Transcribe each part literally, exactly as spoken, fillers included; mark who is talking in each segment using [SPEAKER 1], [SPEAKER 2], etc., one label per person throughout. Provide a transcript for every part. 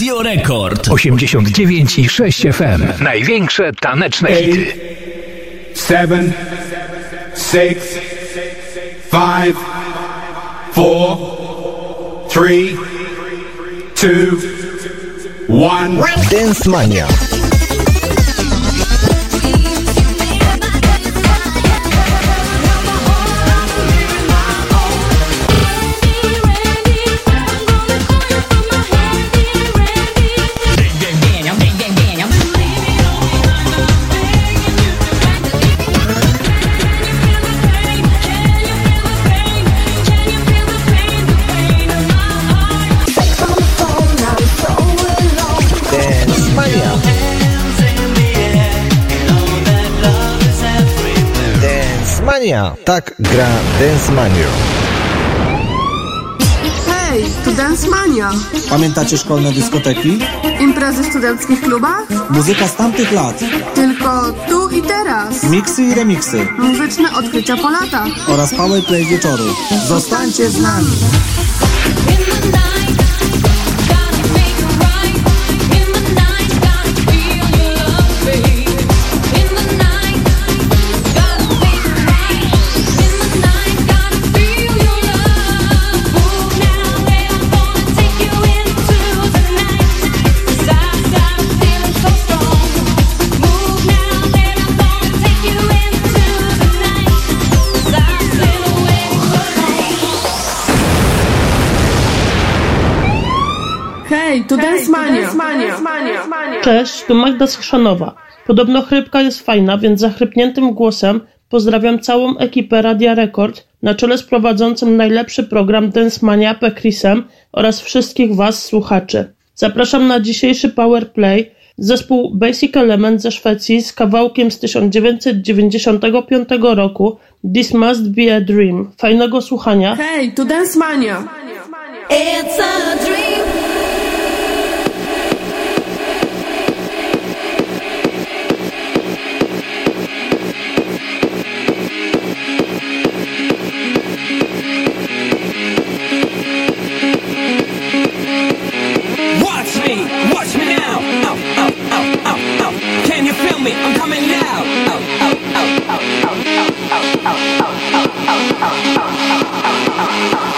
[SPEAKER 1] Radio Rekord.
[SPEAKER 2] osiemdziesiąt dziewięć i sześć F M. Największe taneczne hity.
[SPEAKER 3] Seven, six, five, four, three, two, one.
[SPEAKER 4] Dance Mania. Tak gra Dance Mania.
[SPEAKER 5] Hej, to Dance Mania.
[SPEAKER 6] Pamiętacie szkolne dyskoteki?
[SPEAKER 5] Imprezy w studenckich klubach?
[SPEAKER 6] Muzyka z tamtych lat.
[SPEAKER 5] Tylko tu i teraz.
[SPEAKER 6] Miksy i remiksy.
[SPEAKER 5] Muzyczne odkrycia po latach.
[SPEAKER 6] Oraz powerplay wieczoru. Zostańcie z nami.
[SPEAKER 5] Hej, to Dance Mania.
[SPEAKER 7] Cześć, tu Magda z Chrzanowa. Podobno chrypka jest fajna, więc zachrypniętym głosem pozdrawiam całą ekipę Radia Rekord na czele z prowadzącym najlepszy program Dance Mania P. Chrisem oraz wszystkich was, słuchaczy. Zapraszam na dzisiejszy Powerplay zespół Basic Element ze Szwecji z kawałkiem z tysiąc dziewięćset dziewięćdziesiątego piątego roku This Must Be a Dream. Fajnego słuchania.
[SPEAKER 5] Hej, to Dance Mania.
[SPEAKER 8] It's a dream.
[SPEAKER 1] I'm coming now. Oh, oh, oh, oh, oh, oh, oh, oh, oh, oh, oh, oh.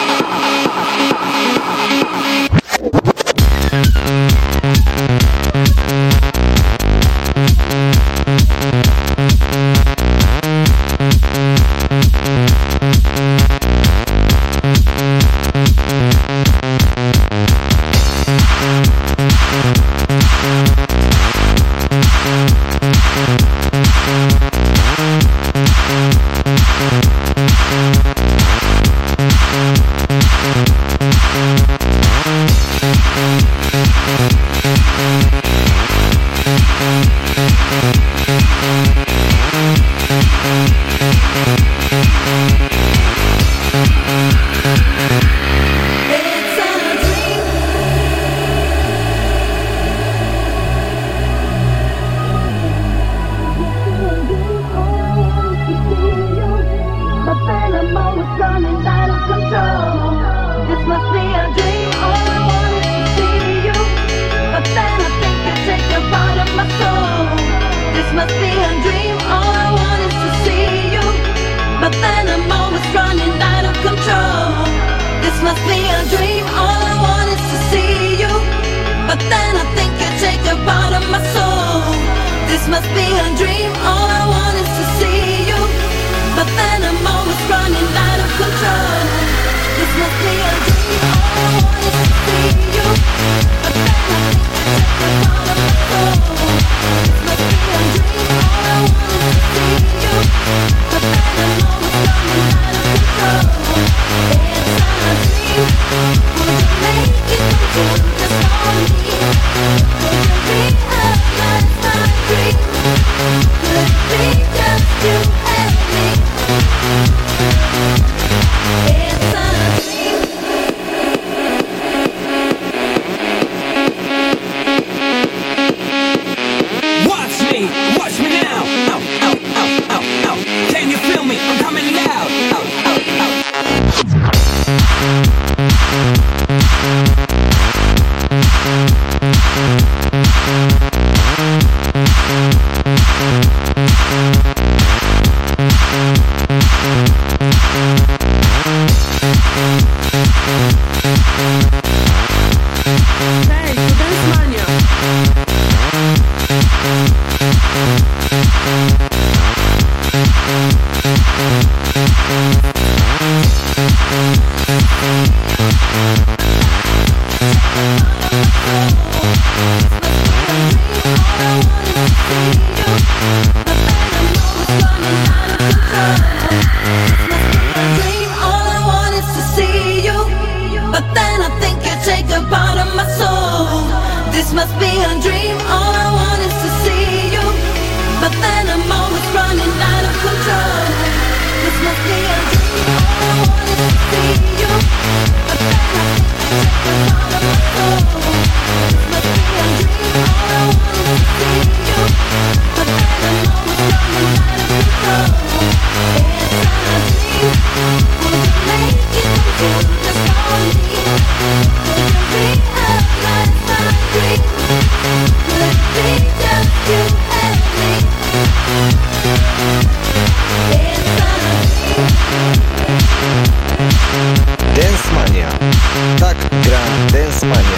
[SPEAKER 8] must be a dream. All I want is to see you, but then I'm always running out of control. This must be a dream. All I want is to see you, but then I think I take this all of my soul. This must be a dream. All I want is to see you, but then I'm always running out of control. It's a dream. Would you make it come true just for me? Would you realize my dream? Could it be just you and me? It's a dream.
[SPEAKER 4] Dance Mania. Tak gra Dance Mania.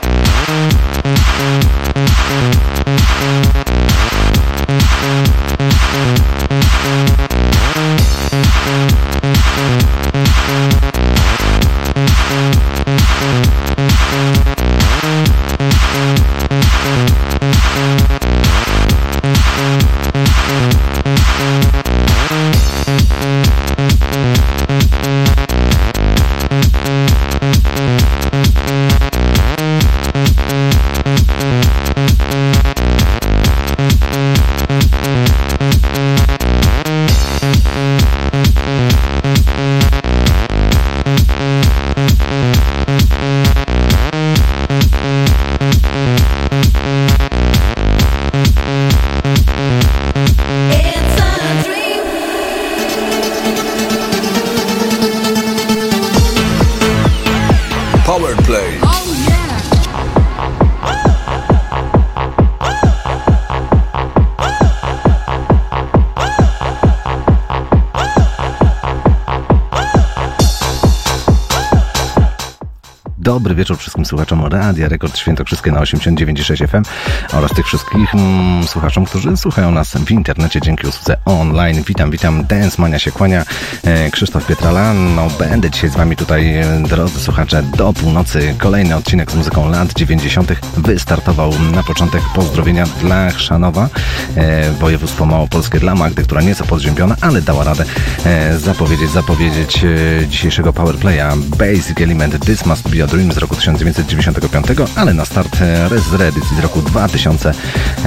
[SPEAKER 9] Dobry wieczór wszystkim słuchaczom Radia Rekord Świętokrzyskie na osiemdziesiąt dziewięć i sześć F M oraz tych wszystkich mm, słuchaczom, którzy słuchają nas w internecie dzięki usłudze online. Witam, witam, Dance Mania się kłania, e, Krzysztof Pietrala. No będę dzisiaj z wami tutaj, drodzy słuchacze, do północy. Kolejny odcinek z muzyką lat dziewięćdziesiątych wystartował na początek pozdrowienia dla Chrzanowa, e, województwo małopolskie, dla Magdy, która nieco podziębiona, ale dała radę e, zapowiedzieć, zapowiedzieć e, dzisiejszego powerplaya. Basic Element This Must Be a Dream z roku tysiąc dziewięćset dziewięćdziesiątego piątego, ale na start Res reedycji z roku dwa tysiące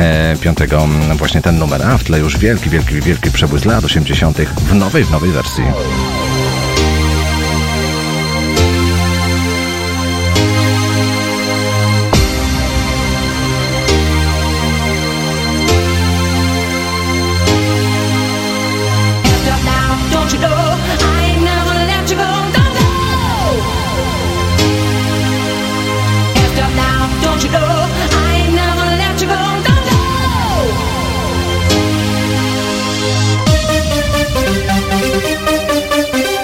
[SPEAKER 9] piątego właśnie ten numer, a w tle już wielki, wielki, wielki przebój z lat osiemdziesiątych w nowej, w nowej wersji.
[SPEAKER 8] Don't you know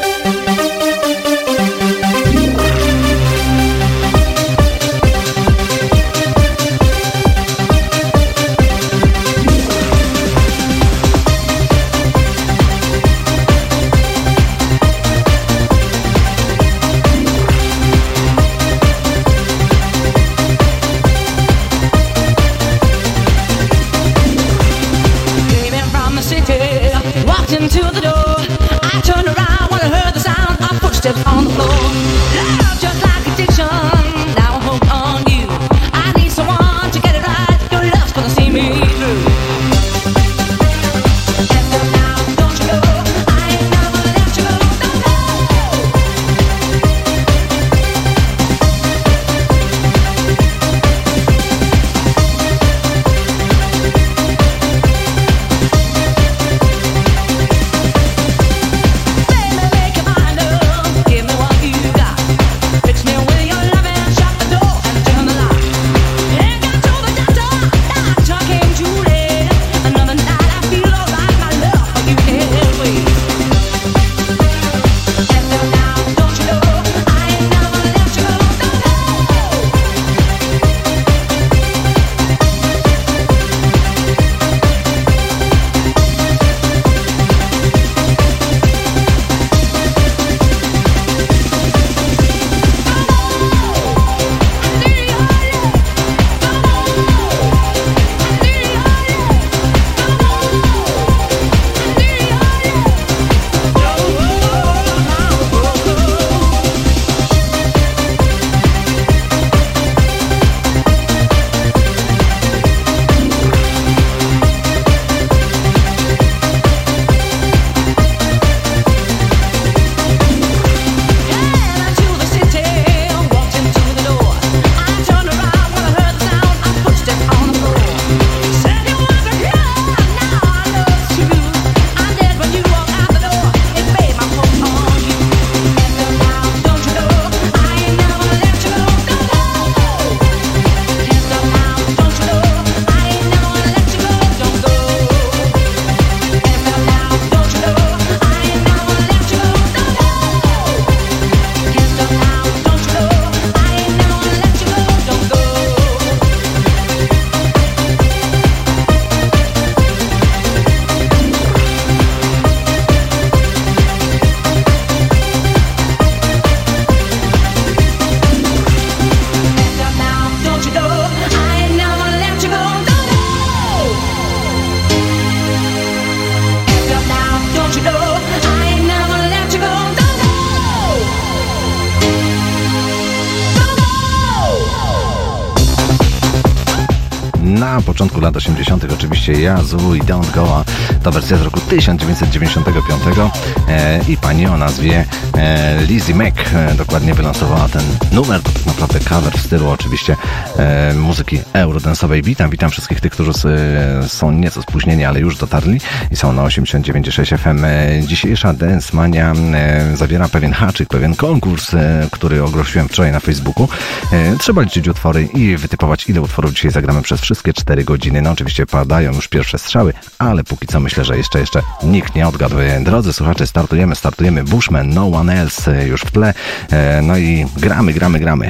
[SPEAKER 9] na początku lat osiemdziesiątych oczywiście Yazoo i Don't Go, to wersja z roku tysiąc dziewięćset dziewięćdziesiątego piątego e, i pani o nazwie e, Lizzie Mack e, dokładnie wylansowała ten numer, to tak naprawdę cover w stylu oczywiście e, muzyki eurodance'owej. Witam, witam wszystkich tych, którzy e, są nieco spóźnieni, ale już dotarli i są na osiemdziesiąt dziewięć przecinek sześć F M. E, dzisiejsza Dance Mania e, zawiera pewien haczyk, pewien konkurs, e, który ogłosiłem wczoraj na Facebooku. E, trzeba liczyć utwory i wytypować, ile utworów dzisiaj zagramy przez wszystkie cztery godziny. No oczywiście padają już pierwsze strzały, ale póki co myślę, że jeszcze, jeszcze nikt nie odgadł. Drodzy słuchacze, startujemy, startujemy. Bushman, No One Else już w tle. E, no i gramy, gramy, gramy.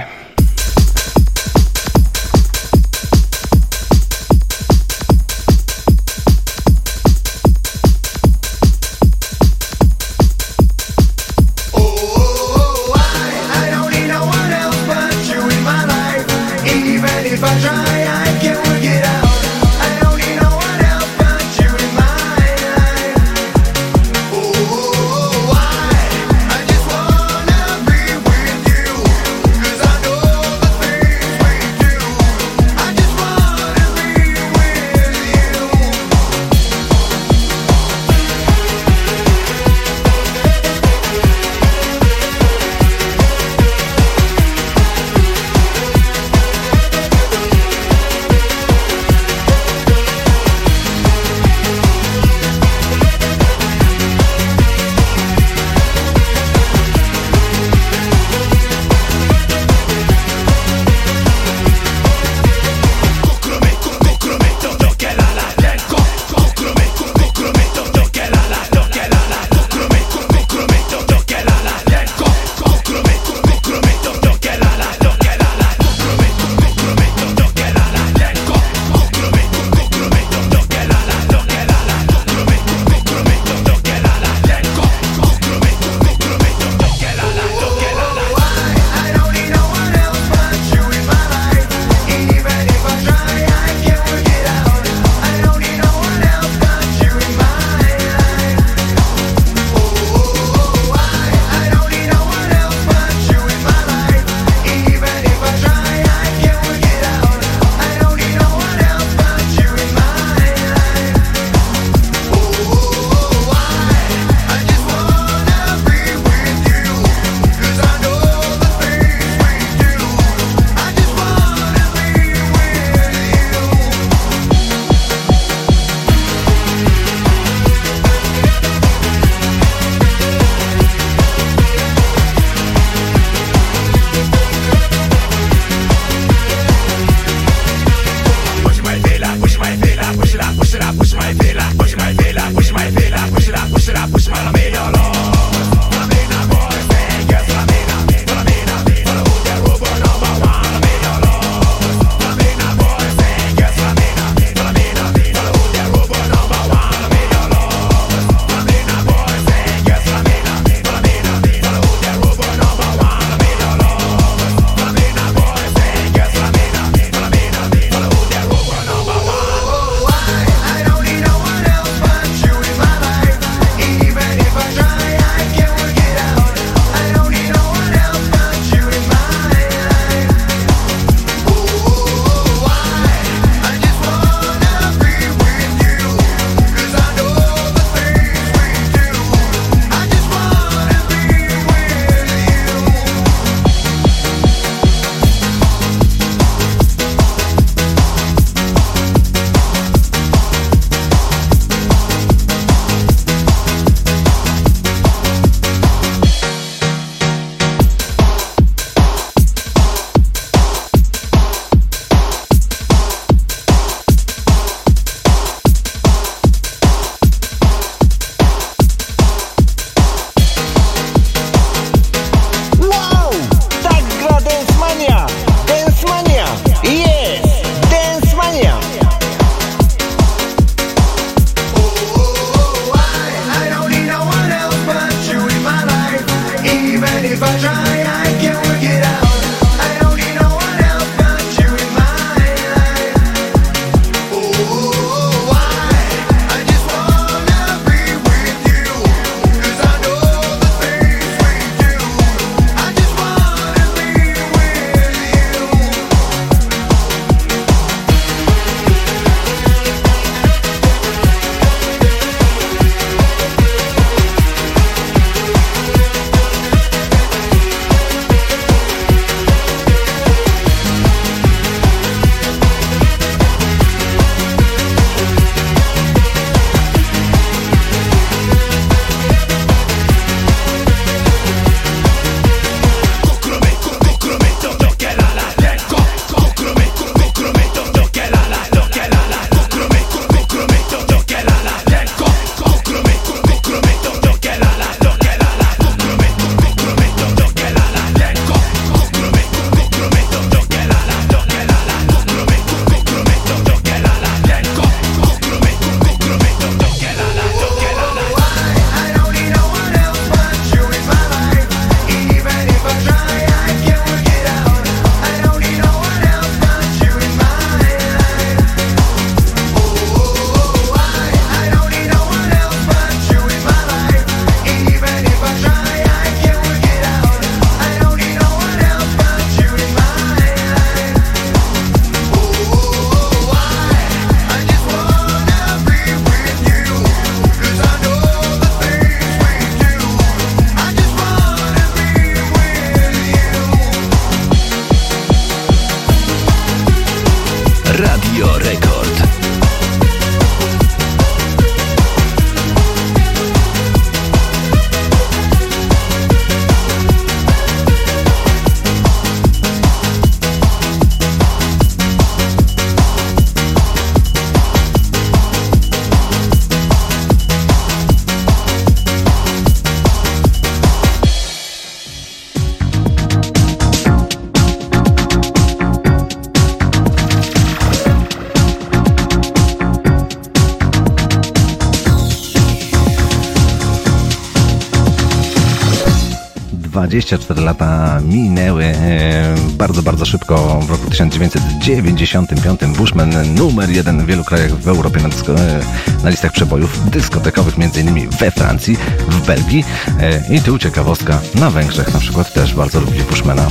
[SPEAKER 9] dwadzieścia cztery lata minęły e, bardzo, bardzo szybko. W roku tysiąc dziewięćset dziewięćdziesiątym piątym Bushman numer jeden w wielu krajach w Europie na, dysko, e, na listach przebojów dyskotekowych, między innymi we Francji, w Belgii. E, I tu ciekawostka, na Węgrzech na przykład też bardzo lubili Bushmana.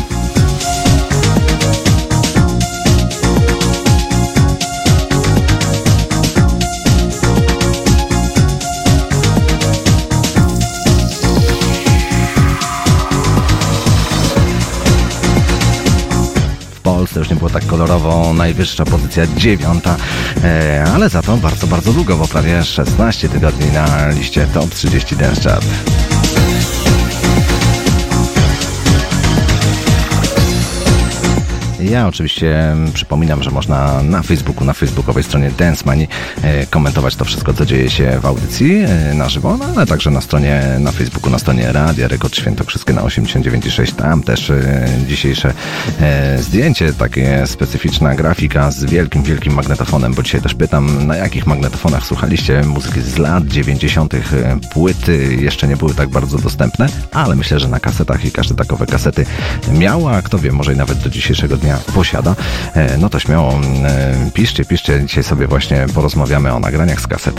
[SPEAKER 9] W Polsce już nie było tak kolorowo, najwyższa pozycja dziewiąta, e, ale za to bardzo, bardzo długo, bo prawie szesnaście tygodni na liście Top trzydzieści Dance Chart. Ja oczywiście przypominam, że można na Facebooku, na facebookowej stronie Dance Money e, komentować to wszystko, co dzieje się w audycji e, na żywo, no, ale także na stronie, na Facebooku, na stronie Radia Rekord Świętokrzyskie na osiemdziesiąt dziewięć i sześć. Tam też e, dzisiejsze e, zdjęcie, takie specyficzna grafika z wielkim, wielkim magnetofonem, bo dzisiaj też pytam, na jakich magnetofonach słuchaliście muzyki z lat dziewięćdziesiątych. Płyty jeszcze nie były tak bardzo dostępne, ale myślę, że na kasetach i każde takowe kasety miał, a kto wie, może i nawet do dzisiejszego dnia posiada, no to śmiało piszcie, piszcie. Dzisiaj sobie właśnie porozmawiamy o nagraniach z kaset.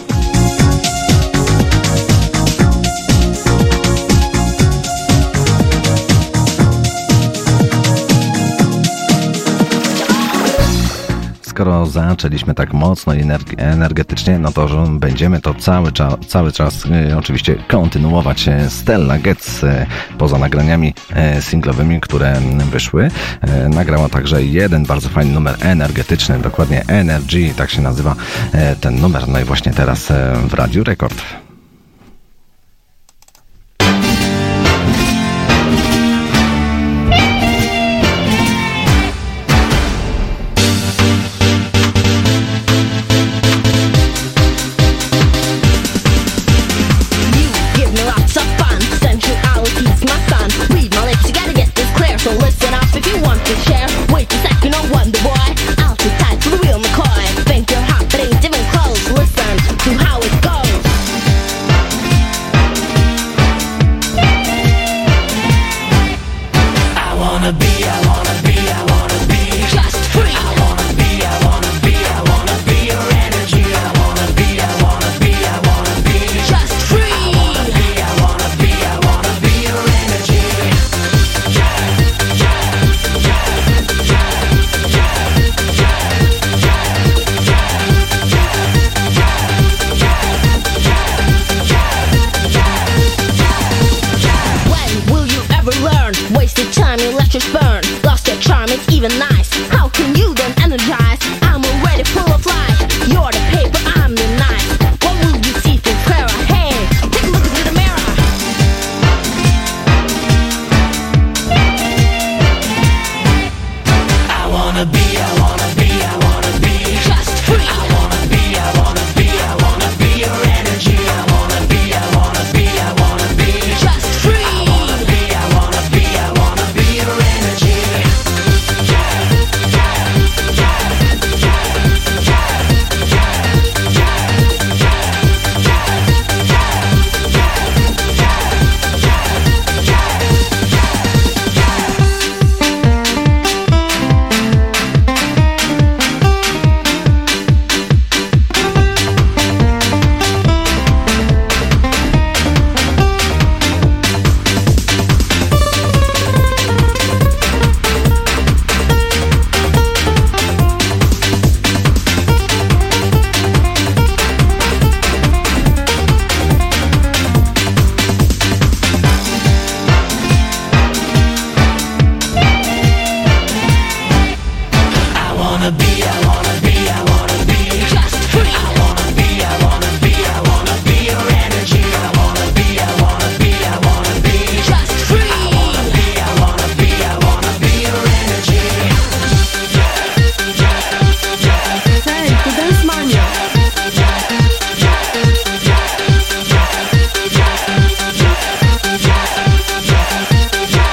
[SPEAKER 9] Skoro zaczęliśmy tak mocno i energetycznie, no to że będziemy to cały czas, cały czas y, oczywiście kontynuować. Stella Getz y, poza nagraniami y, singlowymi, które wyszły, y, nagrała także jeden bardzo fajny numer energetyczny, dokładnie Energy, tak się nazywa y, ten numer, no i właśnie teraz y, w Radiu Rekord.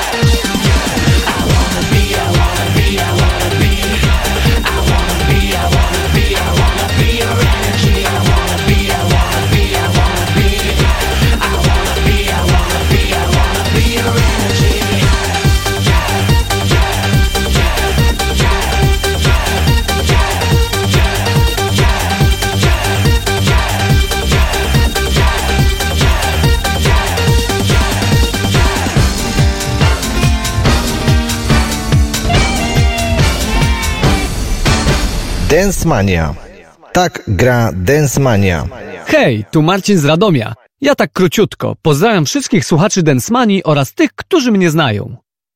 [SPEAKER 10] Be
[SPEAKER 4] Dance Mania. Tak gra Dance Mania.
[SPEAKER 10] Hej, tu Marcin z Radomia. Ja tak króciutko. Pozdrawiam wszystkich słuchaczy Dance Manii oraz tych, którzy mnie znają.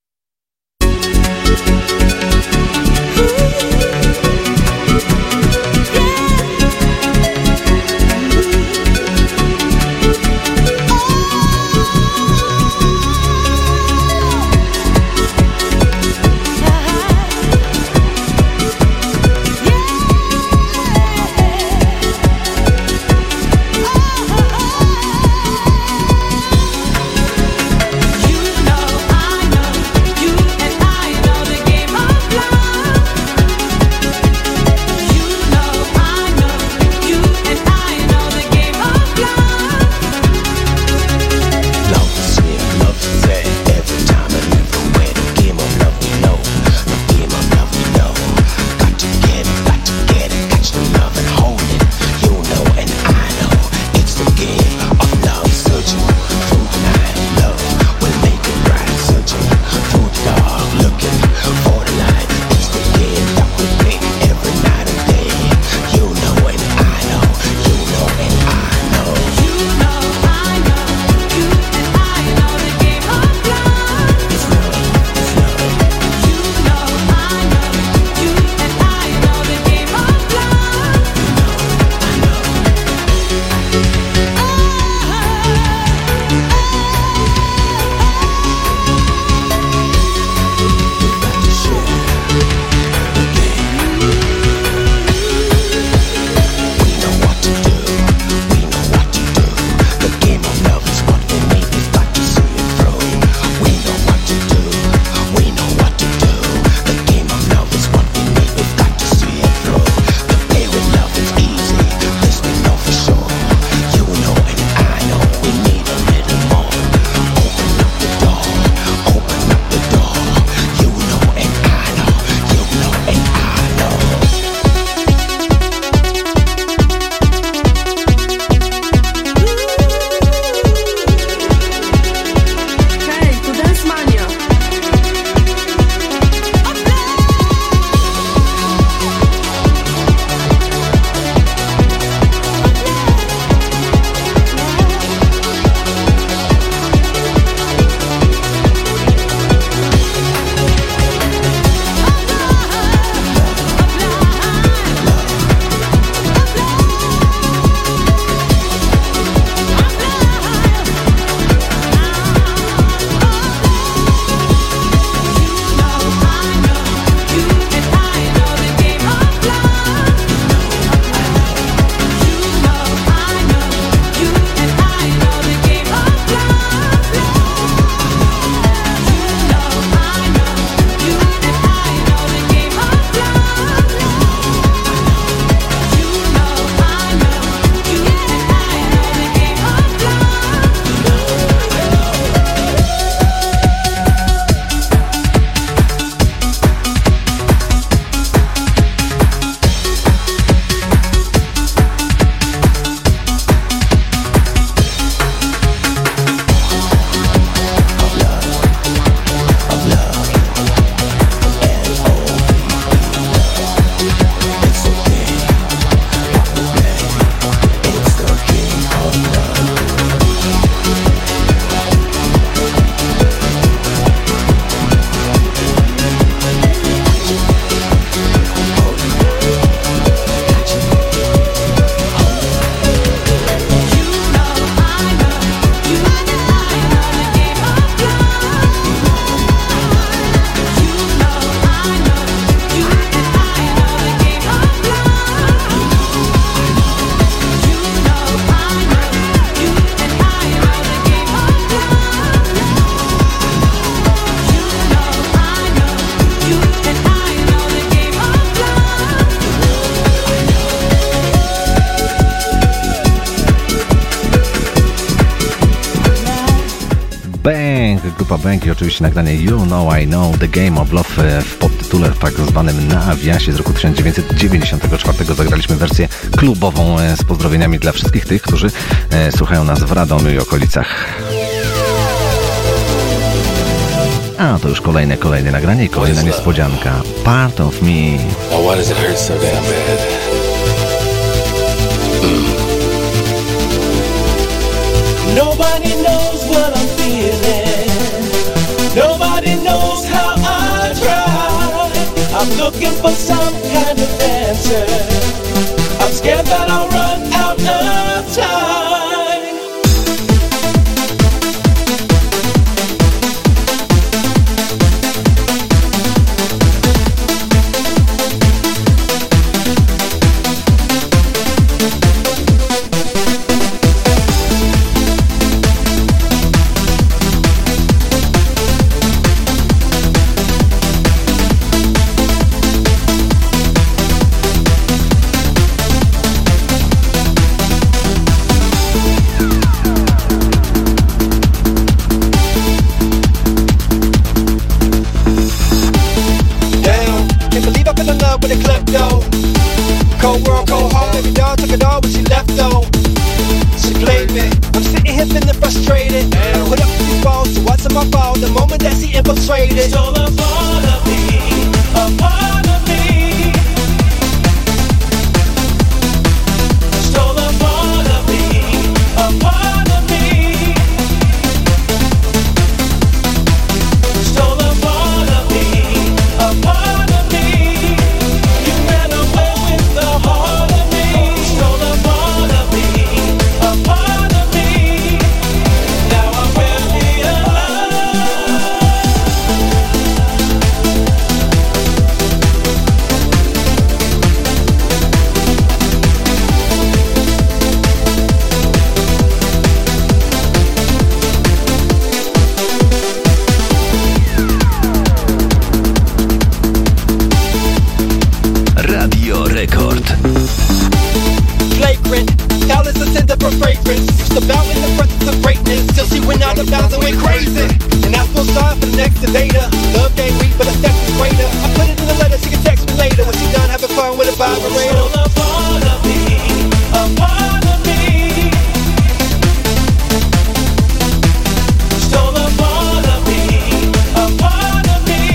[SPEAKER 9] Bang, grupa Bang i oczywiście nagranie You Know I Know The Game of Love w podtytule tak zwanym nawiasie z roku tysiąc dziewięćset dziewięćdziesiątego czwartego. Zagraliśmy wersję klubową z pozdrowieniami dla wszystkich tych, którzy słuchają nas w Radomiu i okolicach. A to już kolejne, kolejne nagranie i kolejna niespodzianka. Part of me.
[SPEAKER 11] Oh, why does it hurt so damn bad? Mm.
[SPEAKER 12] Nobody knows what I'm feeling. Nobody knows how I try. I'm looking for some kind of answer. I'm scared that I'll run out of time.
[SPEAKER 13] Cold world, cold heart, baby doll took it all when she left though. She played me, I'm sitting here feeling frustrated. Put up these balls, so what's my fault? The moment that she infiltrated.
[SPEAKER 12] Stole a part of me, a part of me. Stole a part of me, a part of me. Stole a part of me, a part of me. You ran away with the heart of me. Stole a part of me, a part of me. Now I'm really alive.
[SPEAKER 2] Radio Rekord.
[SPEAKER 13] Flagrant, doubtless a scent of her fragrance. Used to bow in the presence of greatness till she went out of bounds and went crazy. And I feel sorry for the next invader. Love ain't weak, but the sex is greater. I put it in the letter, she can text me later when she done having fun with a vibrator.
[SPEAKER 12] Stole a part of me, a part of me. Stole a part of me, a part of me.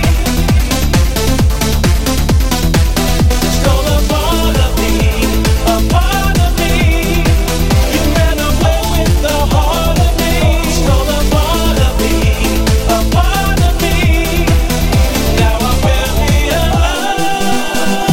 [SPEAKER 12] Stole a part of me, a part of me. You ran away with the heart of me. Stole a part of me, a part of me. Now I'm really alive.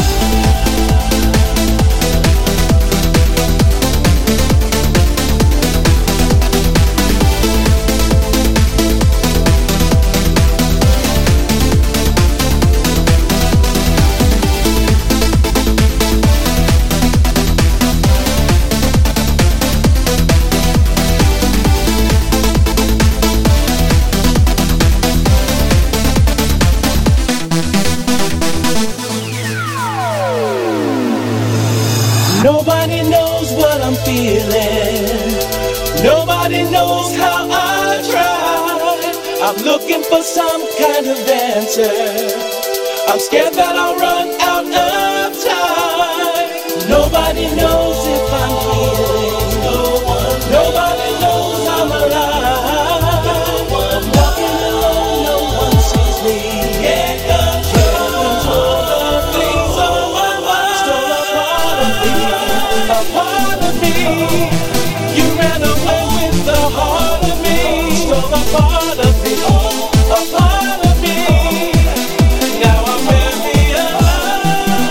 [SPEAKER 12] Nobody knows what I'm feeling. Nobody knows how I try. I'm looking for some kind of answer. I'm scared that I'll run out of time. Nobody knows if I'm healing. No one. Nobody knows I'm alive. I'm walking alone, no one sees me. Can't control the things on my mind. Stole a part of me, a part of me. You ran away with the heart of me. Stole a part of me, a part of me. Now I'm really alive.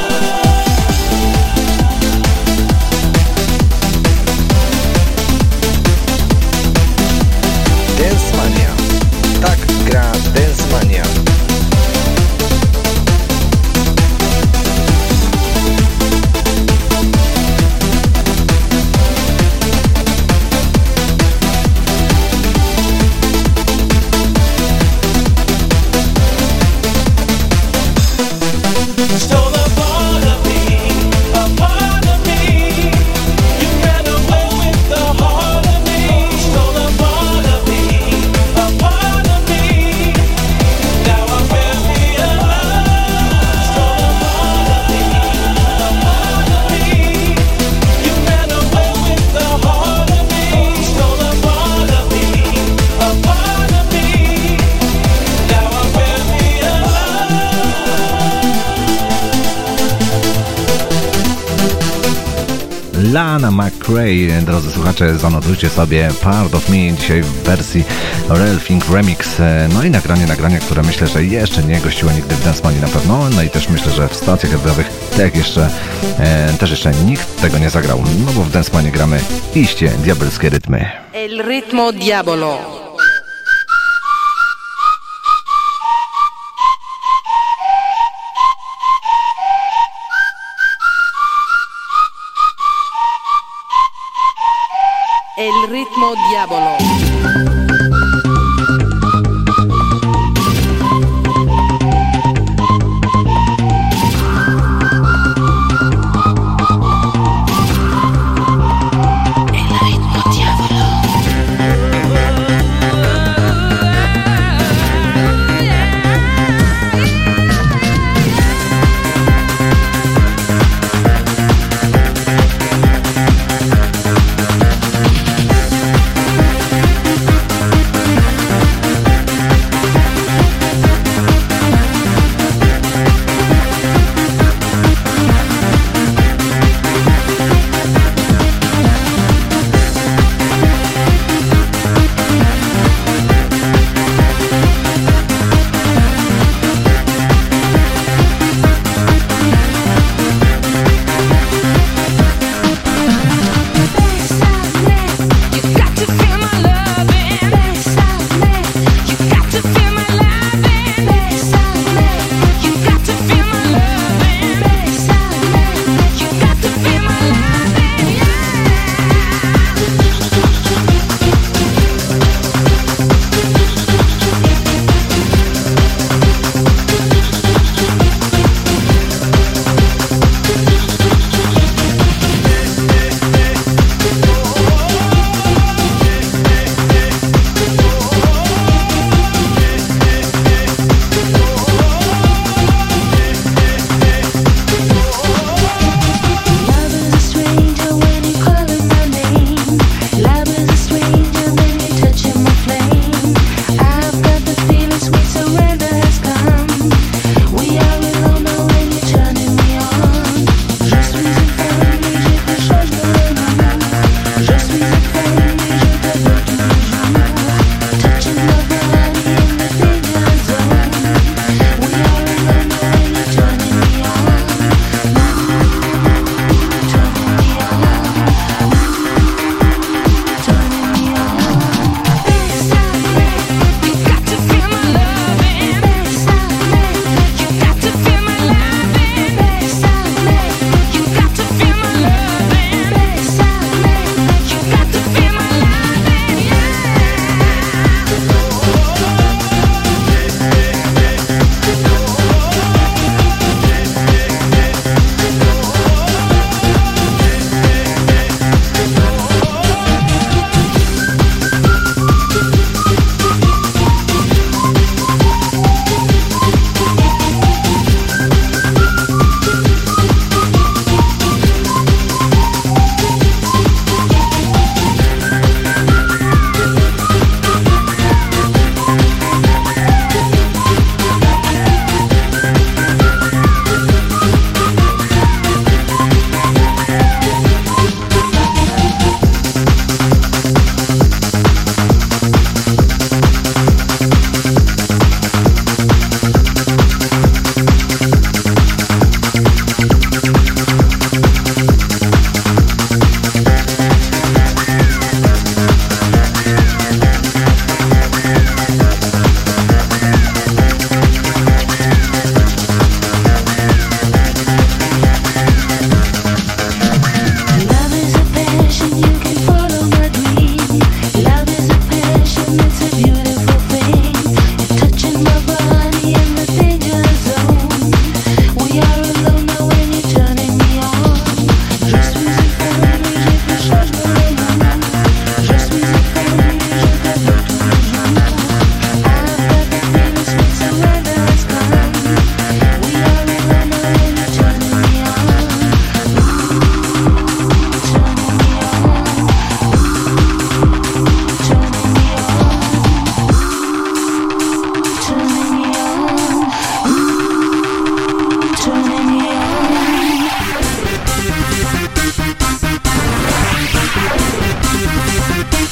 [SPEAKER 9] Lana McRae. Drodzy słuchacze, zanotujcie sobie Part of Me dzisiaj w wersji Real Thing Remix. No i nagranie, nagranie, które myślę, że jeszcze nie gościło nigdy w Dance Manii na pewno. No i też myślę, że w stacjach radiowych tak jeszcze, e, też jeszcze nikt tego nie zagrał. No bo w Dance Manii gramy iście diabelskie rytmy.
[SPEAKER 14] El ritmo diabolo. El ritmo diabolo.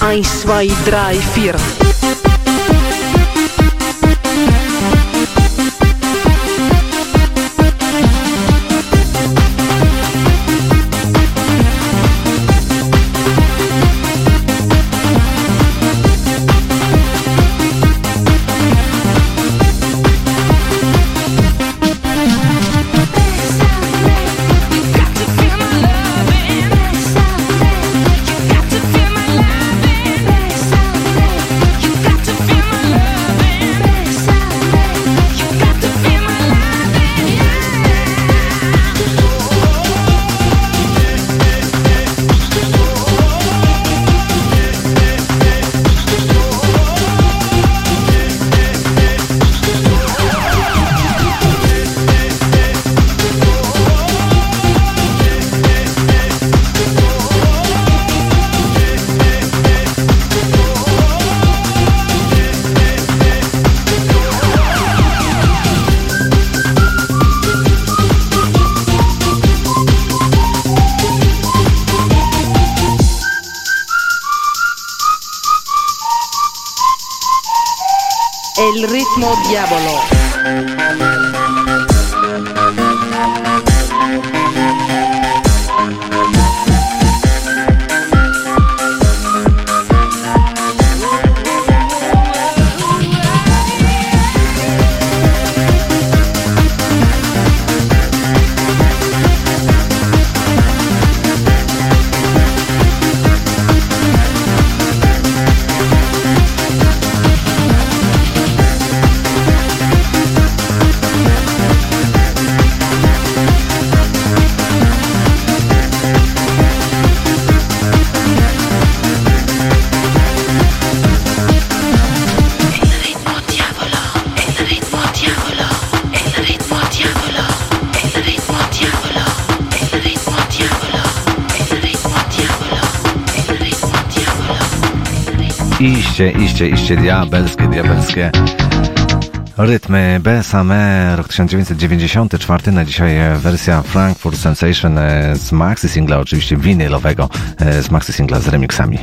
[SPEAKER 14] eins, zwei, drei, vier. El ritmo diavolo.
[SPEAKER 9] Iście, iście, iście diabelskie, diabelskie rytmy B S A M E, rok tysiąc dziewięćset dziewięćdziesiąty czwarty, na dzisiaj wersja Frankfurt Sensation z maxi singla, oczywiście winylowego, z maxi singla z remixami.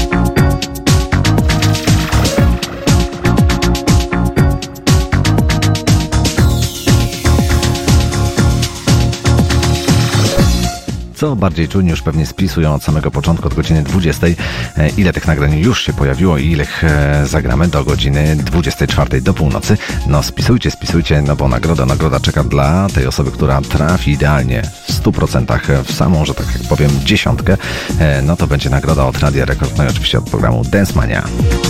[SPEAKER 9] Co bardziej czujni już pewnie spisują od samego początku, od godziny dwudziestej, ile tych nagrań już się pojawiło i ile zagramy do godziny dwudziestej czwartej do północy. No spisujcie, spisujcie, no bo nagroda, nagroda czeka dla tej osoby, która trafi idealnie w stu procentach w samą, że tak jak powiem, dziesiątkę. No to będzie nagroda od Radia Rekord, no i oczywiście od programu Dance Mania.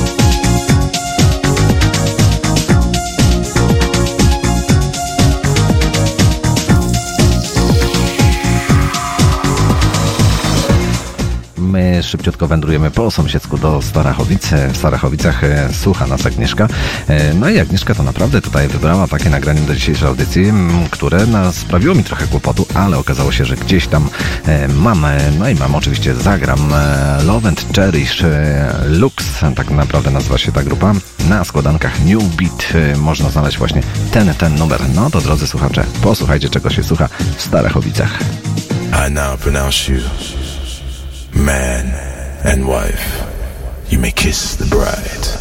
[SPEAKER 9] My szybciutko wędrujemy po sąsiedzku do Starachowic. W Starachowicach słucha nas Agnieszka. No i Agnieszka to naprawdę tutaj wybrała takie nagranie do dzisiejszej audycji, które no, sprawiło mi trochę kłopotu, ale okazało się, że gdzieś tam mam, no i mam oczywiście zagram Love and Cherish Lux, tak naprawdę nazywa się ta grupa. Na składankach New Beat można znaleźć właśnie ten, ten numer. No to drodzy słuchacze, posłuchajcie czego się słucha w Starachowicach.
[SPEAKER 11] I now pronounce you man and wife. You may kiss the bride.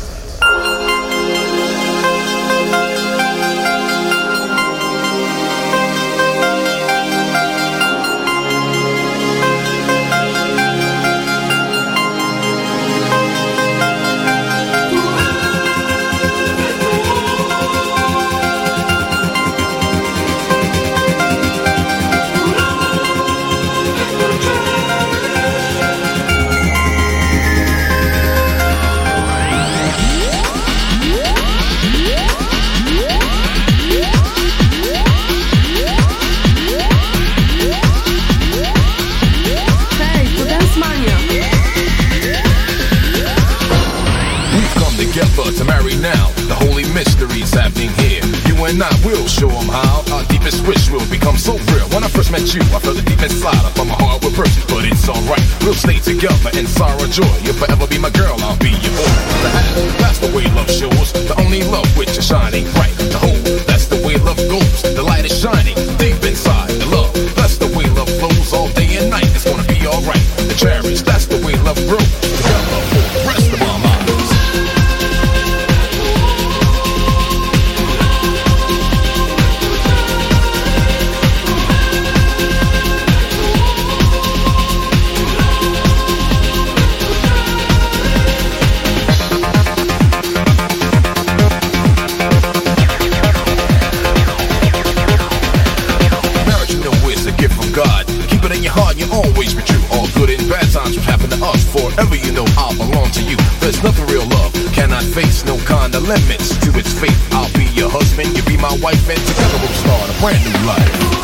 [SPEAKER 15] To marry now, the holy mysteries happening here. You and I will show them how our deepest wish will become so real. When I first met you, I felt the deep inside of my heart would burst. But it's alright, we'll stay together in sorrow joy. You'll forever be my girl, I'll be your boy. The hat, that's the way love shows. The only love which is shining bright. The whole, that's the way love goes. The light is shining deep inside. The love, that's the way love flows all day and night. It's gonna be alright. The cherish, that's the way love grows. Together for the rest. God. Keep it in your heart, you'll always be true. All good and bad times will happen to us. Forever you know I'll belong to you. There's nothing real love cannot face, no kind of limits to its fate. I'll be your husband, you be my wife, and together we'll start a brand new life.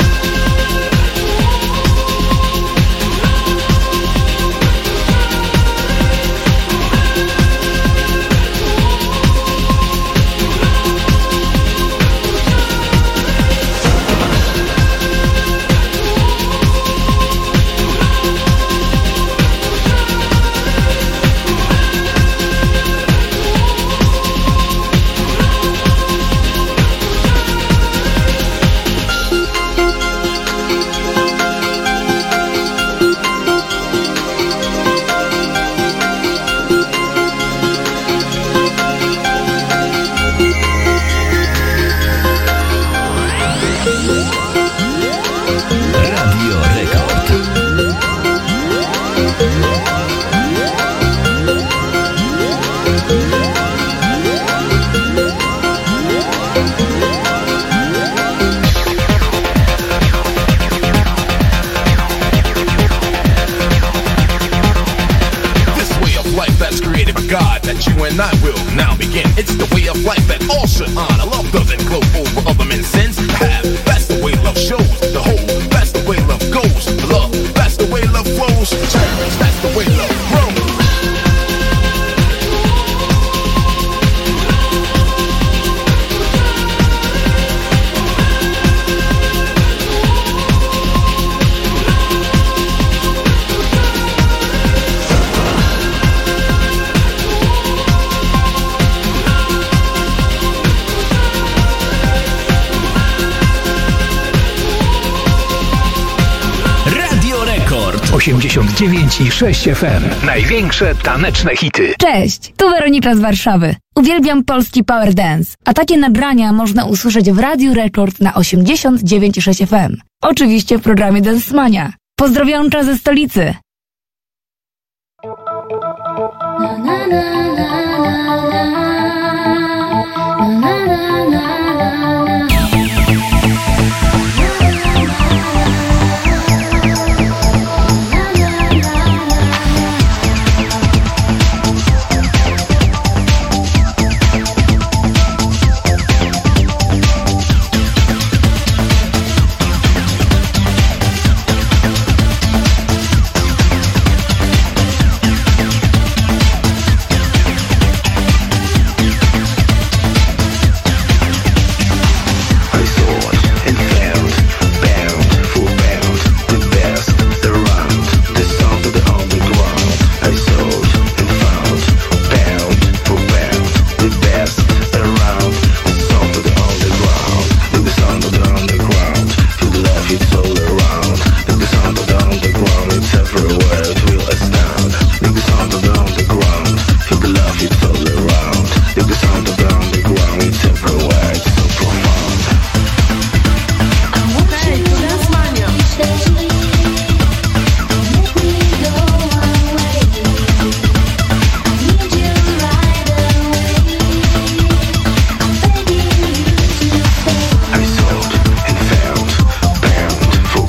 [SPEAKER 2] osiemdziesiąt dziewięć i sześć F M. Największe taneczne hity.
[SPEAKER 16] Cześć, tu Weronika z Warszawy. Uwielbiam polski power dance, a takie nagrania można usłyszeć w Radiu Rekord na osiemdziesiąt dziewięć i sześć F M. Oczywiście w programie Dance Mania. Pozdrowioncza ze stolicy. Na, na, na, na, na, na. Na, na, na, na, na.
[SPEAKER 17] I sold and found, bound for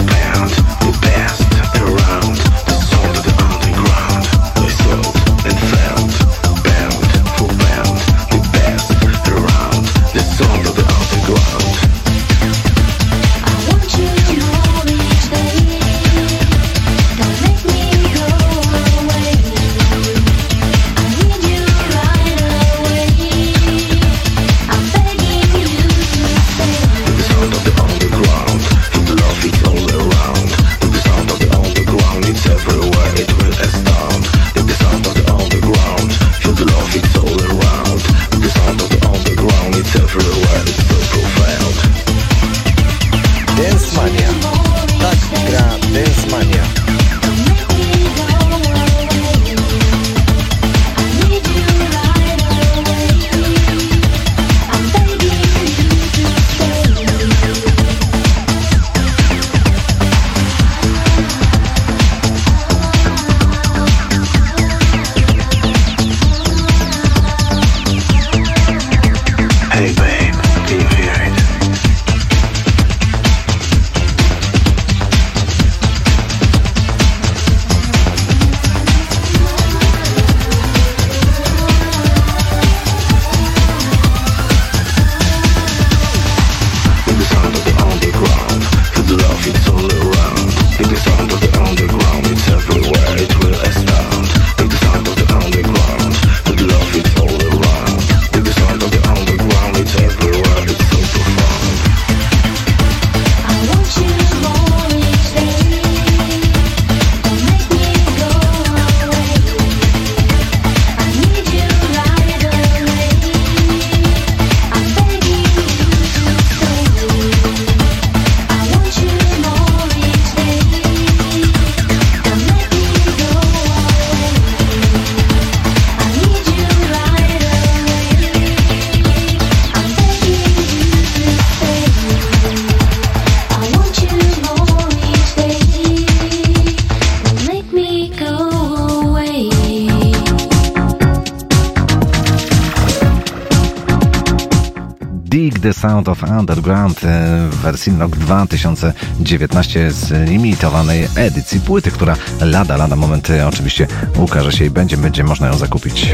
[SPEAKER 9] Like the Sound of Underground w wersji rok dwa tysiące dziewiętnaście z limitowanej edycji płyty, która lada, lada moment oczywiście ukaże się i będzie, będzie można ją zakupić.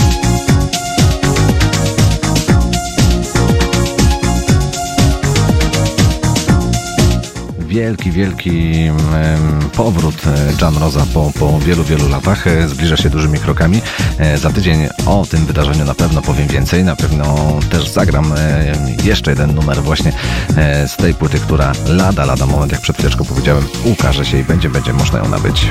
[SPEAKER 9] Wielki, wielki powrót Jan Rosa po, po wielu, wielu latach zbliża się dużymi krokami. Za tydzień o tym wydarzeniu na pewno powiem więcej. Na pewno też zagram jeszcze jeden numer właśnie z tej płyty, która lada, lada moment, jak przed chwileczką powiedziałem, ukaże się i będzie, będzie można ją nabyć.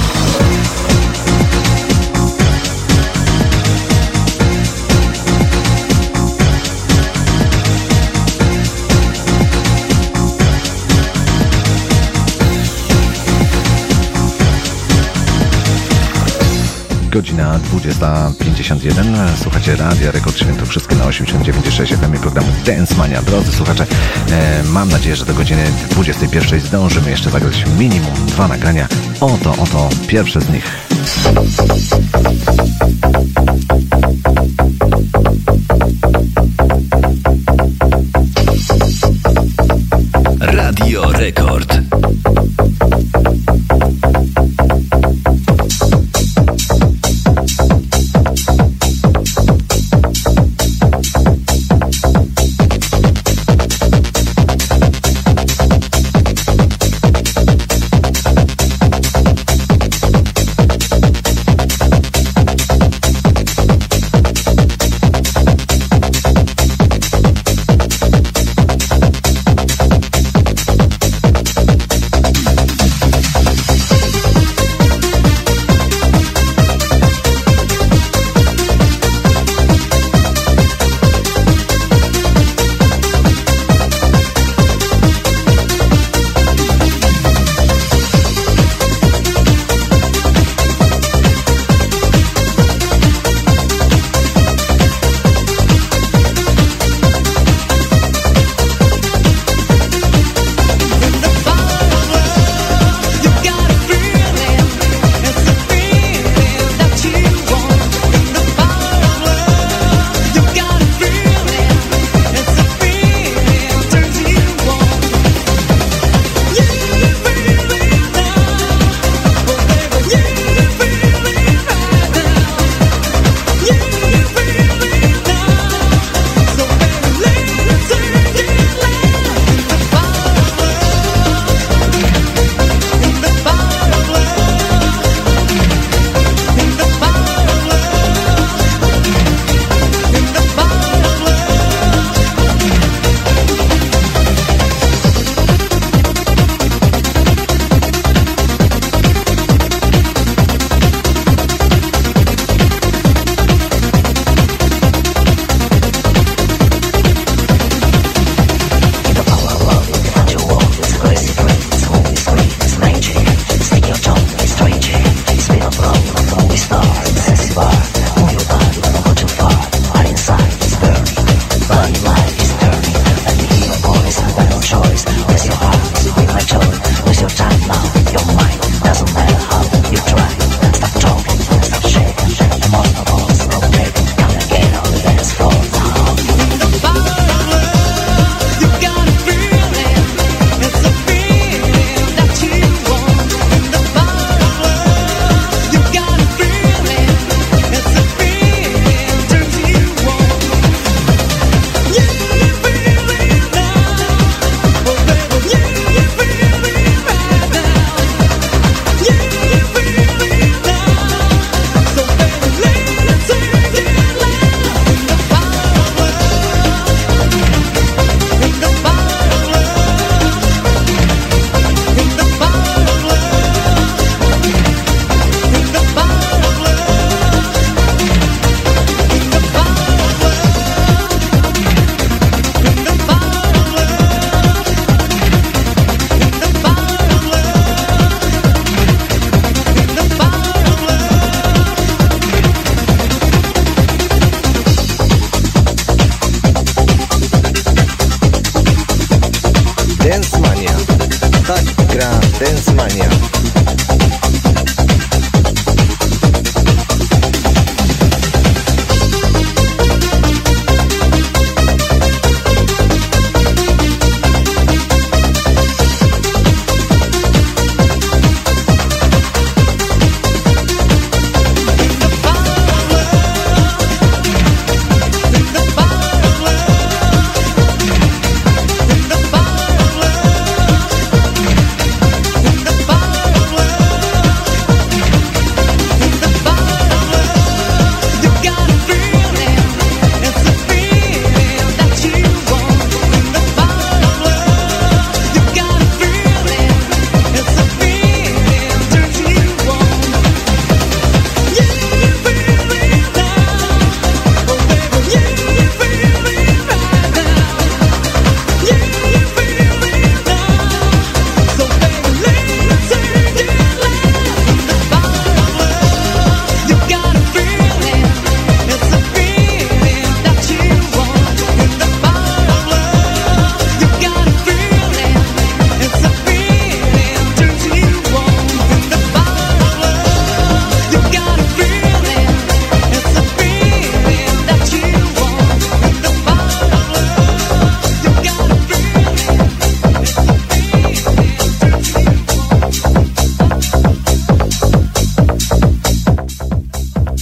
[SPEAKER 9] Godzina dwudziesta pięćdziesiąt jeden. Słuchacie Radia Rekord Świętokrzyskie na osiemdziesiąt dziewięć i sześć F M i programu Dance Mania. Drodzy słuchacze, e, mam nadzieję, że do godziny dwudziestej pierwszej zdążymy jeszcze zagrać minimum dwa nagrania. Oto, oto pierwsze z nich.
[SPEAKER 17] Radio Rekord.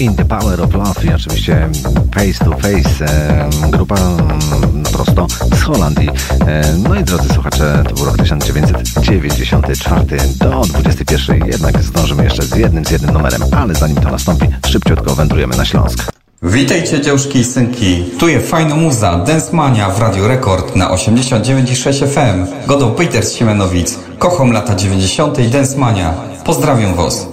[SPEAKER 9] In the Power of Love i oczywiście Face to Face, e, grupa m, prosto z Holandii. E, no i drodzy słuchacze, to był rok tysiąc dziewięćset dziewięćdziesiąty czwarty. Do dwudziestej pierwszej jednak zdążymy jeszcze z jednym, z jednym numerem, ale zanim to nastąpi, szybciutko wędrujemy na Śląsk.
[SPEAKER 17] Witajcie dziążki i synki, tu jest fajna muza, Dance Mania w Radio Rekord na osiemdziesiąt dziewięć i sześć F M. Godą Peter z Siemianowic, kocham lata dziewięćdziesiąte i Dance Mania. Pozdrawiam was.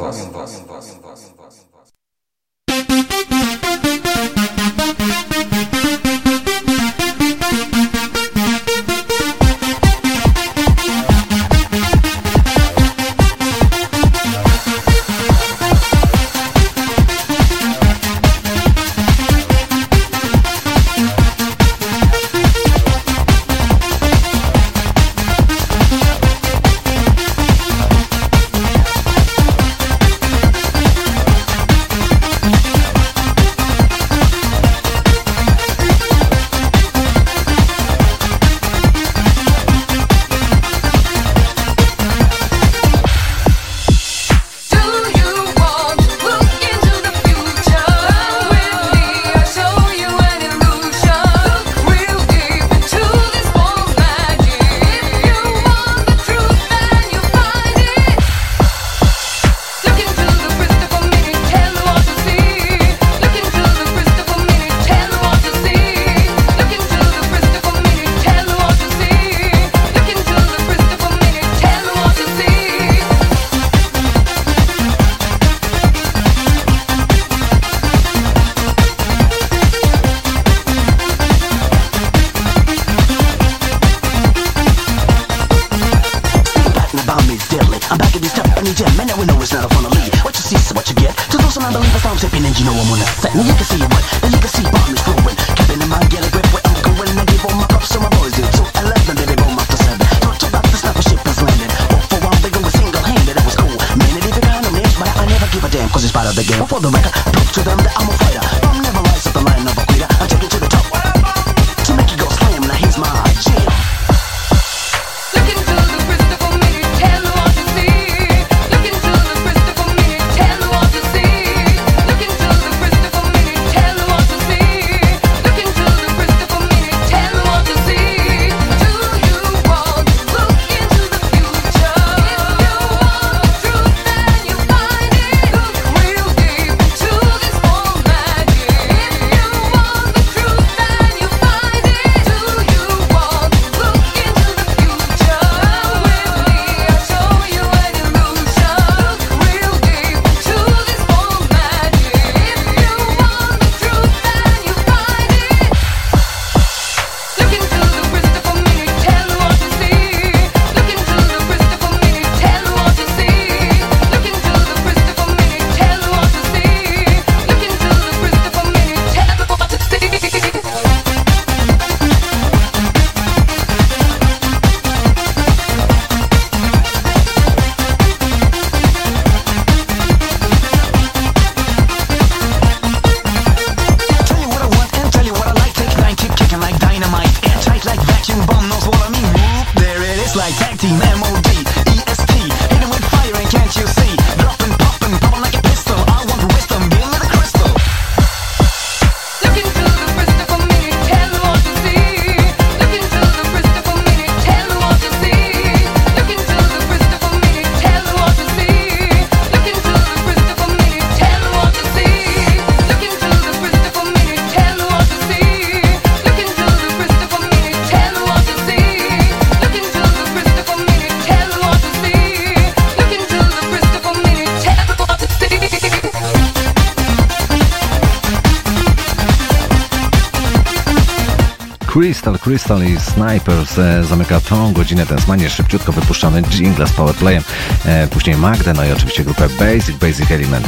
[SPEAKER 9] Crystal, Crystal i Snipers e, zamyka tą godzinę Dance szybciutko wypuszczamy dżingla z Powerplayem, e, później Magdę, no i oczywiście grupę Basic, Basic Element.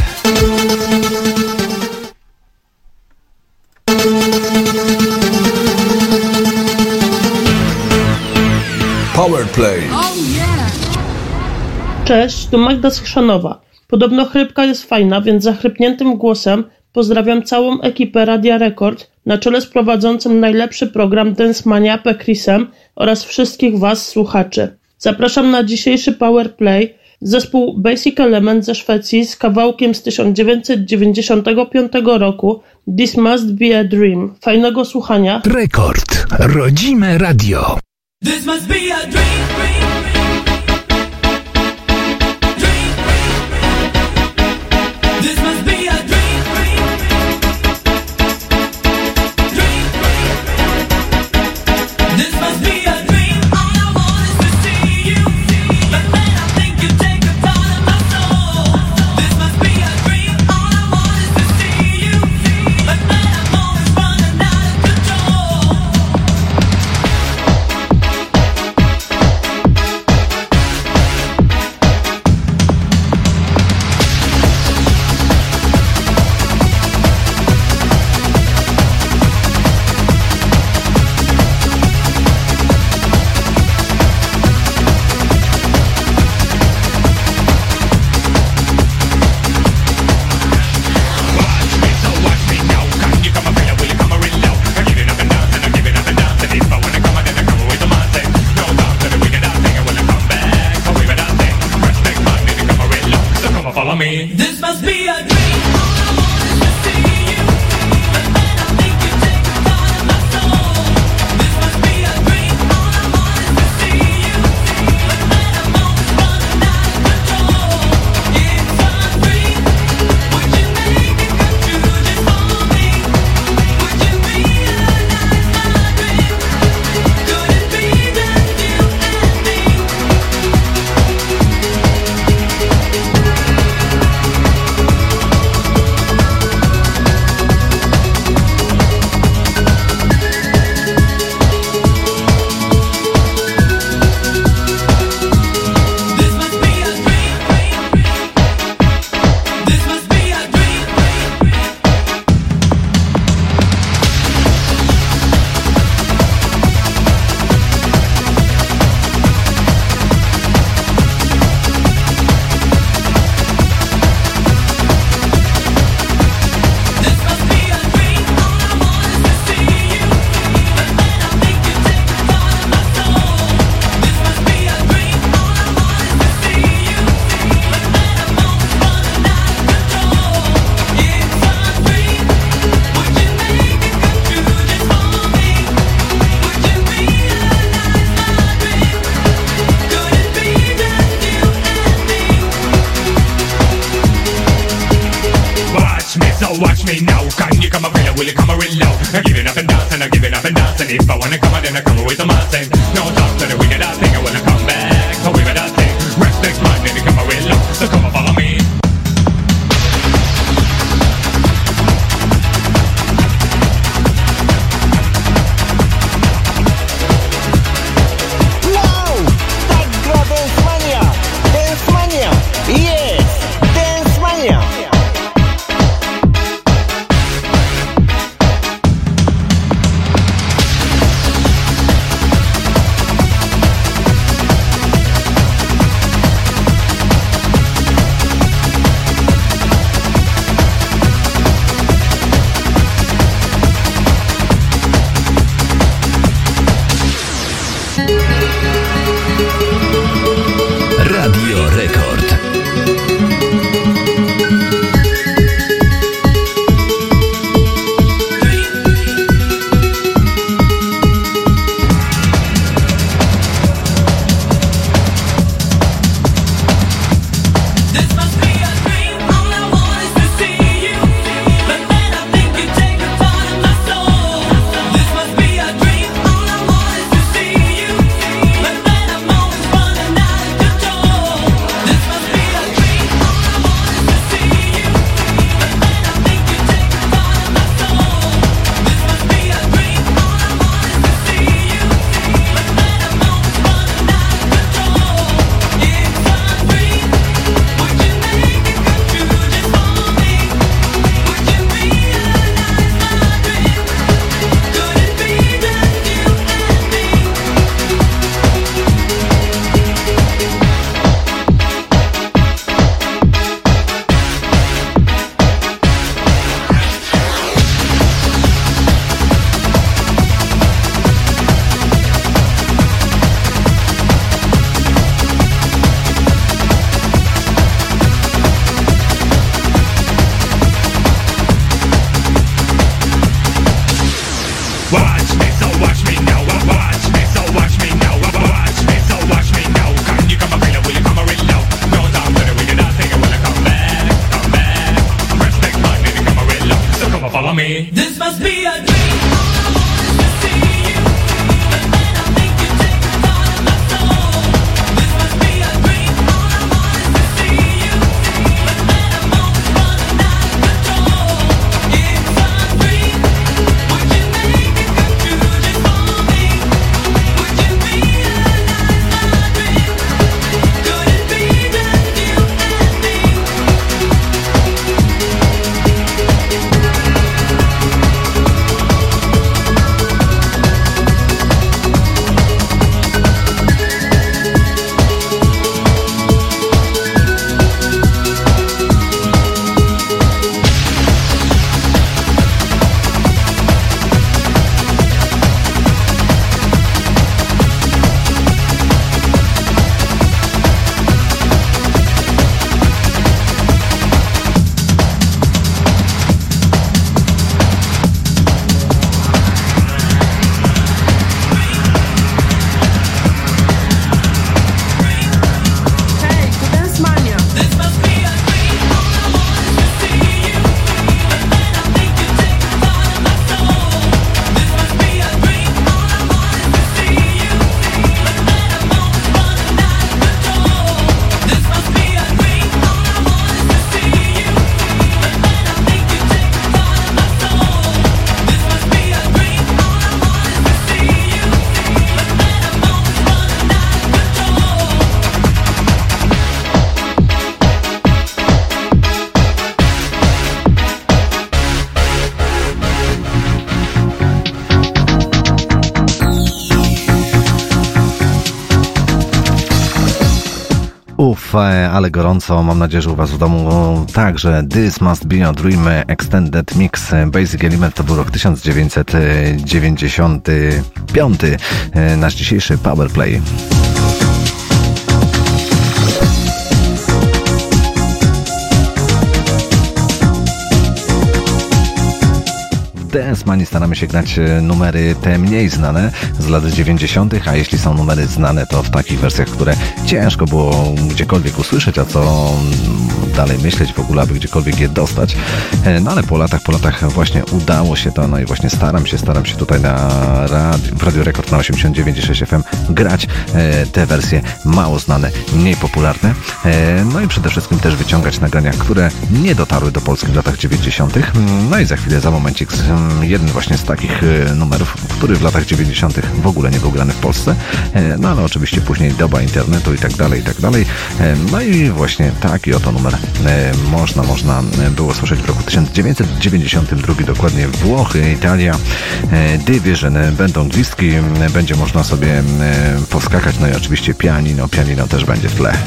[SPEAKER 15] Powerplay.
[SPEAKER 7] Cześć, tu Magda z Chrzanowa. Podobno chrypka jest fajna, więc zachrypniętym głosem pozdrawiam całą ekipę Radia Rekord na czele z prowadzącym najlepszy program Dance Mania P. Chrisem oraz wszystkich Was, słuchaczy. Zapraszam na dzisiejszy Powerplay, Zespół Basic Element ze Szwecji z kawałkiem z tysiąc dziewięćset dziewięćdziesiątego piątego roku This Must Be a Dream. Fajnego słuchania.
[SPEAKER 2] Rekord. Rodzime radio.
[SPEAKER 8] This must be a dream, dream, dream. Dream, dream. This must be a dream, dream. Dream, dream. This must be a dream. All I want is to see you, but then I think you take a part of my soul. This must be a dream. All I want is to see you, but then I'm always running out of control. Follow me. This must be a dream. All I want is to see you, but then I think you take a part of my soul. This must be a dream. All I want is to see you, but then I'm always running out of control. It's a dream. Would you make it come true just for me? Would you realize my dream? Could it be that you and me? This must be a dream. This must be a dream. This must be a dream. All I want is to see you, but then I think you take a part of my soul. This must be a dream. All I want is to see you, but then I'm always running out of control. It's a dream. Would you make it come true just for me? Would you realize my dream? Could it be that you and me?
[SPEAKER 18] Watch me, so watch me now. Can you come a real, will you come a real low? I'm giving up and dancing, I'm giving up and dancing. If I wanna come, then I come with the mountain. No talk to the wicked, I think I wanna come back. So we that thing, respect mine, then you come a real low. So come and follow me.
[SPEAKER 19] Wow! Tak gra Dance Mania! Dance Mania! Yes! Dance Mania!
[SPEAKER 2] Radio Rekord.
[SPEAKER 8] This must be a dream. All I want is to see you, but then I think you take a part of my soul. This must be a dream. All I want is to see you, but then I'm always running out of control. This must
[SPEAKER 18] for me.
[SPEAKER 12] This must be a dream. All I want is to see you. But then I think you take the part of my soul. This must be a dream. All I want is to see you. But then I'm always running out of control. It's a dream. Would you make it come true just for me? Would you realize my dream? Could it be just you and me?
[SPEAKER 5] Hej, tu Dance Mania.
[SPEAKER 12] This must be a dream. All I want is to see you. But then I think you take the part of my soul. This must be a dream. All I want is to see you. But then I'm always running out of control. This must be a dream. All I want is to see you. But then I think you take the part of my soul. This must be a dream. All I want is to see you. But then I'm always running out of control.
[SPEAKER 9] Uff, e, ale gorąco. Mam nadzieję, że u Was w domu także. This Must Be a Dream Extended Mix Basic Element to był rok tysiąc dziewięćset dziewięćdziesiąty piąty. E, Nasz dzisiejszy Powerplay. W Dance Manii staramy się grać e, numery te mniej znane z lat dziewięćdziesiątych, a jeśli są numery znane, to w takich wersjach, które ciężko było gdziekolwiek usłyszeć, a co mm, dalej myśleć w ogóle, aby gdziekolwiek je dostać. E, No ale po latach, po latach właśnie udało się to, no i właśnie staram się, staram się tutaj na radio, w Radio Rekord na osiemdziesiąt dziewięć i sześć F M grać e, te wersje mało znane, mniej popularne. E, No i przede wszystkim też wyciągać nagrania, które nie dotarły do Polski w latach dziewięćdziesiątych. No i za chwilę, za momencik, jeden właśnie z takich e, numerów, który w latach dziewięćdziesiątych w ogóle nie był grany w Polsce. E, No ale oczywiście później doba internetu i tak dalej, i tak dalej. E, No i właśnie taki oto numer e, można, można było słyszeć w roku tysiąc dziewięćset dziewięćdziesiątym drugim, dokładnie Włochy, Italia, e, Division, e, będą gwizdki, e, będzie można sobie e, poskakać, no i oczywiście pianino, pianino też będzie w tle.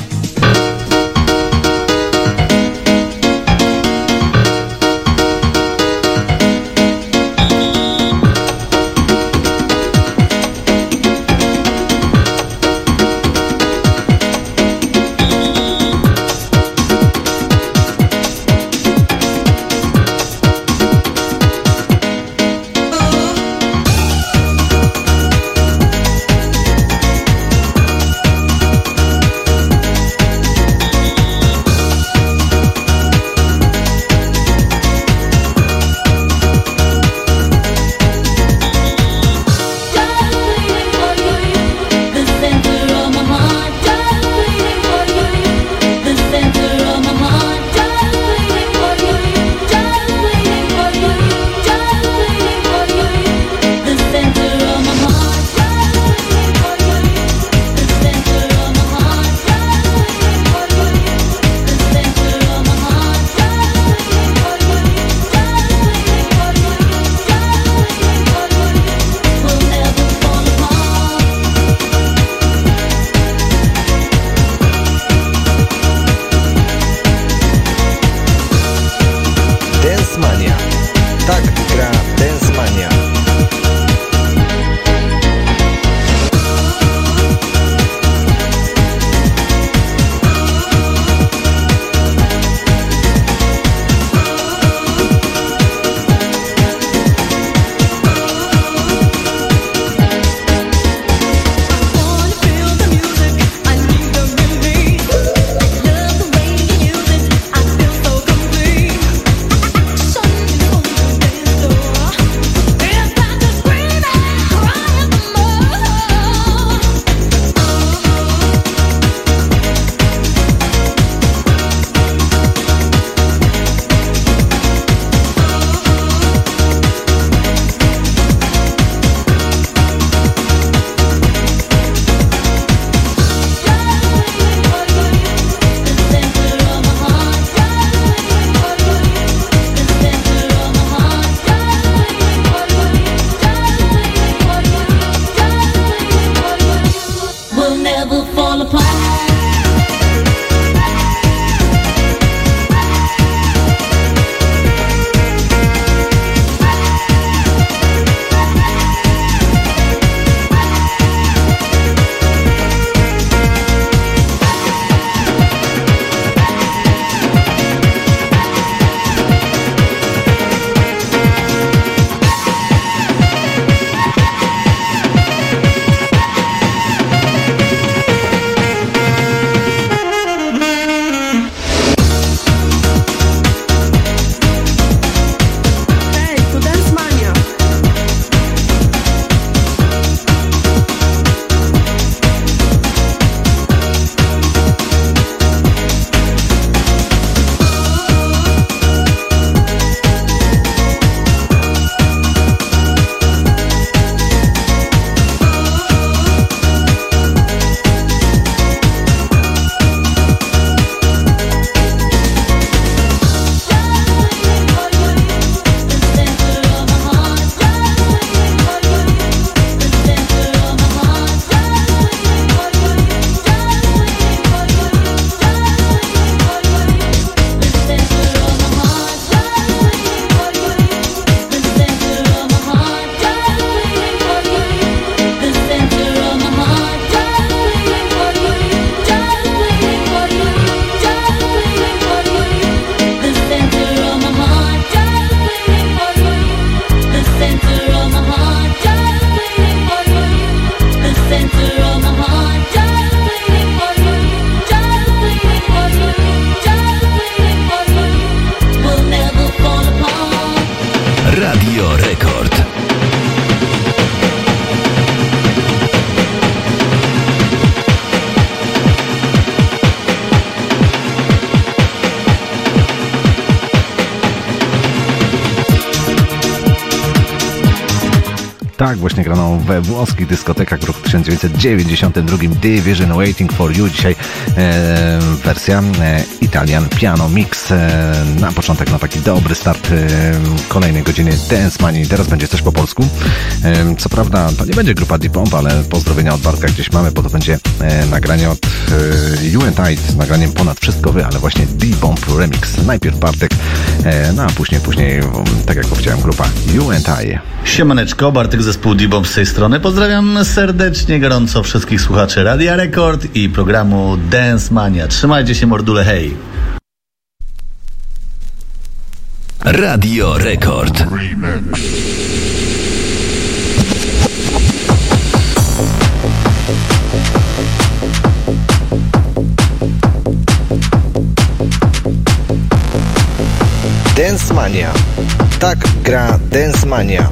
[SPEAKER 12] Oh
[SPEAKER 9] Tak właśnie grano we włoskich dyskotekach w roku tysiąc dziewięćset dziewięćdziesiątym drugim Division Waiting for You. Dzisiaj e, wersja e, Italian Piano Mix. E, na początek no taki dobry start e, kolejnej godziny Dance Money. Teraz będzie coś po polsku. E, co prawda to nie będzie grupa D-Bomb, ale pozdrowienia od Bartka gdzieś mamy, bo to będzie e, nagranie od e, You and I z nagraniem Ponad Wszystko Wy, ale właśnie D-Bomb Remix. Najpierw Bartek, e, no a później, później tak jak powiedziałem, grupa You and I.
[SPEAKER 20] Siemaneczko, Bartek, zespół D-Bomb z tej strony. Pozdrawiam serdecznie, gorąco wszystkich słuchaczy Radia Rekord i programu Dance Mania. Trzymajcie się, mordule, hej!
[SPEAKER 21] Radio Rekord.
[SPEAKER 4] Dance Mania. Tak gra Dance Mania.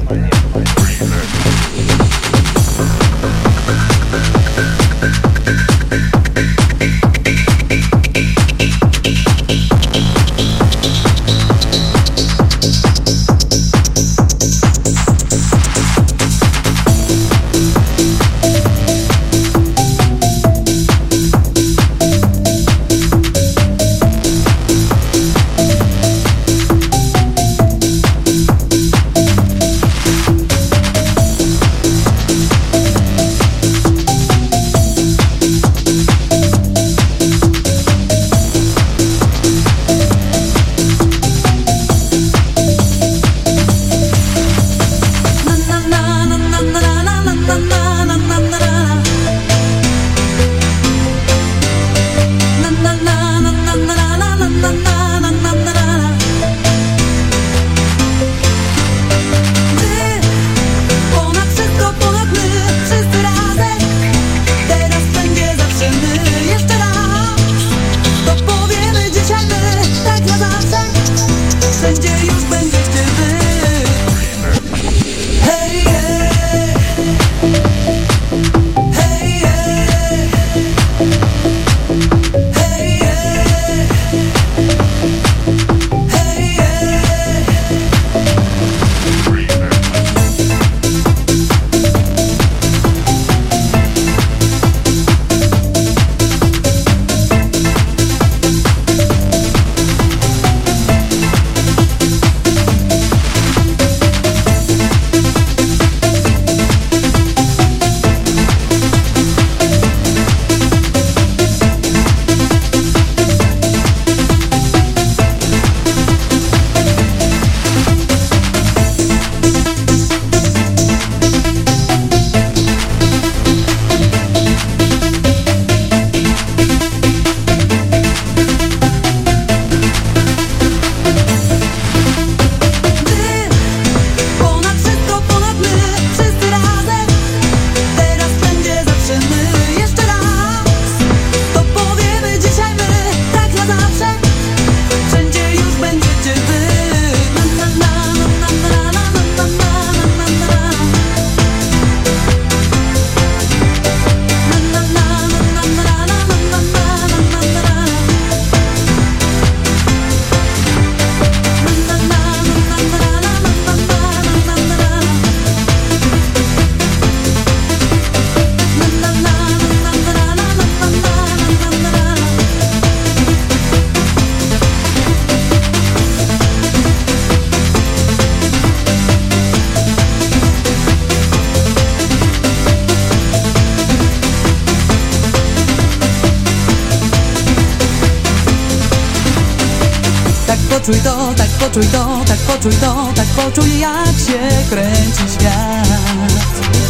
[SPEAKER 22] Poczuj to, tak poczuj to, tak poczuj to, tak poczuj jak się kręci świat.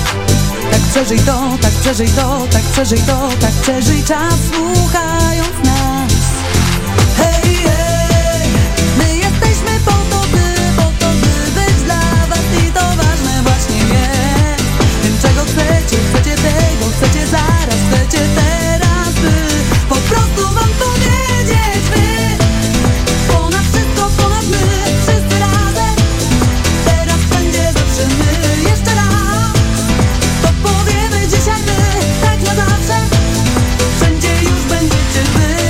[SPEAKER 22] Tak przeżyj to, tak przeżyj to, tak przeżyj to, tak przeżyj czas słuchając nas. Hej, hej, my jesteśmy po to, by, po to, by być dla was i to ważne właśnie jest. Tym czego chcecie, chcecie tego, chcecie zaraz, chcecie teraz, by po prostu wam powiedzieć wy. Wszędzie już będziecie wy.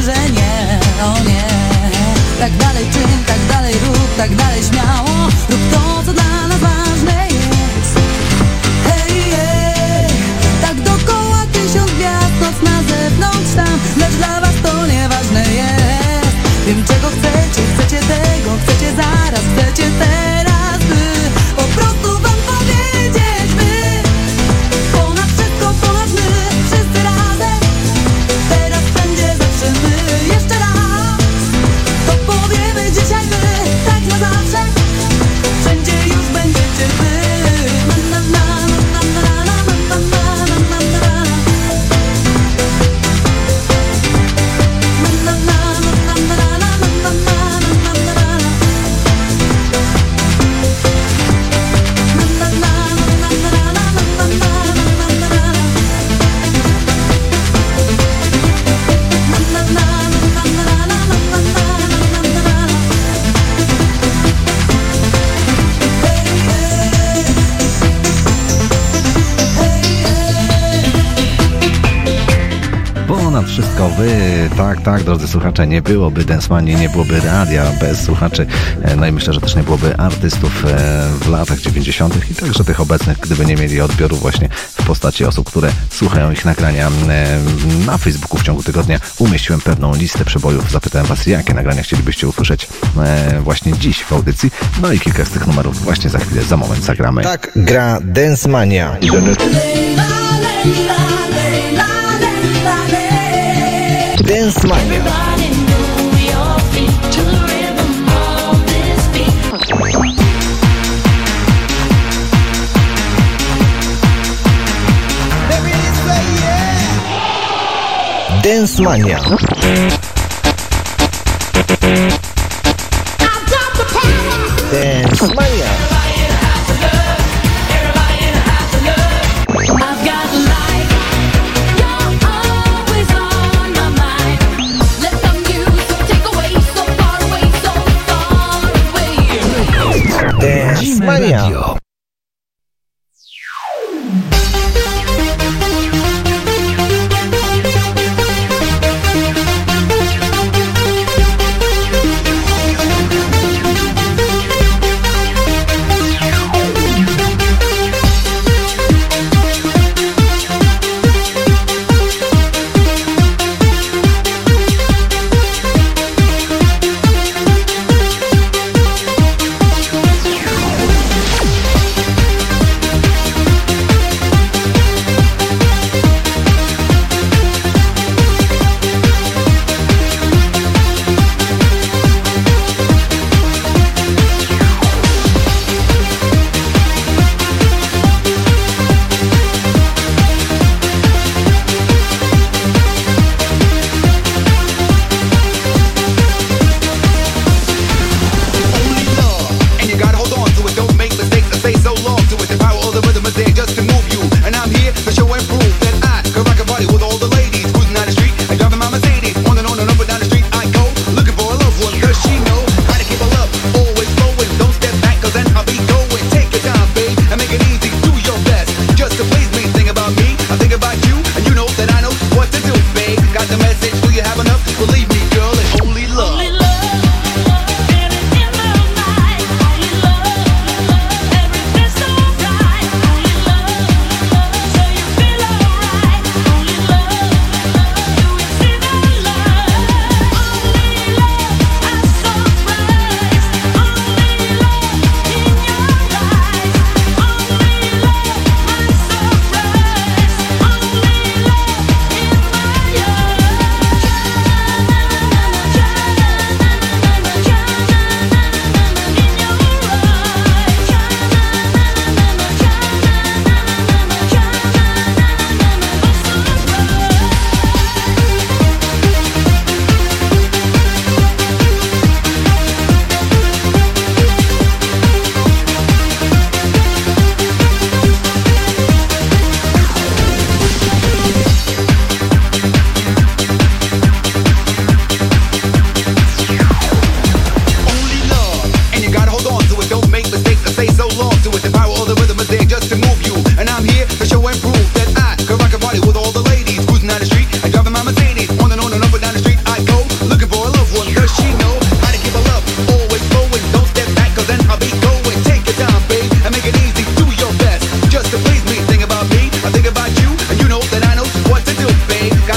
[SPEAKER 22] że nie, o nie. Tak dalej czyń, tak dalej rób, tak dalej śmiało. Rób to, co dla nas ważne jest. Hej, hej, tak dookoła tysiąc gwiazd, noc na zewnątrz tam, lecz dla was to nieważne jest. Wiem, czego chcecie, chcecie tego, chcecie zaraz, chcecie teraz, by po prostu wam powiedzieć, by ponad wszystko, ponad my, wszyscy razem, teraz wszędzie zawsze my, jeszcze raz, to powiemy dzisiaj my, tak na zawsze, wszędzie już będziecie wy. Na, na, na, na, na, na, na, na, na, na, na, na. Na, na, na, na, na, na, na, na, na, na, na.
[SPEAKER 9] Ponad wszystko wy, tak, tak, drodzy słuchacze, nie byłoby Densmanii, nie byłoby radia bez słuchaczy, no i myślę, że też nie byłoby artystów w latach dziewięćdziesiątych i także tych obecnych, gdyby nie mieli odbioru właśnie w postaci osób, które słuchają ich nagrania. Na Facebooku w ciągu tygodnia umieściłem pewną listę przebojów, zapytałem was, jakie nagrania chcielibyście usłyszeć właśnie dziś w audycji, no i kilka z tych numerów właśnie za chwilę, za moment zagramy.
[SPEAKER 4] Tak gra Densmania. Densmania. Densmania. Densmania. Densmania.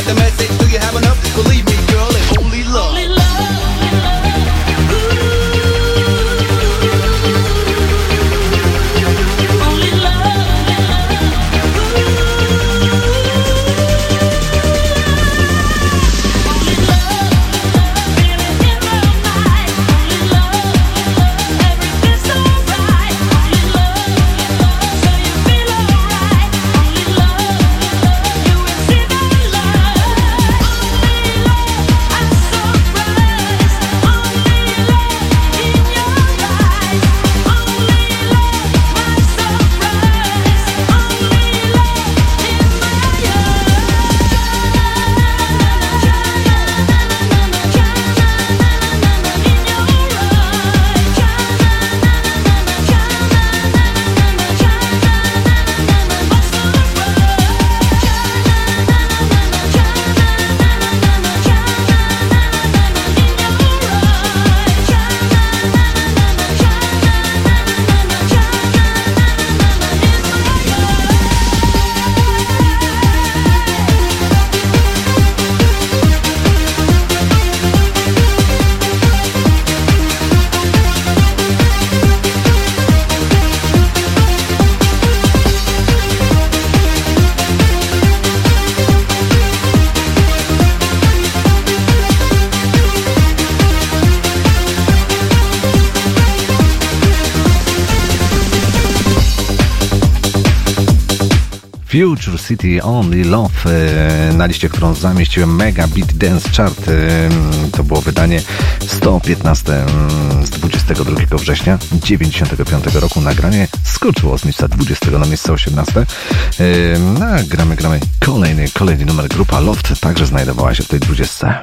[SPEAKER 13] got the message, do you have enough? Believe me, girl, it's only love. Only love.
[SPEAKER 9] Future City Only Love na liście, którą zamieściłem, Mega Beat Dance Chart. To było wydanie sto piętnaste z dwudziestego drugiego września dziewięćdziesiątego piątego roku. Nagranie skoczyło z miejsca dwudziestego na miejsce osiemnaste. No, gramy, gramy kolejny, kolejny numer. Grupa Loft także znajdowała się w tej dwudziestce.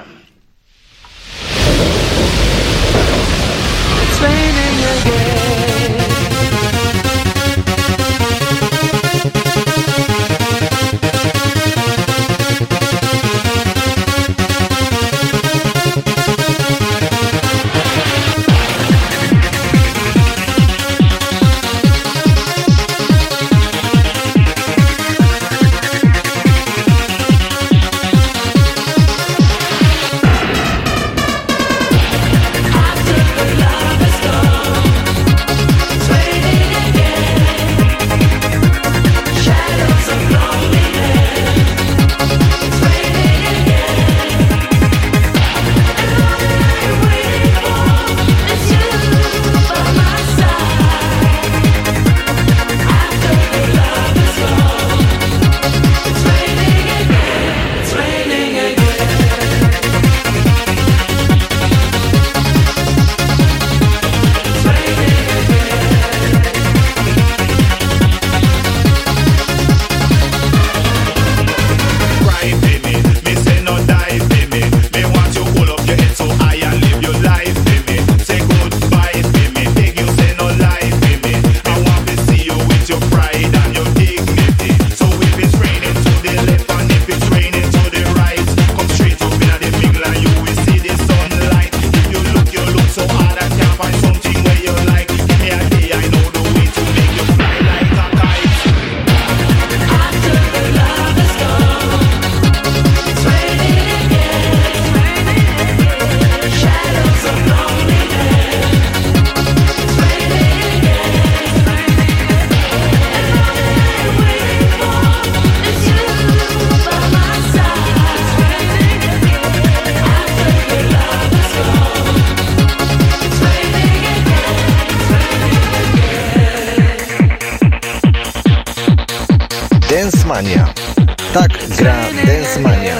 [SPEAKER 4] Densmania. Tak gra Densmania.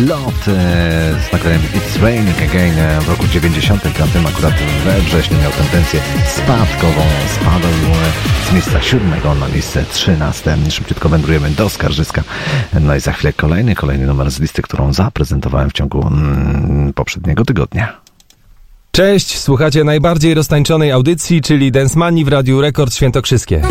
[SPEAKER 9] Lot z nagraniem It's Raining Again w roku dziewięćdziesiątym piątym, akurat we wrześniu miał tendencję spadkową, spadł z miejsca siódmego na miejsce trzynaste. Szybciutko wędrujemy do Skarżyska. No i za chwilę kolejny, kolejny numer z listy, którą zaprezentowałem w ciągu mm, poprzedniego tygodnia.
[SPEAKER 3] Cześć, słuchacie najbardziej roztańczonej audycji, czyli Dance Manii w Radiu Rekord Świętokrzyskie.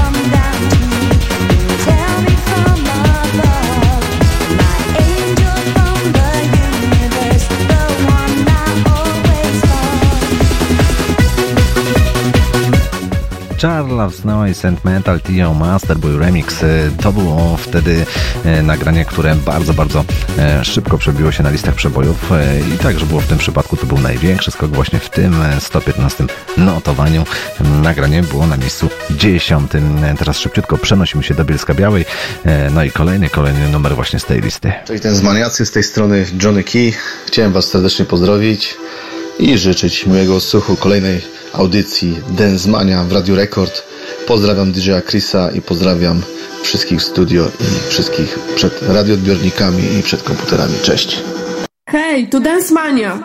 [SPEAKER 8] Come
[SPEAKER 9] Jar Loves Noise and Metal Tio Masterboy Remix. To było wtedy nagranie, które bardzo, bardzo szybko przebiło się na listach przebojów i także było w tym przypadku, to był największy skok właśnie w tym sto piętnastym notowaniu. Nagranie było na miejscu dziesiątym. Teraz szybciutko przenosimy się do Bielska Białej. No i kolejny, kolejny numer właśnie z tej listy.
[SPEAKER 1] Cześć, ten z Maniacy, z tej strony Johnny Key. Chciałem Was serdecznie pozdrowić i życzyć miłego słuchu kolejnej audycji Dance Mania w Radiu Rekord. Pozdrawiam D J Chrisa i pozdrawiam wszystkich w studio i wszystkich przed radioodbiornikami i przed komputerami. Cześć!
[SPEAKER 5] Hej, to Dance Mania!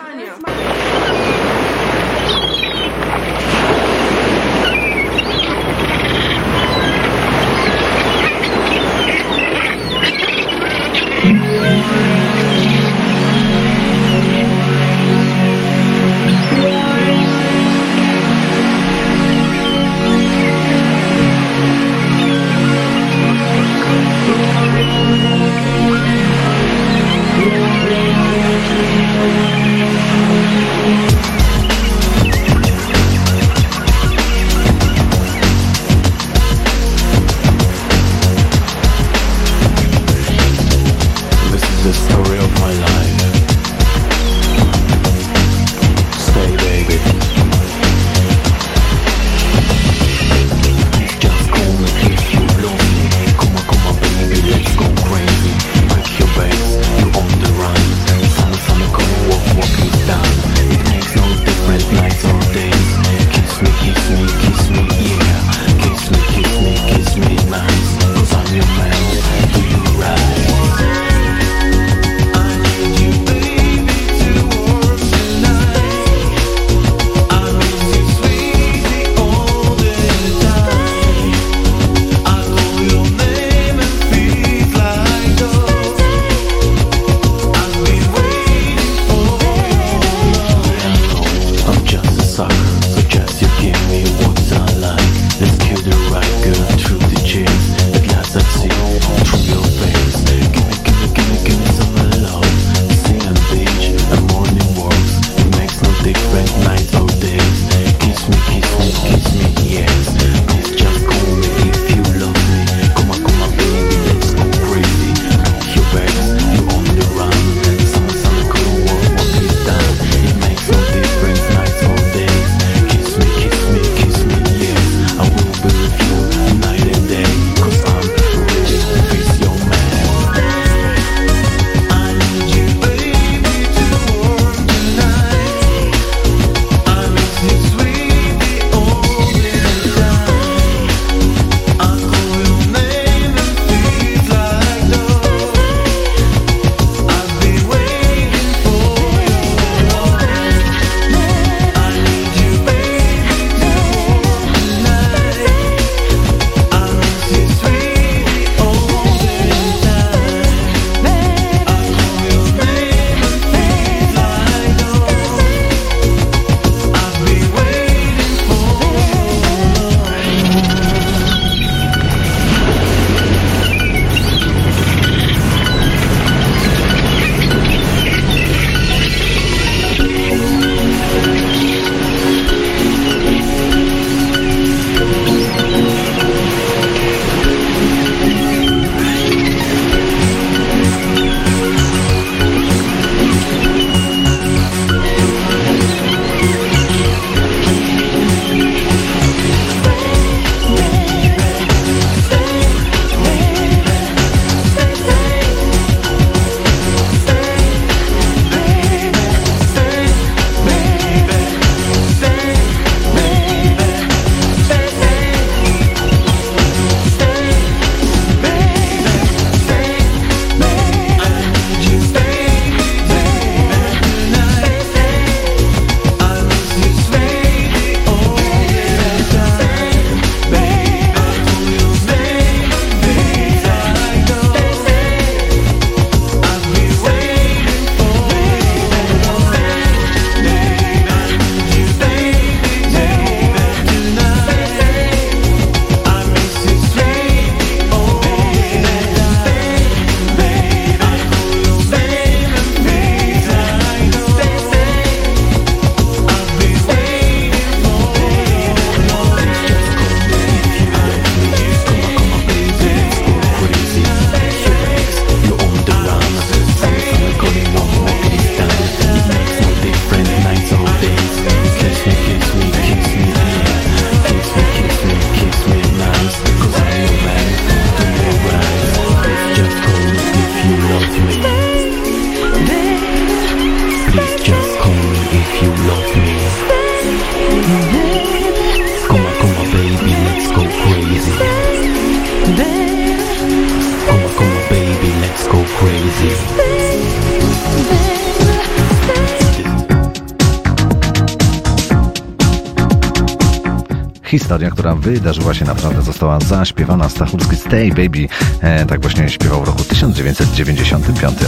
[SPEAKER 9] historia, która wydarzyła się naprawdę, została zaśpiewana. Stachurski Stay Baby, e, tak właśnie śpiewał w roku tysiąc dziewięćset dziewięćdziesiątym piątym.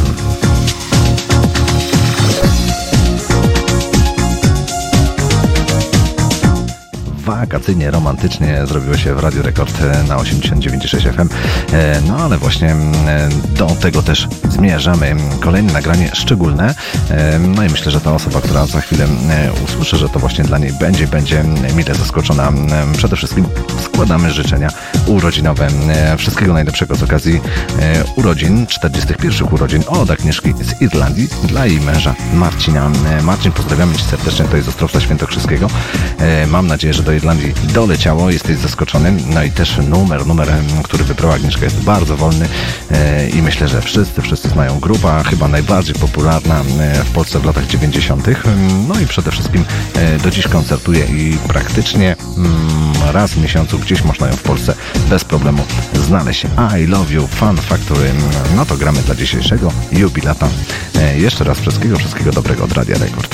[SPEAKER 9] Wakacyjnie, romantycznie zrobiło się w Radiu Rekord na osiemdziesiąt dziewięć i sześć F M. No ale właśnie do tego też zmierzamy. Kolejne nagranie szczególne. No i myślę, że ta osoba, która za chwilę usłyszy, że to właśnie dla niej będzie, będzie mile zaskoczona. Przede wszystkim składamy życzenia urodzinowe. Wszystkiego najlepszego z okazji urodzin, czterdziestych pierwszych urodzin od Agnieszki z Irlandii dla jej męża Marcina. Marcin, pozdrawiamy Cię serdecznie, to jest z Ostrowca Świętokrzyskiego. Mam nadzieję, że do Irlandii doleciało, jesteś zaskoczony. No i też numer, numer, który wybrała Agnieszka, jest bardzo wolny i myślę, że wszyscy, wszyscy znają. Grupa chyba najbardziej popularna w Polsce w latach dziewięćdziesiątych. No i przede wszystkim do dziś koncertuje i praktycznie raz w miesiącu gdzieś można ją w Polsce bez problemu znaleźć. I Love You, Fun Factory. No to gramy dla dzisiejszego jubilata. Jeszcze raz wszystkiego, wszystkiego dobrego od Radia Rekord.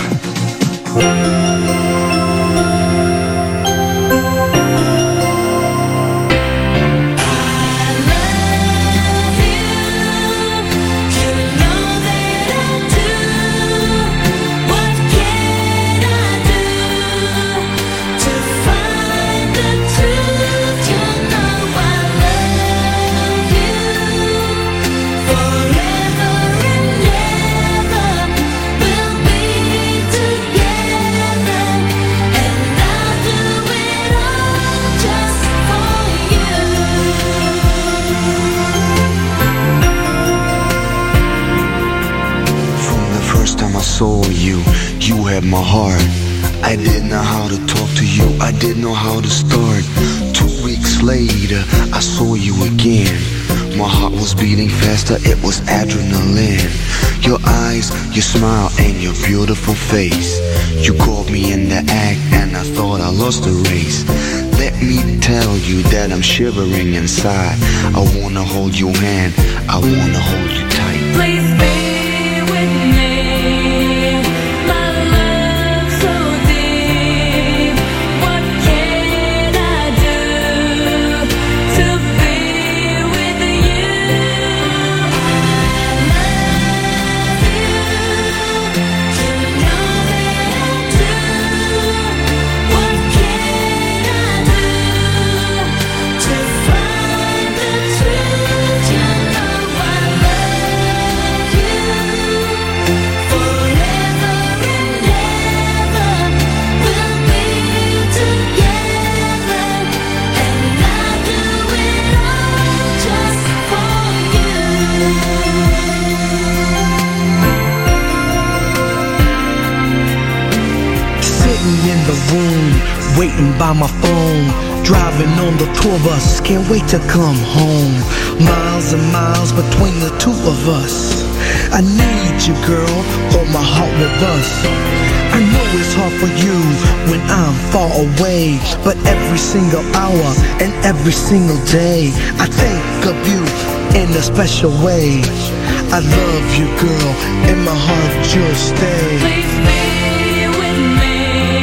[SPEAKER 6] My heart, I didn't know how to talk to you, I didn't know how to start. Two weeks later, I saw you again. My heart was beating faster, it was adrenaline. Your eyes, your smile, and your beautiful face. You called me in the act, and I thought I lost the race. Let me tell you that I'm shivering inside. I wanna hold your hand, I wanna hold you tight.
[SPEAKER 8] Please be with me.
[SPEAKER 10] Waiting by my phone, driving on the tour bus, can't wait to come home. Miles and miles between the two of us. I need you, girl, or my heart will bust. I know it's hard for you when I'm far away, but every single hour and every single day I think of you in a special way. I love you, girl, and my heart you'll stay.
[SPEAKER 8] Please be with me.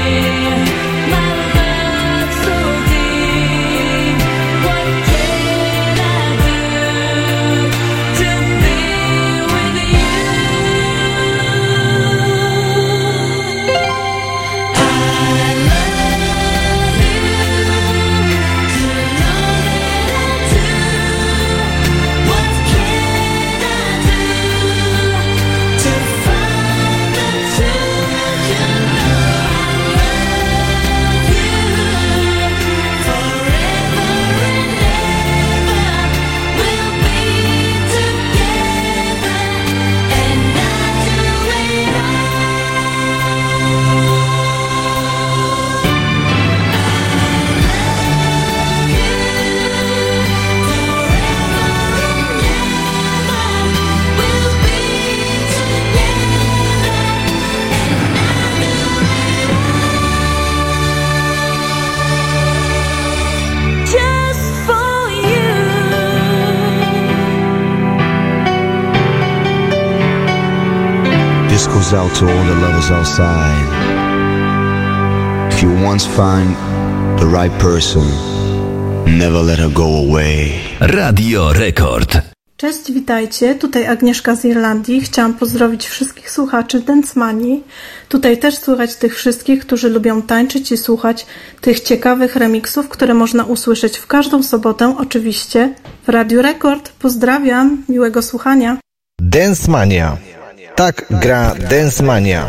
[SPEAKER 6] Goes out to all the lovers outside. If you once find the right person. Never let her go away.
[SPEAKER 21] Radio Rekord.
[SPEAKER 11] Cześć, witajcie. Tutaj Agnieszka z Irlandii. Chciałam pozdrowić wszystkich słuchaczy Densmanii. Tutaj też słychać tych wszystkich, którzy lubią tańczyć i słuchać tych ciekawych remixów, które można usłyszeć w każdą sobotę, oczywiście, w Radiu Rekord. Pozdrawiam, miłego słuchania.
[SPEAKER 14] Densmania. Tak gra Densmania.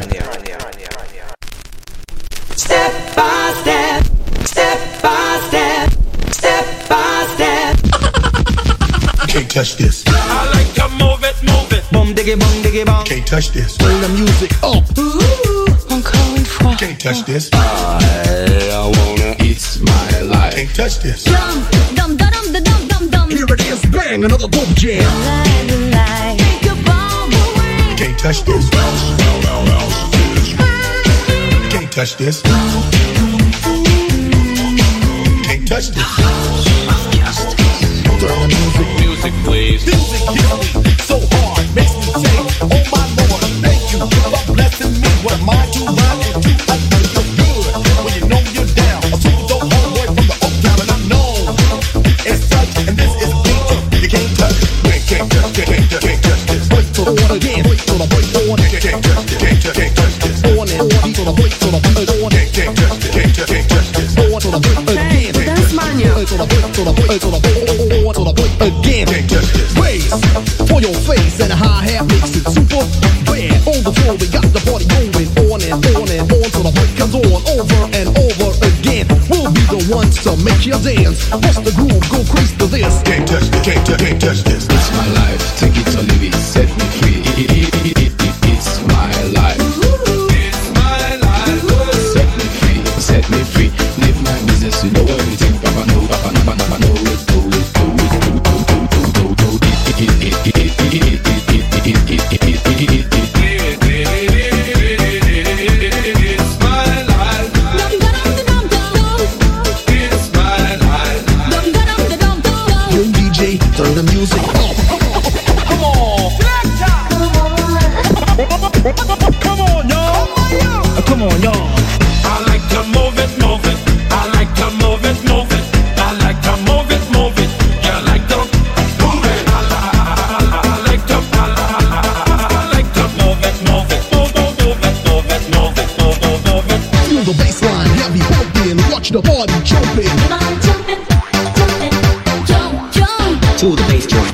[SPEAKER 12] Step by step, step by step, step by step.
[SPEAKER 23] Can't touch this.
[SPEAKER 12] I like to move it, move it. Boom diggy, boom diggy, boom.
[SPEAKER 23] Can't touch this. Turn the music up.
[SPEAKER 12] Ooh, encore une fois.
[SPEAKER 23] Can't touch this.
[SPEAKER 15] I, I wanna, it's my life.
[SPEAKER 23] Can't touch this.
[SPEAKER 8] Dum, dum, dum, dum, dum, dum, dum.
[SPEAKER 23] Here it is, bang, another dope jam.
[SPEAKER 8] Take your bomb away.
[SPEAKER 23] Can't touch this. Can't touch this. Can't touch this.
[SPEAKER 15] Turn the music, music, please.
[SPEAKER 23] Music hits me so hard, makes me say, oh my Lord, thank you for blessing me. What am I to rhyme and do? I feel so good when you know you're down. A super dope homeboy from the Oak Town, and I'm known as such. And this is deep. You can't touch it. Can't, can't touch, can't, can't touch, can't touch this. Break to the one again, break to the break on. Can't, can't touch this, can't touch, can't touch this. On and on, beat to the break to the break on. Can't, can't touch this, can't touch, can't touch this. On to the break again.
[SPEAKER 11] Densmania.
[SPEAKER 23] To the break, to the break, to the break, on to the break again. Can't touch this. Raise for your face and a high hat makes it super bad. On the floor we got the party going on and on and on till the break comes on over and over again. We'll be the ones to make you dance. Bust the groove, go crazy to this. Can't touch this, can't touch, can't touch this.
[SPEAKER 15] It's my life, take it or leave it, set me free. It's my life. It's my life. Set me free, set me free. Live my business, you know everything. Papa know, Papa know, Papa know it. Do it, do it, do do do do do do. It it it it it it it it it it it it. It's my life. It's my life.
[SPEAKER 23] Yo D J, turn the music up.
[SPEAKER 12] Come on. Come on, y'all.
[SPEAKER 23] Come on, y'all.
[SPEAKER 12] I like to move it, move it. I like to move it, move it. I like to move it, move it. You like to move it. I like to, I like to move it, move it. Move, move, move it, move it, move it, move, move, move it.
[SPEAKER 23] Feel the bassline, yeah, be pumping. Watch the party jumping.
[SPEAKER 8] To the bass drum.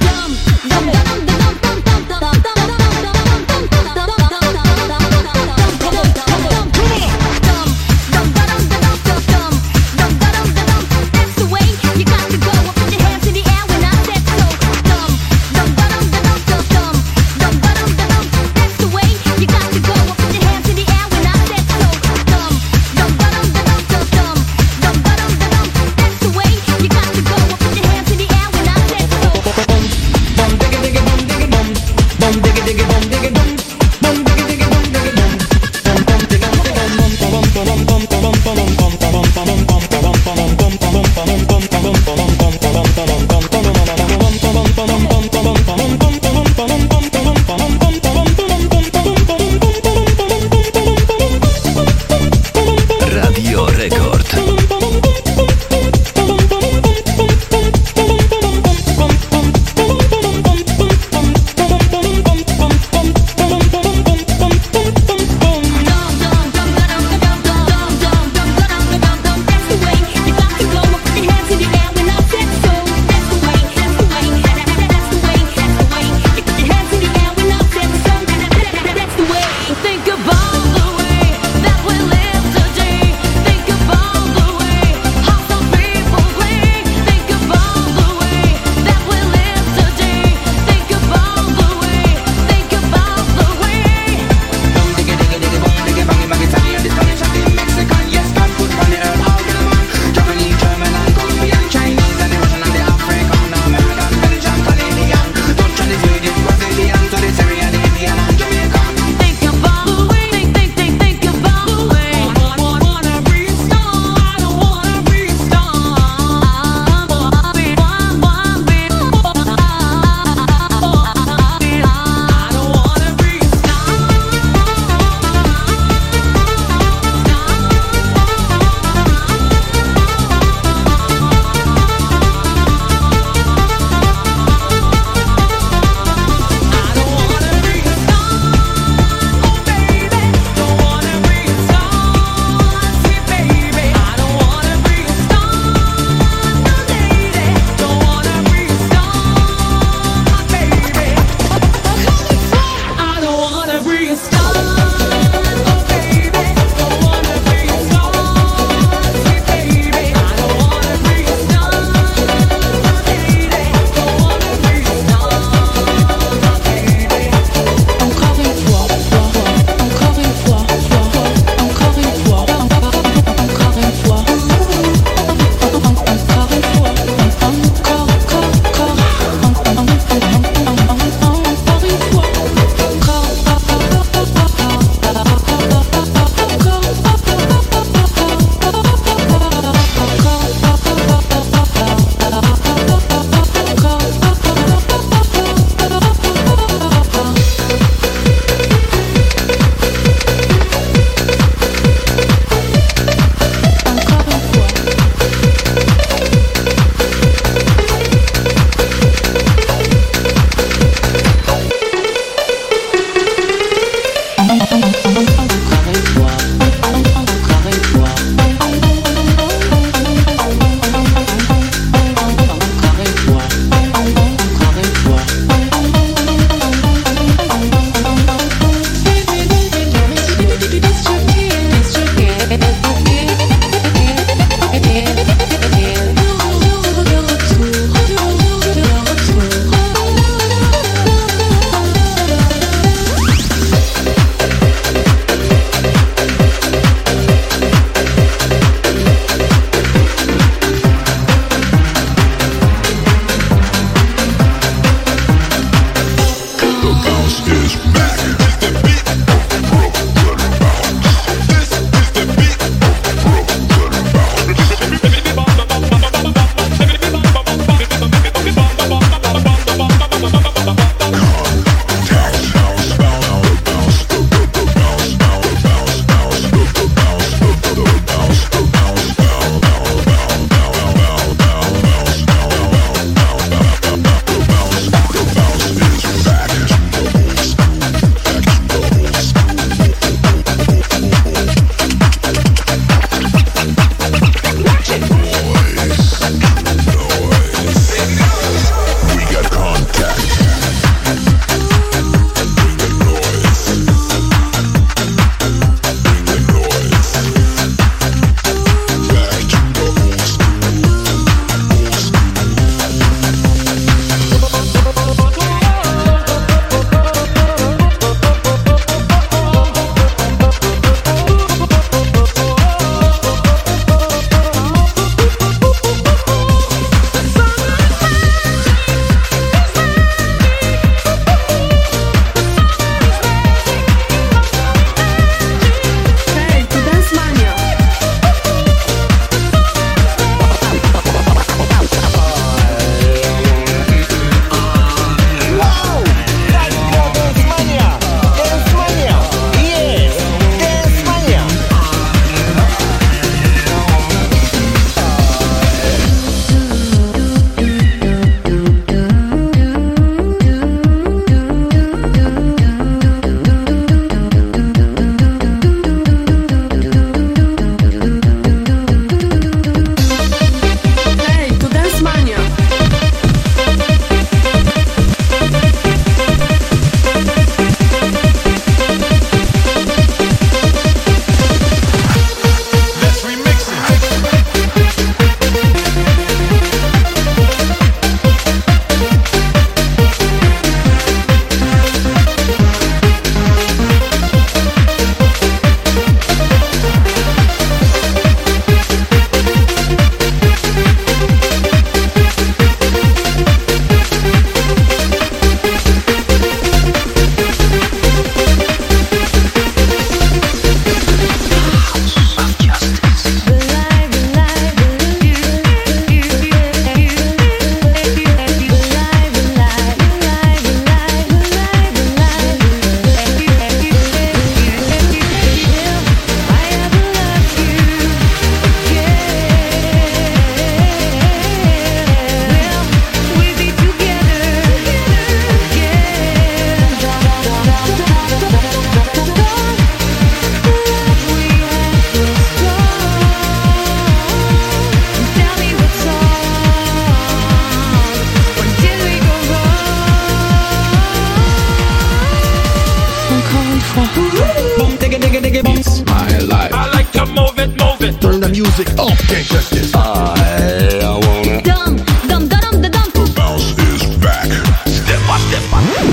[SPEAKER 23] Can't touch this. I, I wanna
[SPEAKER 8] Dum, dum, da, dum, da, dum.
[SPEAKER 23] bounce this back. Step by step by.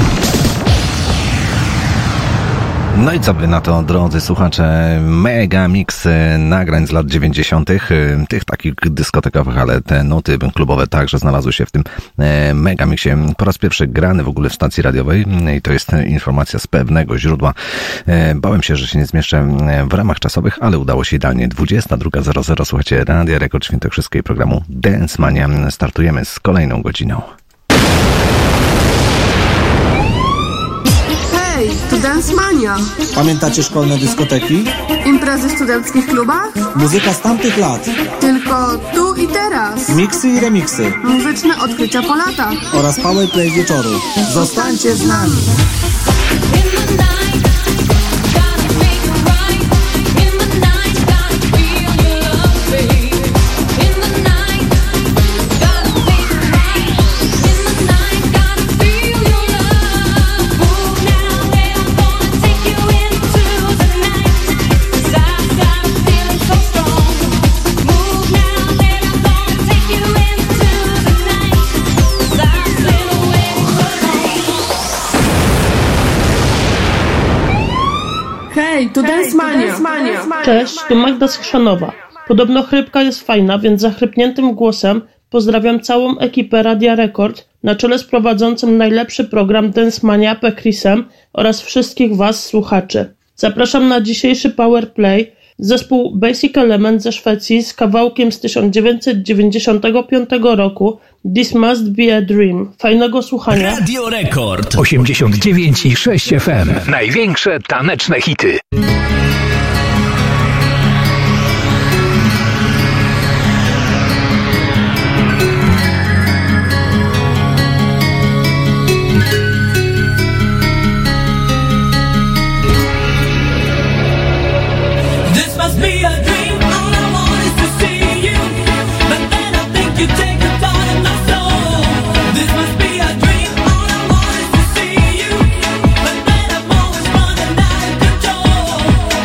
[SPEAKER 9] No i co by na to, drodzy słuchacze, mega mix nagrań z lat dziewięćdziesiątych, tych takich dyskotekowych, ale te nuty klubowe także znalazły się w tym mega mixie. Po raz pierwszy grany w ogóle w stacji radiowej i to jest informacja z pewnego źródła. Bałem się, że się nie zmieszczę w ramach czasowych, ale udało się idealnie. dwudziesta druga zero zero, słuchajcie, Radia Rekord Świętokrzyskiej, programu Dance Mania. Startujemy z kolejną godziną.
[SPEAKER 5] Hej, to Dance Mania.
[SPEAKER 7] Pamiętacie szkolne dyskoteki?
[SPEAKER 5] Imprezy w studenckich klubach?
[SPEAKER 7] Muzyka z tamtych lat.
[SPEAKER 5] Tylko tu i teraz.
[SPEAKER 7] Miksy i remiksy.
[SPEAKER 5] Muzyczne odkrycia po latach.
[SPEAKER 7] Oraz powerplay wieczoru. Zostańcie z nami.
[SPEAKER 5] Hej, to Dance Mania.
[SPEAKER 16] Cześć, tu Magda z Chrzanowa. Podobno chrypka jest fajna, więc zachrypniętym głosem pozdrawiam całą ekipę Radia Rekord na czele z prowadzącym najlepszy program Dance Mania P. Chrisem oraz wszystkich was, słuchaczy. Zapraszam na dzisiejszy Powerplay zespół Basic Element ze Szwecji z kawałkiem z tysiąc dziewięćset dziewięćdziesiątego piątego roku This Must Be a Dream. Fajnego słuchania.
[SPEAKER 2] Radio Rekord osiemdziesiąt dziewięć i sześć F M. Największe taneczne hity.
[SPEAKER 8] This must be a dream. All I want is to see you, but then I think you take a part of my soul. This must be a dream. All I want is to see you, but then I'm always running out of control.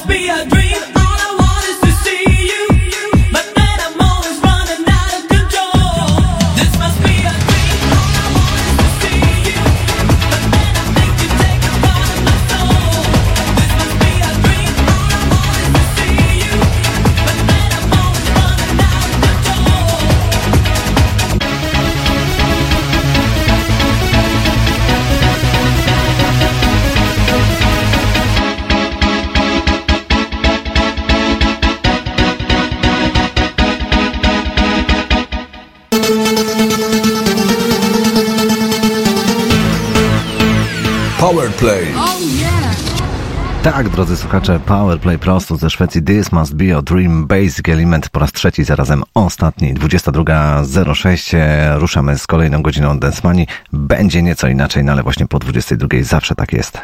[SPEAKER 21] Powerplay.
[SPEAKER 9] Tak, drodzy słuchacze, Powerplay prosto ze Szwecji. This must be a dream. Basic Element po raz trzeci, zarazem ostatni. dwudziesta druga zero sześć. Ruszamy z kolejną godziną Dance Manii. Będzie nieco inaczej, no ale właśnie po dwudziestej drugiej zawsze tak jest.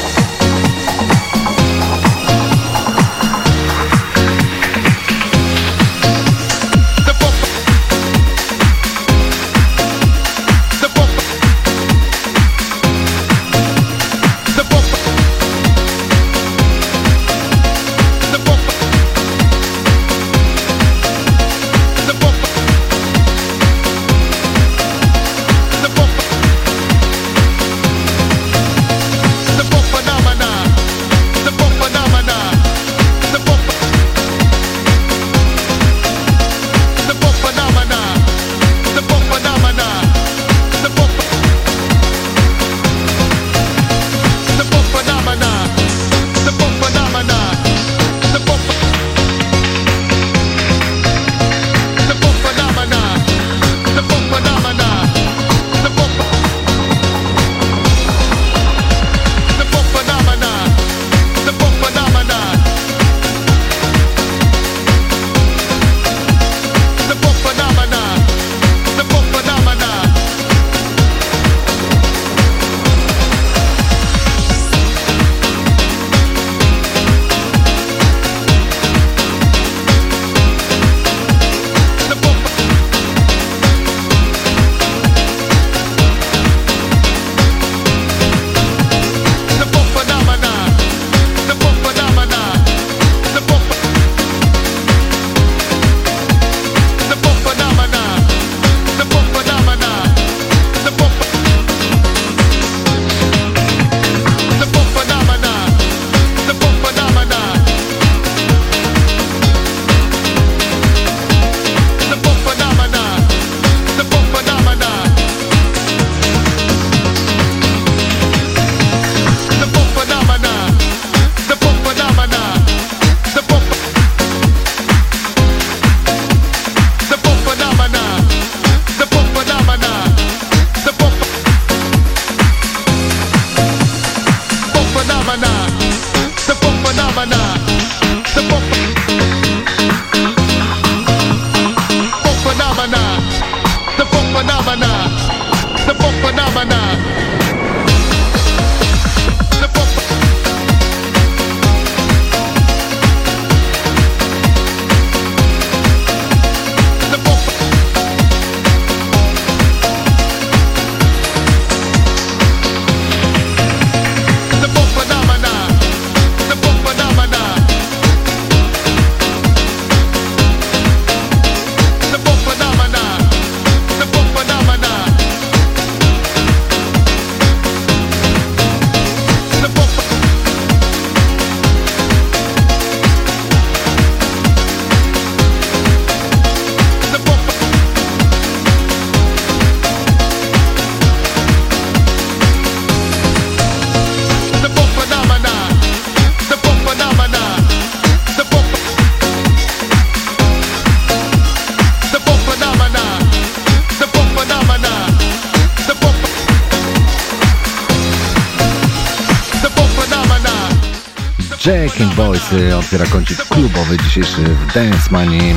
[SPEAKER 9] Jack and Boys otwiera kącik klubowy dzisiejszy w Dance Manii.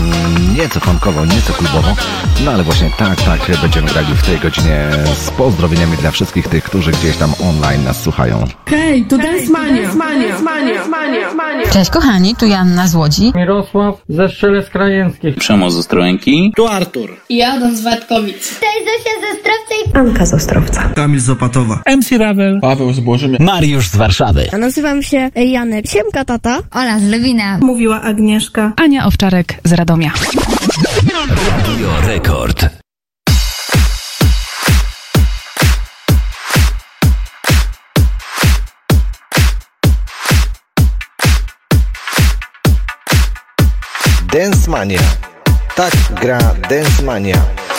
[SPEAKER 9] Nieco funkowo, nieco klubowo, no ale właśnie tak, tak, będziemy grali w tej godzinie z pozdrowieniami dla wszystkich tych, którzy gdzieś tam online nas słuchają.
[SPEAKER 5] Hej, to Dance Mania, Mania, Mania, Mania, Mania.
[SPEAKER 17] Cześć kochani, tu Janna z Łodzi.
[SPEAKER 18] Mirosław ze Strzelec Krajeńskich.
[SPEAKER 19] Przemoc z Ostrołęki.
[SPEAKER 18] Tu Artur.
[SPEAKER 24] I Adam z Watkowic.
[SPEAKER 25] Cześć, Zosia ze Ostrowca i
[SPEAKER 26] Anka z Ostrowca.
[SPEAKER 27] Kamil z Opatowa.
[SPEAKER 18] M C Ravel.
[SPEAKER 19] Paweł z Bożymia.
[SPEAKER 28] Mariusz z Warszawy.
[SPEAKER 25] A nazywam się Jan
[SPEAKER 13] Janek. Siemka, tata.
[SPEAKER 17] Ola z Lubina.
[SPEAKER 11] Mówiła Agnieszka.
[SPEAKER 19] Ania Owczarek z Radomia.
[SPEAKER 21] Radio Rekord.
[SPEAKER 14] Dance Mania. Tak gra Dance Mania.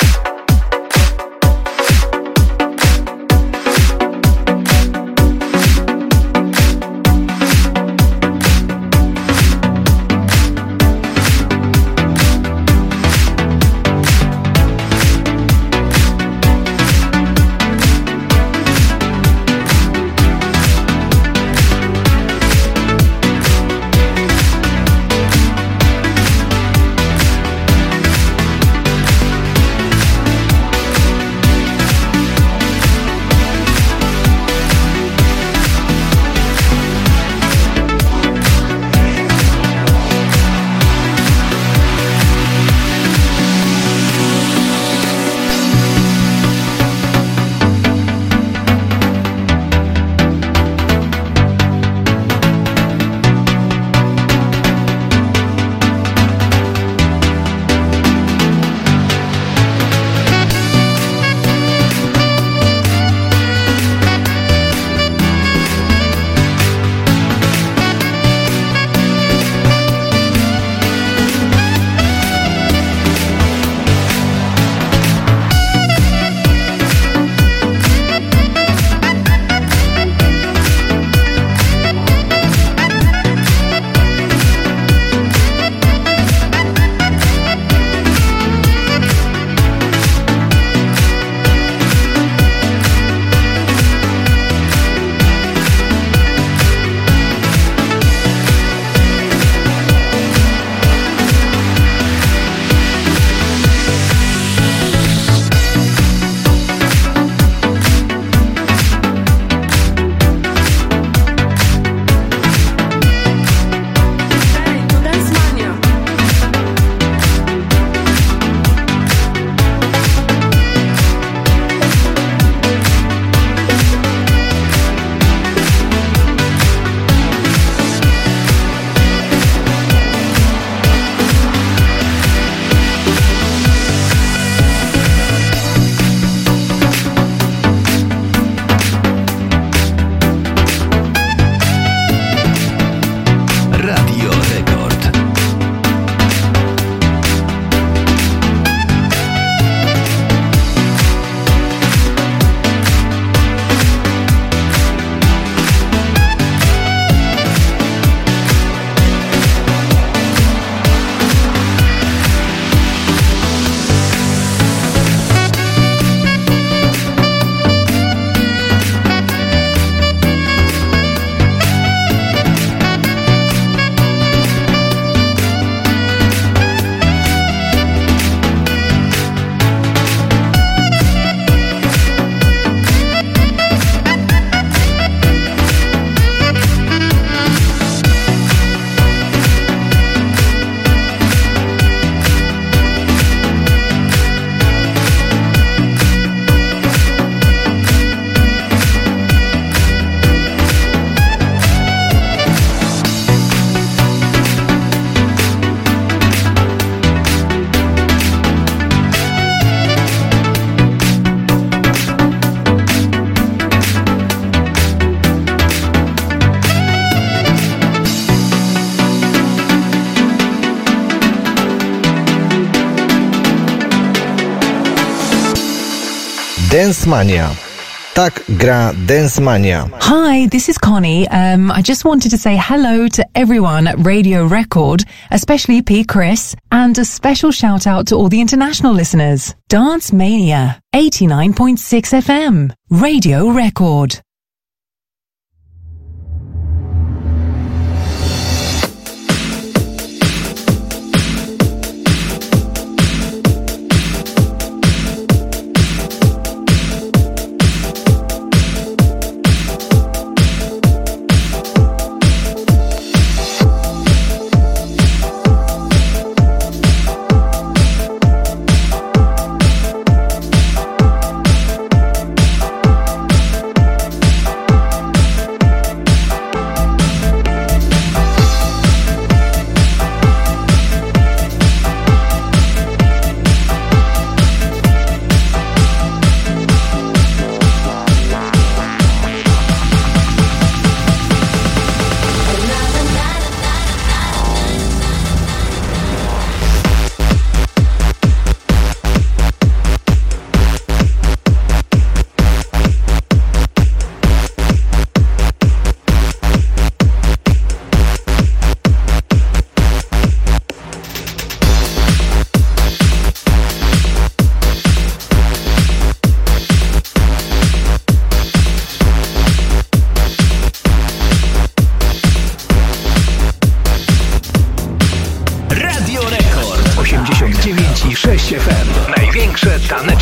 [SPEAKER 14] Dance Mania. Tak gra Dance Mania.
[SPEAKER 20] Hi, this is Connie. Um, I just wanted to say hello to everyone at Radio Record, especially P. Chris, and a special shout out to all the international listeners. Dance Mania, eighty-nine point six F M, Radio Record.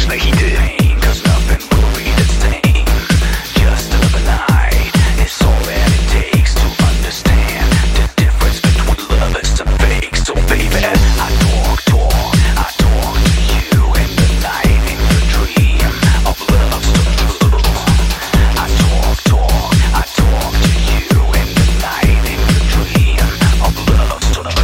[SPEAKER 21] Taneczne hity. Cause nothing will be the same. Just another night. It's all that it takes to understand the difference between lovers and fake. So baby, I talk, talk, I talk to you in the night, in the dream of love so true. I talk, talk, I talk to you in the night, in the dream of love so true.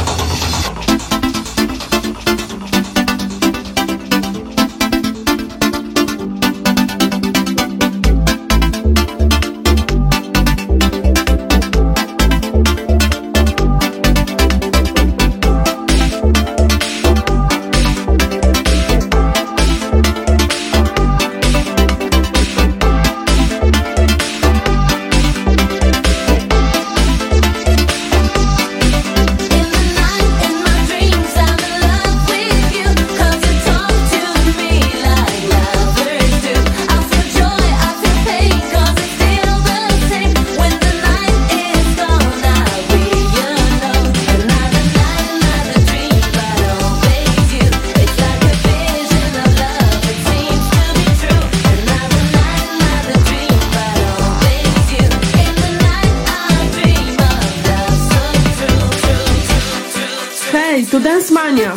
[SPEAKER 5] Hej, tu Dance Mania!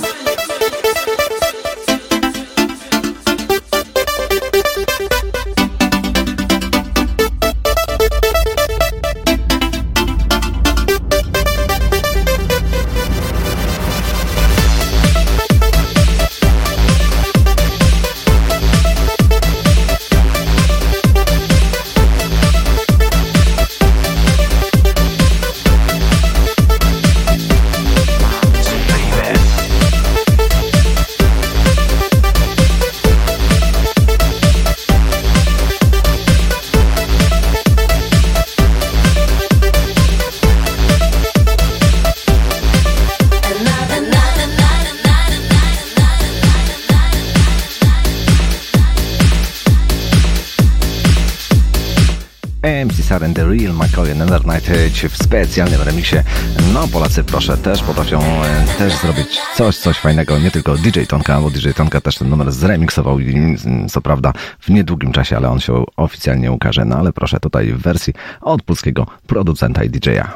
[SPEAKER 9] M C Sar and the Real McCoy Another Night w specjalnym remiksie. No Polacy proszę też potrafią e, też zrobić coś, coś fajnego, nie tylko D J Tonka, bo D J Tonka też ten numer zremiksował i co prawda w niedługim czasie, ale on się oficjalnie ukaże. No ale proszę tutaj w wersji od polskiego producenta i D J a.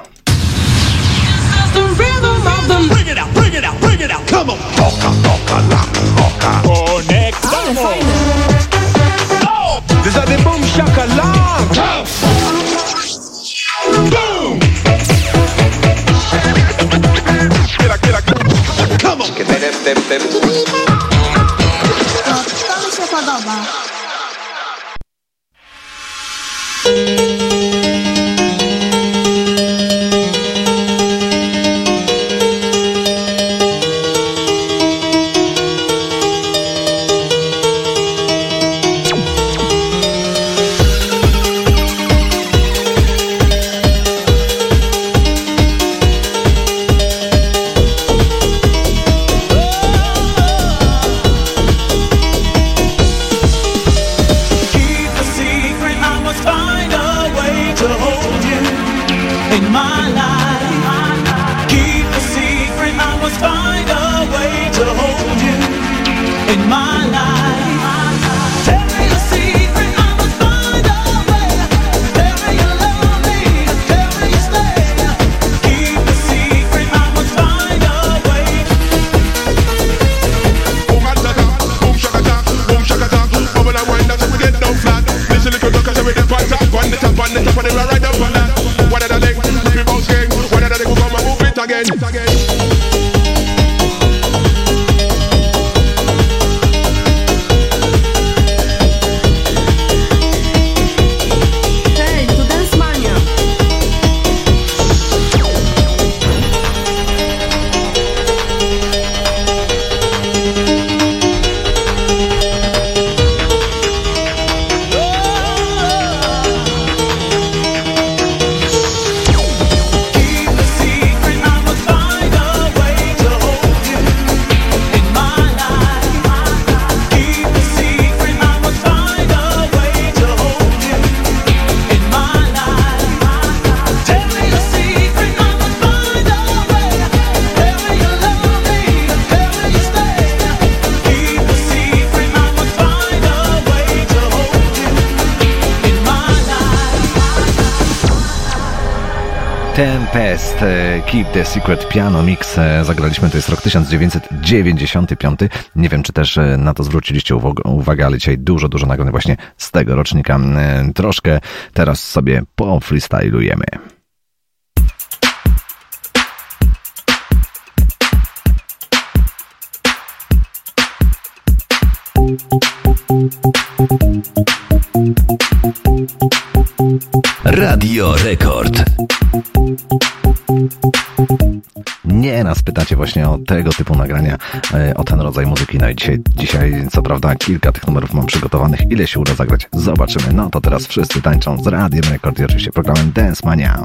[SPEAKER 12] This is the boom shaka long. Boom. Come on.
[SPEAKER 25] To mi się podoba.
[SPEAKER 9] Tempest, Keep the Secret Piano Mix. Zagraliśmy, to jest rok tysiąc dziewięćset dziewięćdziesiąty piąty. Nie wiem, czy też na to zwróciliście uwagę, ale dzisiaj dużo, dużo nagrań właśnie z tego rocznika. Troszkę teraz sobie pofreestylujemy.
[SPEAKER 2] Radio Rekord.
[SPEAKER 9] Nie nas pytacie właśnie o tego typu nagrania, o ten rodzaj muzyki. No i dzisiaj, dzisiaj co prawda kilka tych numerów mam przygotowanych. Ile się uda zagrać? Zobaczymy. No to teraz wszyscy tańczą z Radiem Rekord i oczywiście programem Dance Mania.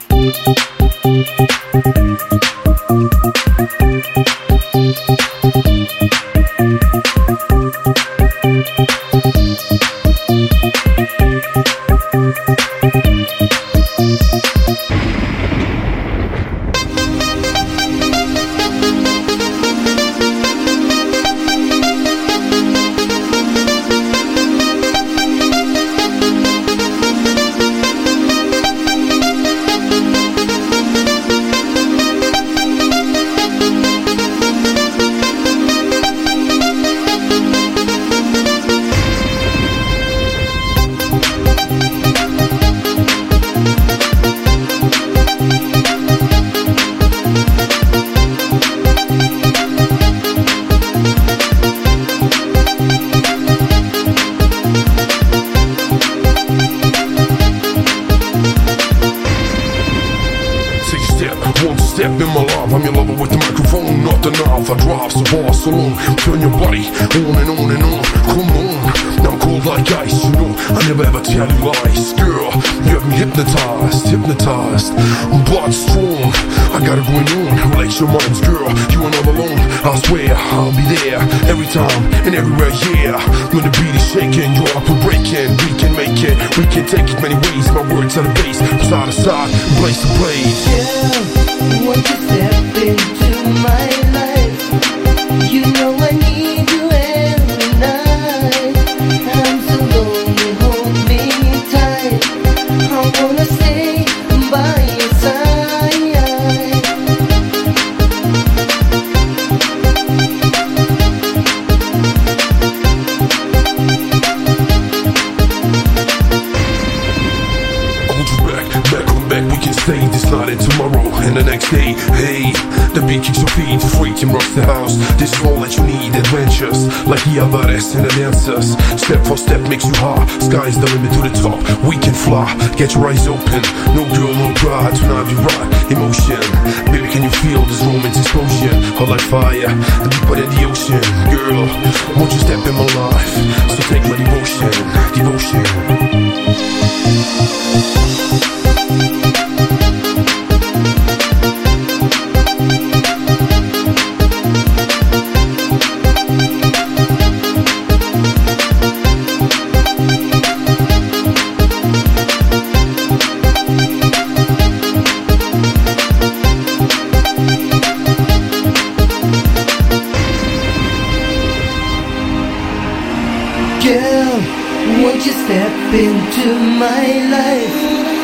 [SPEAKER 4] So long, turn your body on and on and on. Come on, I'm cold like ice, you know. I never ever tell you lies, girl. You have me hypnotized, hypnotized. Blood strong, I got it going on. Relax your minds, girl. You are not alone. I swear I'll be there every time and everywhere. Yeah, when the beat is shaking, your heart will breaking. We can make it, we can take it many ways. My words are the bass, side to side, blaze to blaze.
[SPEAKER 8] Yeah, won't you step into my life? You know I need you every night. I'm so lonely, hold me tight. I wanna stay by your side.
[SPEAKER 4] Hold you back, back on back, we can stay this night and tomorrow and the next day. Hey, the beat kicks your feet, freak and rocks the house. This is all that you need, adventures like the Alvarez and the dancers. Step for step makes you high, sky's the limit to the top. We can fly, get your eyes open. No girl, no pride, tonight we ride. Emotion, baby, can you feel this romance explosion? Hot like fire, deeper than the ocean. Girl, won't you step in my life? So take my devotion, devotion.
[SPEAKER 8] Girl, won't you step into my life?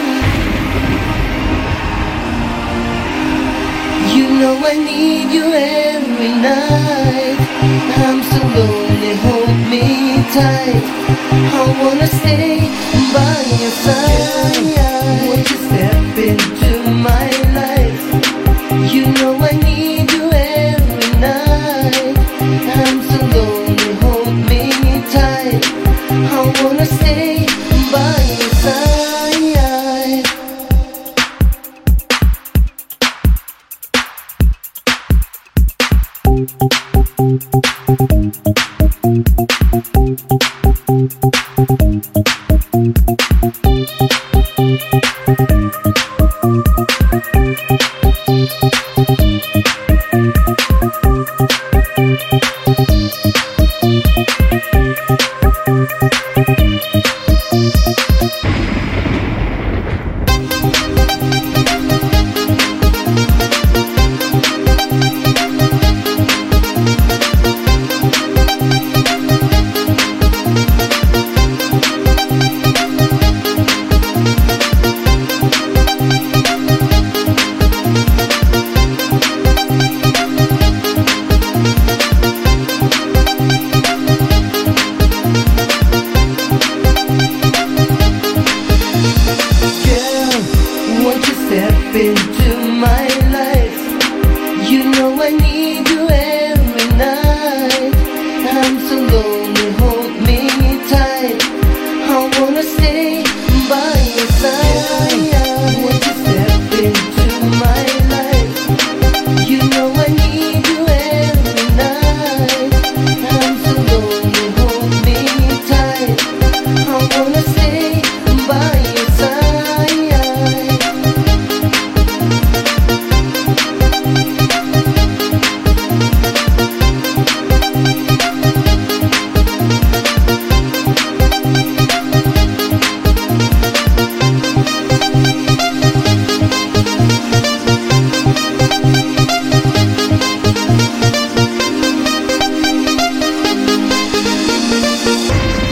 [SPEAKER 8] You know I need you every night. I'm so lonely, hold me tight. I wanna stay by your side. Won't you step into my life? You know I need you every night. I'm so lonely, hold me tight. I wanna stay by your side.
[SPEAKER 4] Thank you.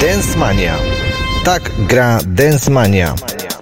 [SPEAKER 14] Dance Mania. Tak gra Dance Mania.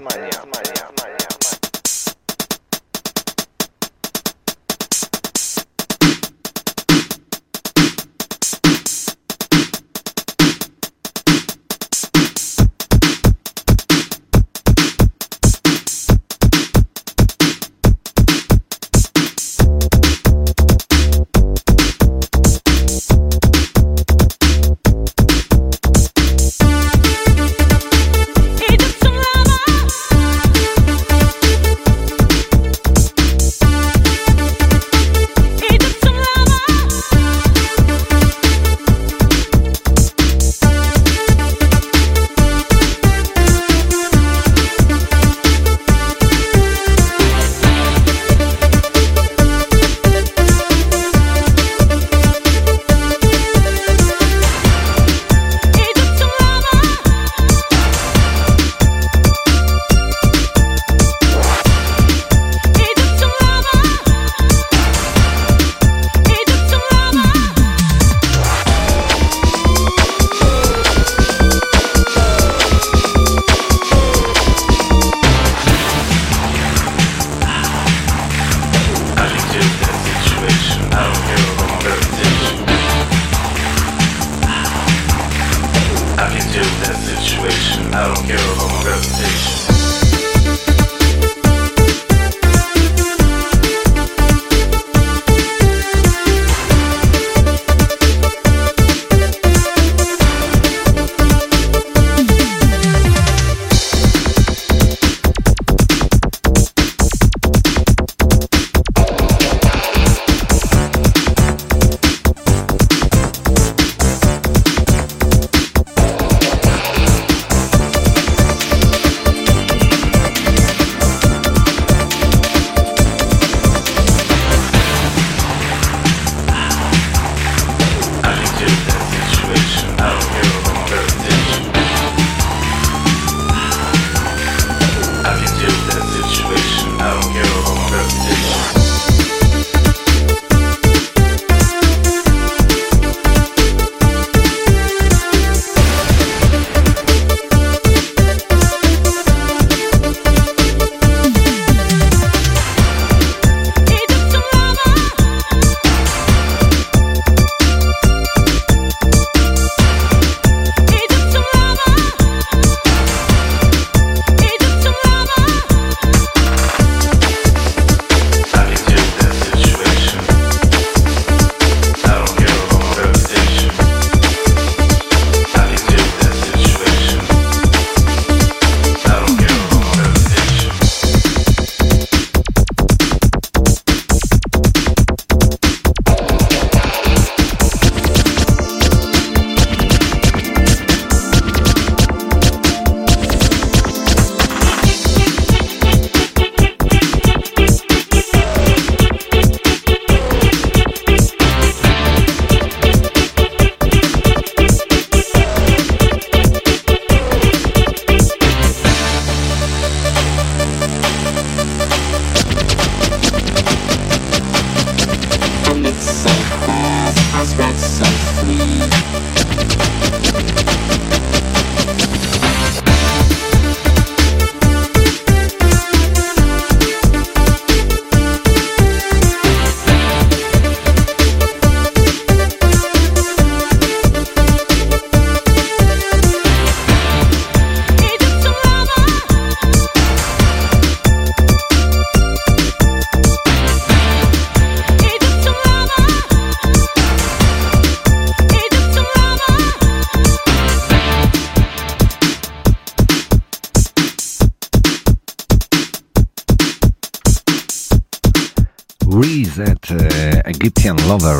[SPEAKER 9] Reset Egyptian Lover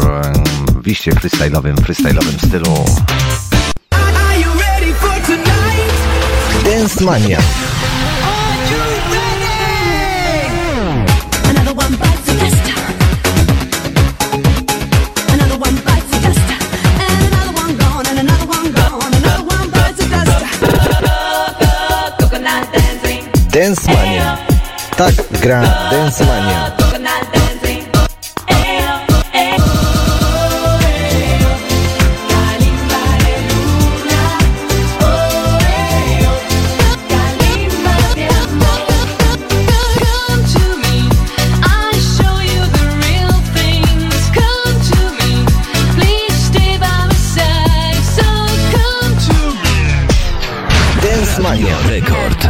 [SPEAKER 9] w iście freestyle'owym, freestyle'owym stylu.
[SPEAKER 14] Dance Mania. Dance Mania. Tak gra Dance Mania.
[SPEAKER 8] Oh
[SPEAKER 14] Dance
[SPEAKER 9] Rekord.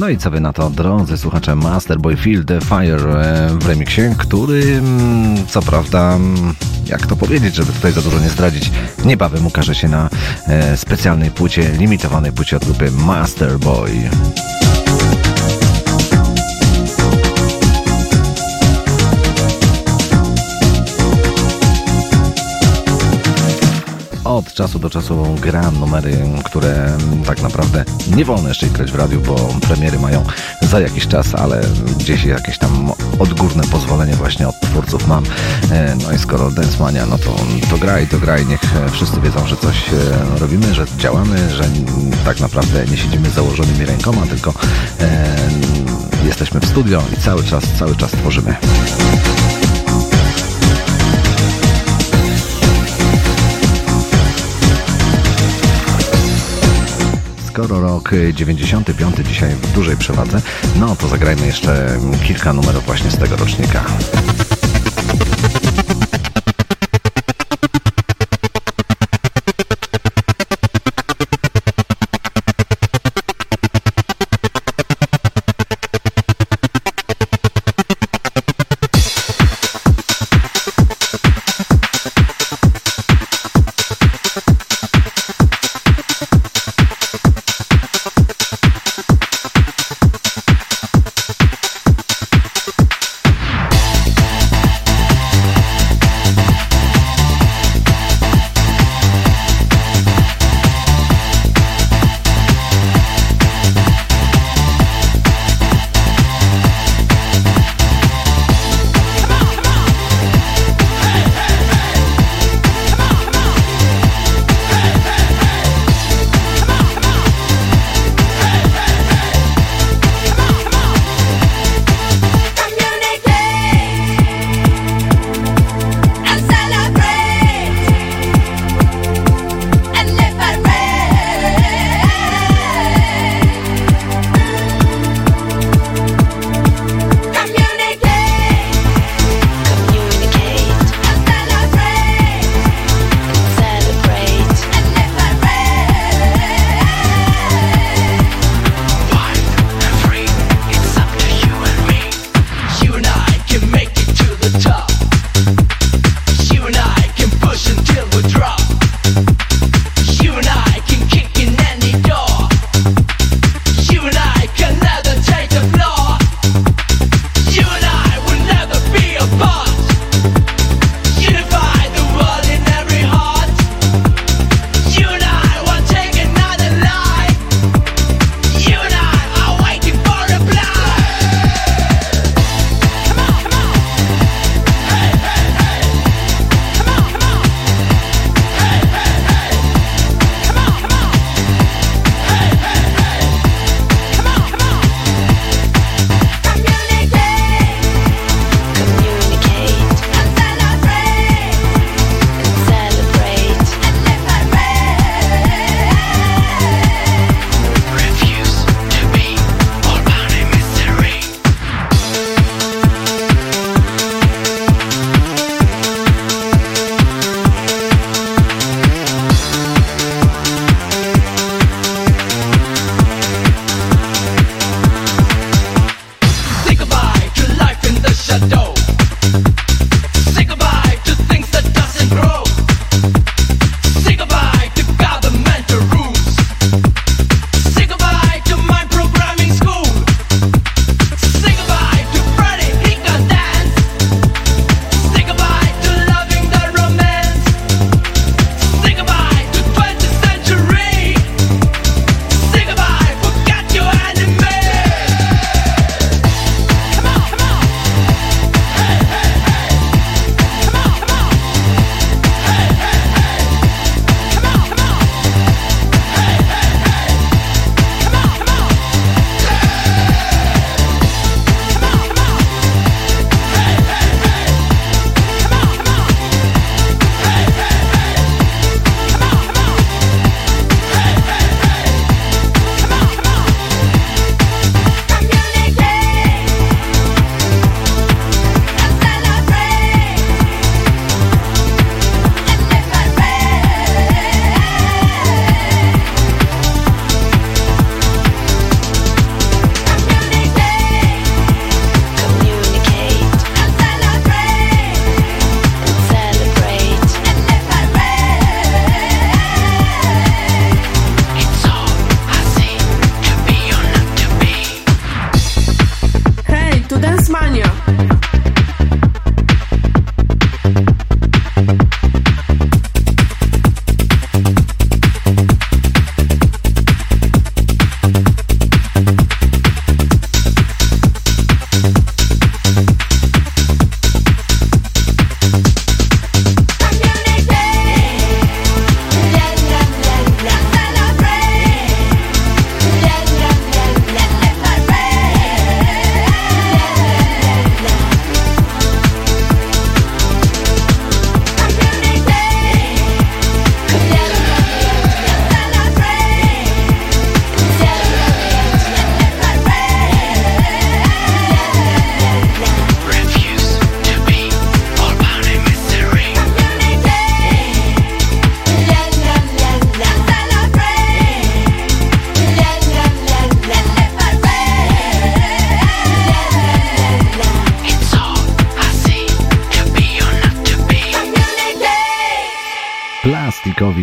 [SPEAKER 9] No i co wy na to, drodzy słuchacze, Masterboy Feel the Fire w remiksie, który co prawda, jak to powiedzieć, żeby tutaj za dużo nie zdradzić, niebawem ukaże się na specjalnej płycie, limitowanej płycie od grupy Masterboy. Od czasu do czasu gram numery, które tak naprawdę nie wolno jeszcze ich grać w radiu, bo premiery mają za jakiś czas, ale gdzieś jakieś tam odgórne pozwolenie właśnie od twórców mam. No i skoro Dance Mania, no to, to graj, to graj, niech wszyscy wiedzą, że coś robimy, że działamy, że tak naprawdę nie siedzimy z założonymi rękoma, tylko e, jesteśmy w studio i cały czas, cały czas tworzymy. Skoro rok dziewięćdziesiąty piąty dzisiaj w dużej przewadze, no to zagrajmy jeszcze kilka numerów właśnie z tego rocznika.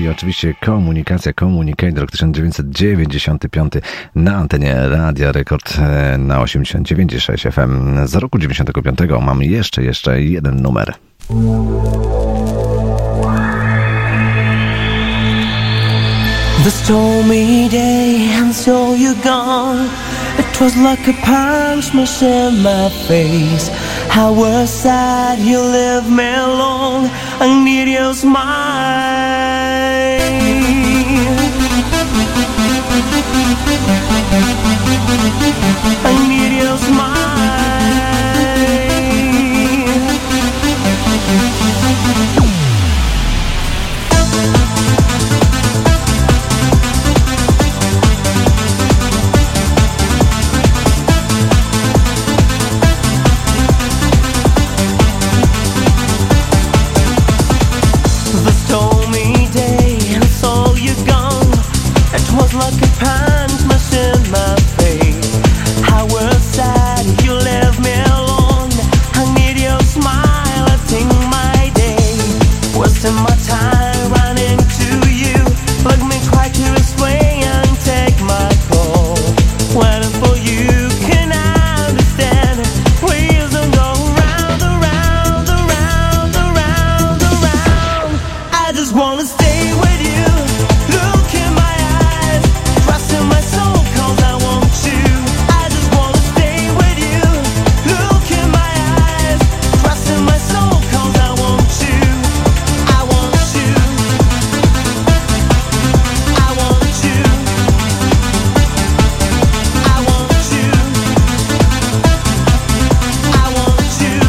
[SPEAKER 9] i oczywiście komunikacja, Communicate, rok tysiąc dziewięćset dziewięćdziesiąty piąty na antenie Radia Rekord na osiemdziesiąt dziewięć i sześć F M. Z roku dziewięćdziesiątego piątego mam jeszcze, jeszcze jeden numer.
[SPEAKER 12] The stormy day and so you're gone. It was like a punch smashed in my face. How was sad you left me alone. I need your smile. I need your smile. Like a punch smashed in my face. How was sad you left me alone. I need your smile. I think my day wasting my time running to you. Look me quite to explain and take my call. Waiting for you, can I understand? Please don't go round, around, around, around, around. I just wanna stay with you. Look in my eyes. Trust in my soul, cause I want you. I just wanna stay with you. Look in my eyes. Trust in my soul, cause I want you. I want you. I want you. I want you. I want you.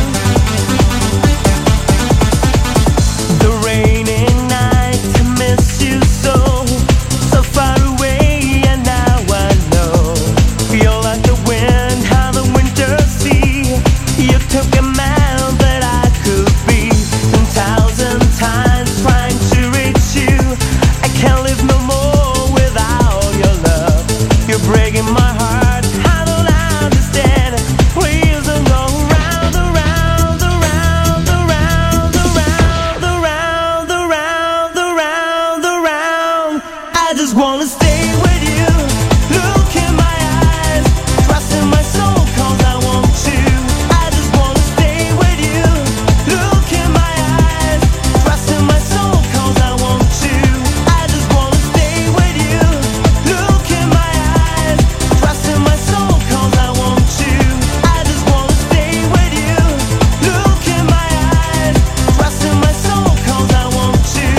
[SPEAKER 12] The rainy night, I miss you so. So far away, and now I know. You're like the wind on the winter sea. You took a man that I could be. Ten thousand times trying to reach you. I can't live no more without your love. You're breaking my heart. I don't understand. Please don't go round, around, around, around, around, around, around, around, around. I just wanna stay with you. Look in my eyes. Trust in my soul, cause I want you. I just wanna stay with you. Look in my eyes. Trust in my soul, cause I want you. I just wanna stay with you. Look in my eyes. Trust in my soul, cause I want you. I just wanna stay with you. Look in my eyes. Trust in my soul, cause I want you.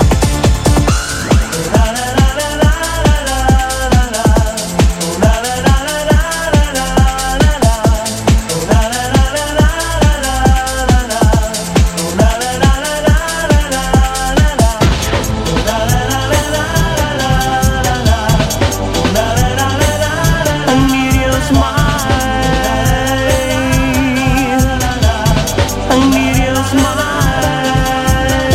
[SPEAKER 12] La la la la la la la la. La la la la la la la la la. La la la la la la la la. La la la la la la la la. La la la la la la la la. La la la la la. I need your smile. I need your smile.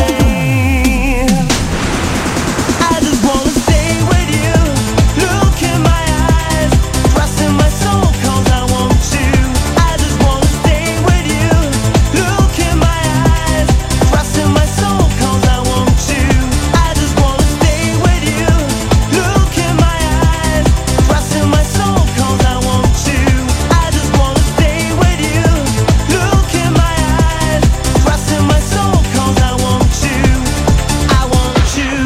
[SPEAKER 12] I just wanna stay with you. Look in my eyes. Trust in my soul, cause I want you. I just wanna stay with you. Look in my eyes. Trust in my soul, cause I want you. I just wanna stay with you. Look in my eyes. Trust in my soul, cause I want you. I just wanna stay with you. Look in my eyes. Trust in my soul, cause I want you. I want you.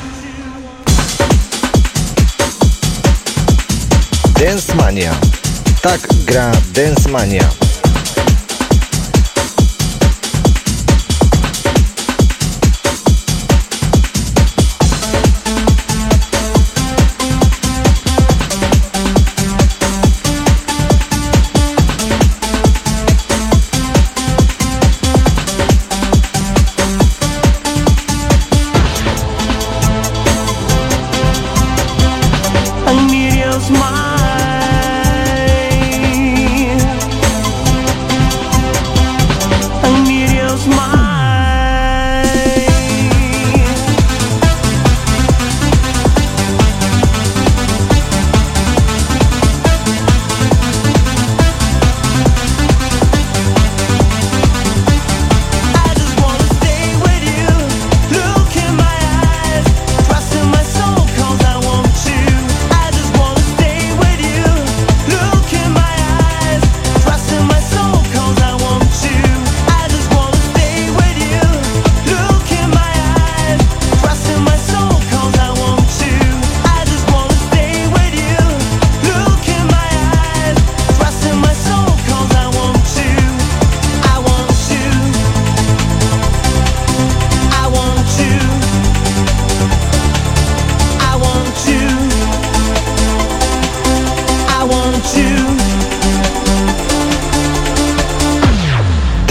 [SPEAKER 14] Dance Mania. Tak gra Dance Mania.
[SPEAKER 12] I need your smile.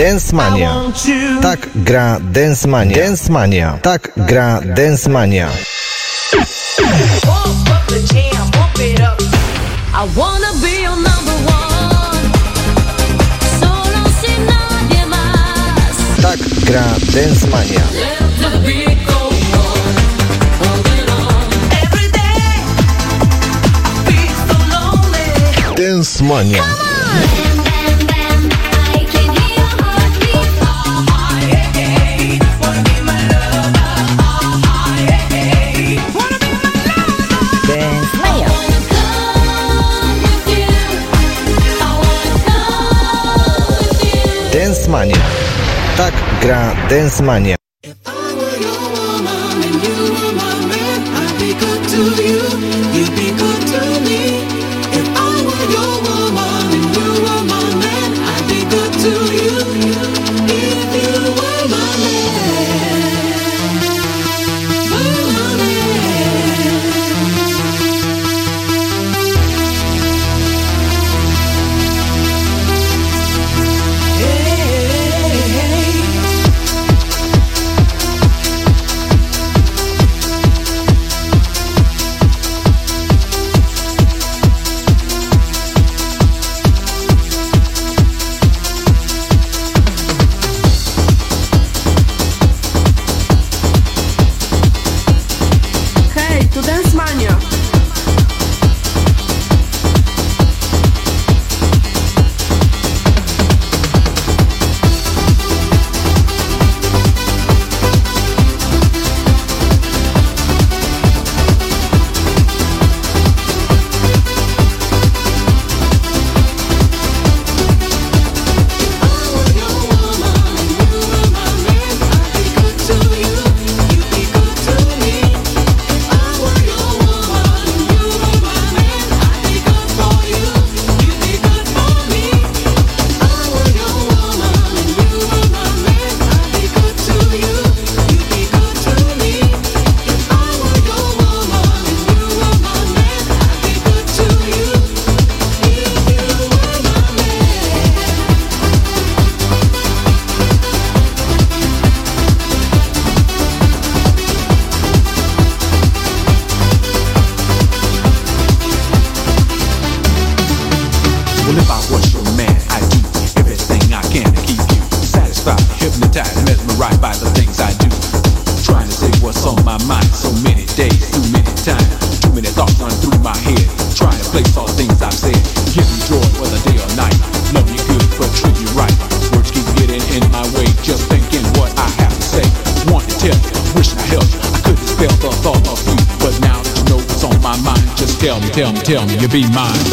[SPEAKER 14] Dance Mania. Tak gra Dance Mania. Dance Mania. Tak gra Dance Mania.
[SPEAKER 8] I wanna be your number one. Solo sin nadie más.
[SPEAKER 14] Tak gra Dance Mania.
[SPEAKER 8] Let the beat go on, on and on. Every day I feel so lonely.
[SPEAKER 14] Dance Mania.
[SPEAKER 8] Bam, bam, bam, I can hear your heartbeat. Ah, ah, yeah, yeah. Wanna be my lover. Ah, ah, yeah, yeah. Wanna be my lover.
[SPEAKER 14] Dance Mania. Dance Mania. Tak gra Dance Mania.
[SPEAKER 3] Tell me, tell me, you be mine.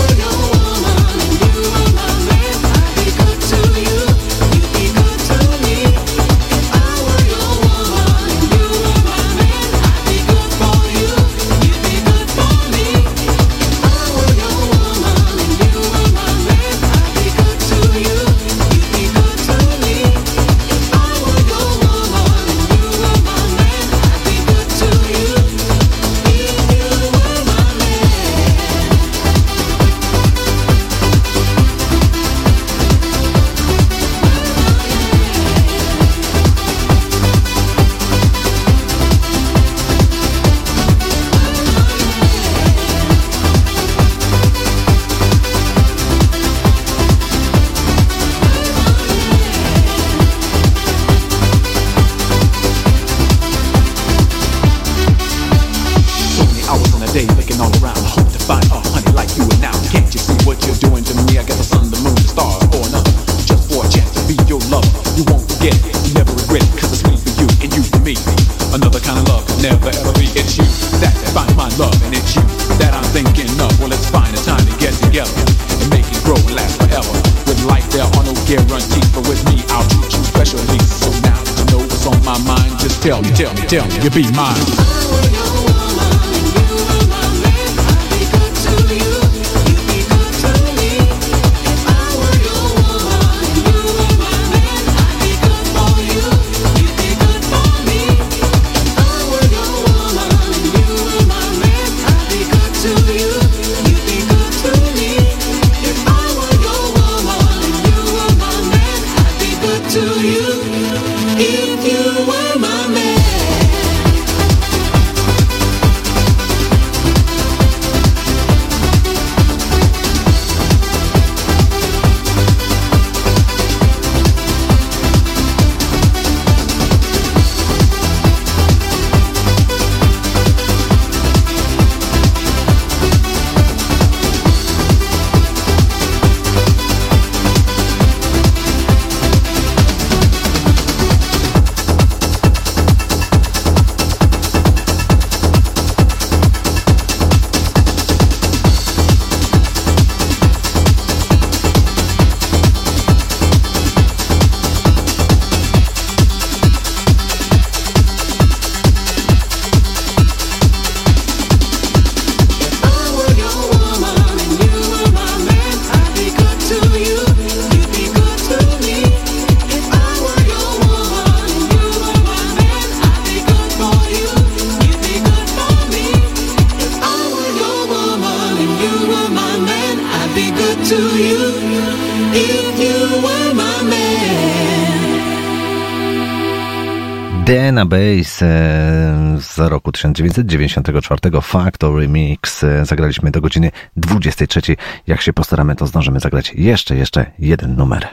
[SPEAKER 3] Tell me, tell me, tell me, you be mine.
[SPEAKER 8] you were my man, I'd be good to you. If you were my man.
[SPEAKER 9] D N A Bass z roku tysiąc dziewięćset dziewięćdziesiątego czwartego Factory Mix. Zagraliśmy do godziny dwudziestej trzeciej. Jak się postaramy, to zdążymy zagrać jeszcze, jeszcze jeden numer.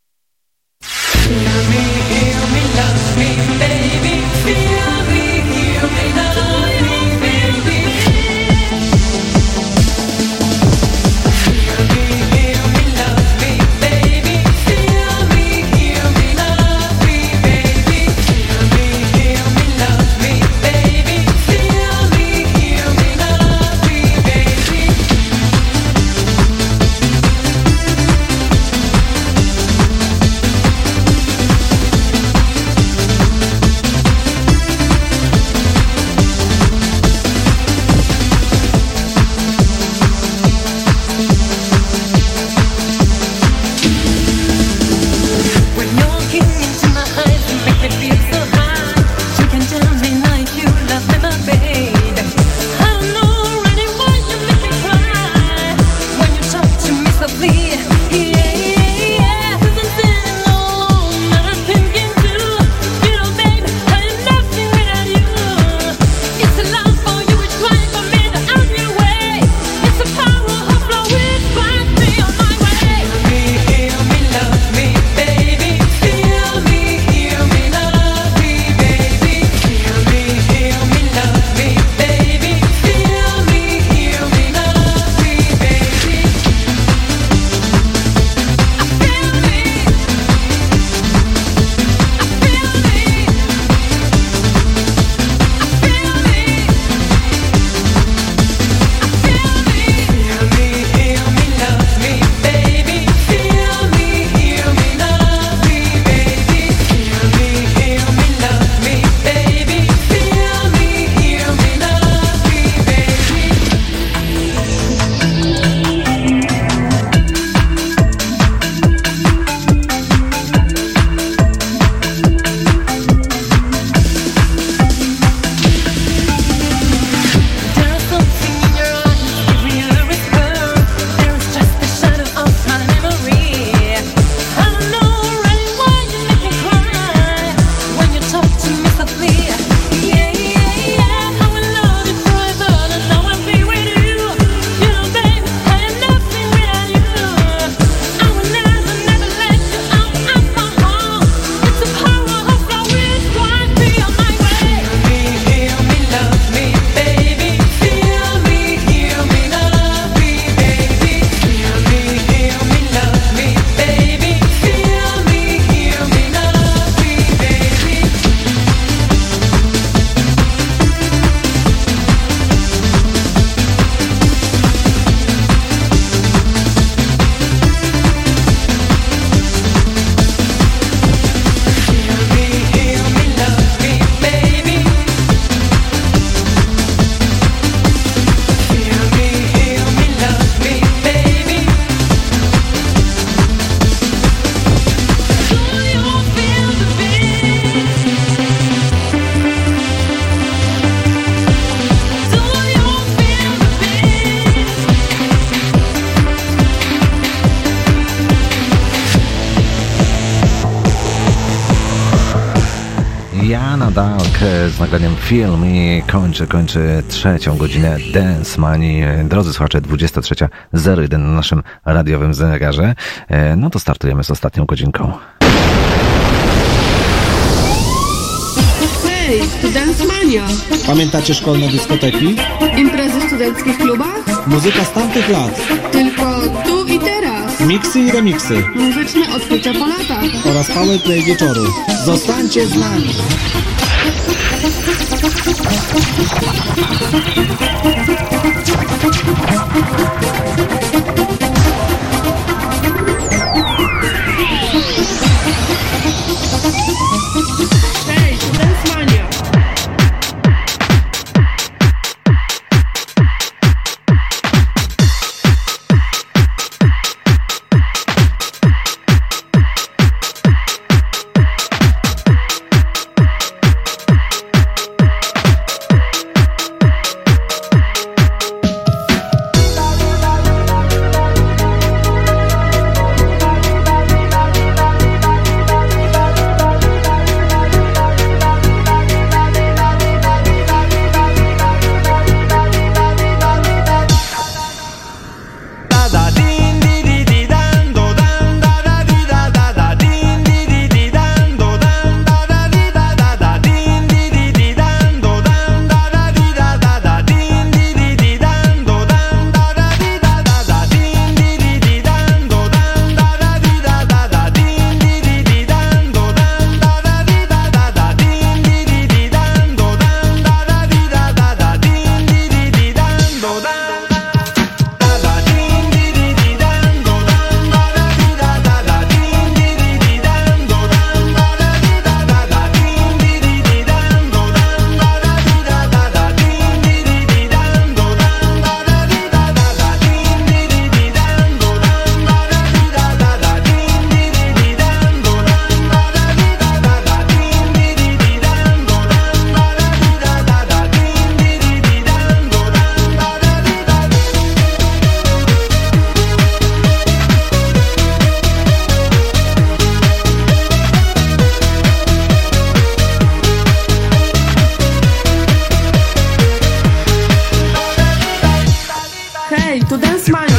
[SPEAKER 9] Jana Dalk z nagraniem Film i kończy, kończy trzecią godzinę Dance Money. Drodzy słuchacze, dwudziesta trzecia zero jeden na naszym radiowym zegarze. No to startujemy z ostatnią godzinką.
[SPEAKER 5] Hej, to Dance Mania.
[SPEAKER 7] Pamiętacie szkolne dyskoteki?
[SPEAKER 5] Imprezy w studenckich klubach?
[SPEAKER 7] Muzyka z tamtych lat.
[SPEAKER 5] Tylko tu i teraz.
[SPEAKER 7] Miksy i remiksy.
[SPEAKER 5] Muzyczne odkrycia po latach.
[SPEAKER 7] Oraz powerplay wieczoru. Zostańcie z nami.
[SPEAKER 5] Hej, to Dance Mania. Hej, tu Dance Mania.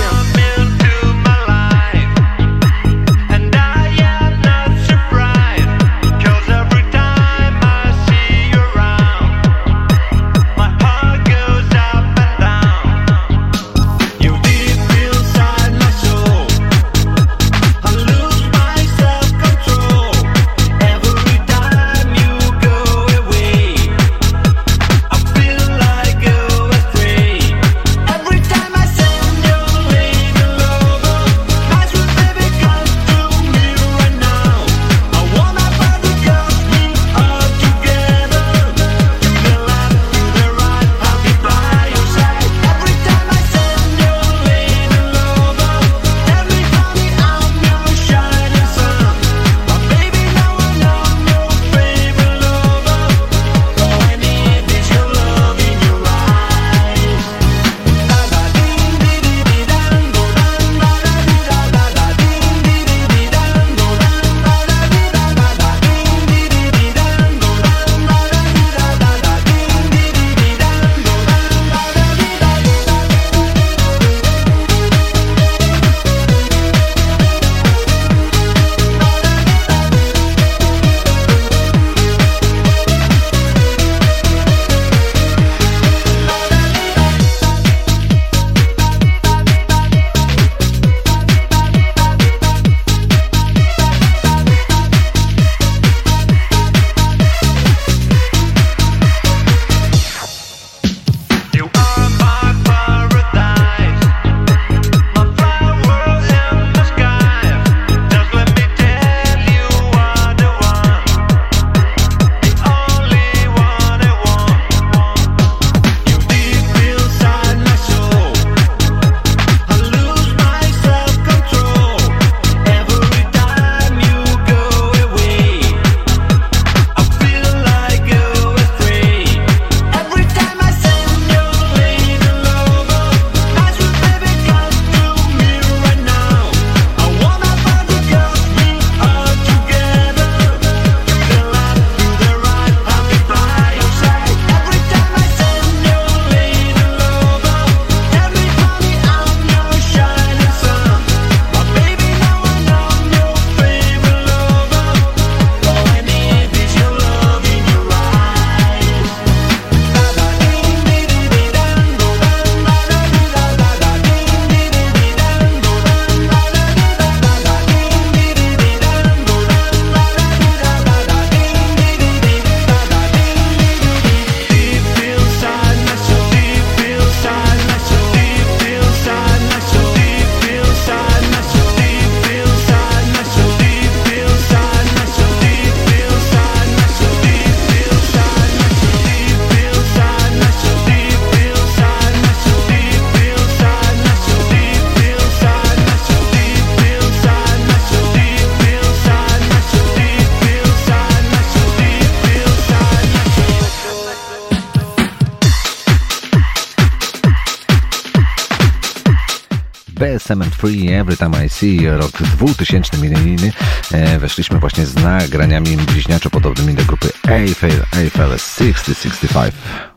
[SPEAKER 9] B S M and Free, Every Time I See, rok dwutysięczny milenijny. E, weszliśmy właśnie z nagraniami bliźniaczo podobnymi do grupy Eiffel, Eiffel sześćdziesiąt sześćdziesiąt pięć.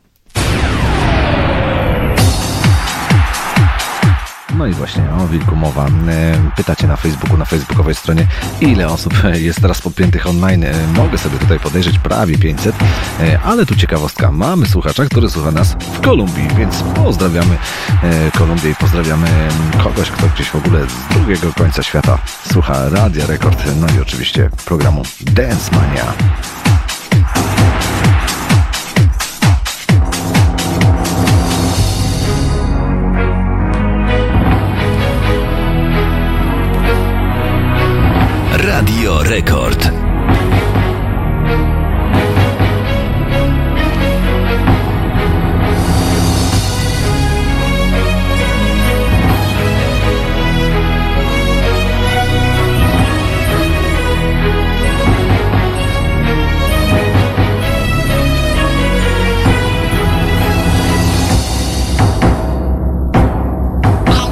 [SPEAKER 9] No i właśnie o wilku mowa. Pytacie na Facebooku, na facebookowej stronie, ile osób jest teraz podpiętych online. Mogę sobie tutaj podejrzeć prawie pięćset, ale tu ciekawostka. Mamy słuchacza, który słucha nas w Kolumbii, więc pozdrawiamy Kolumbię i pozdrawiamy kogoś, kto gdzieś w ogóle z drugiego końca świata słucha Radia Rekord, no i oczywiście programu Dance Mania.
[SPEAKER 2] Radio Rekord.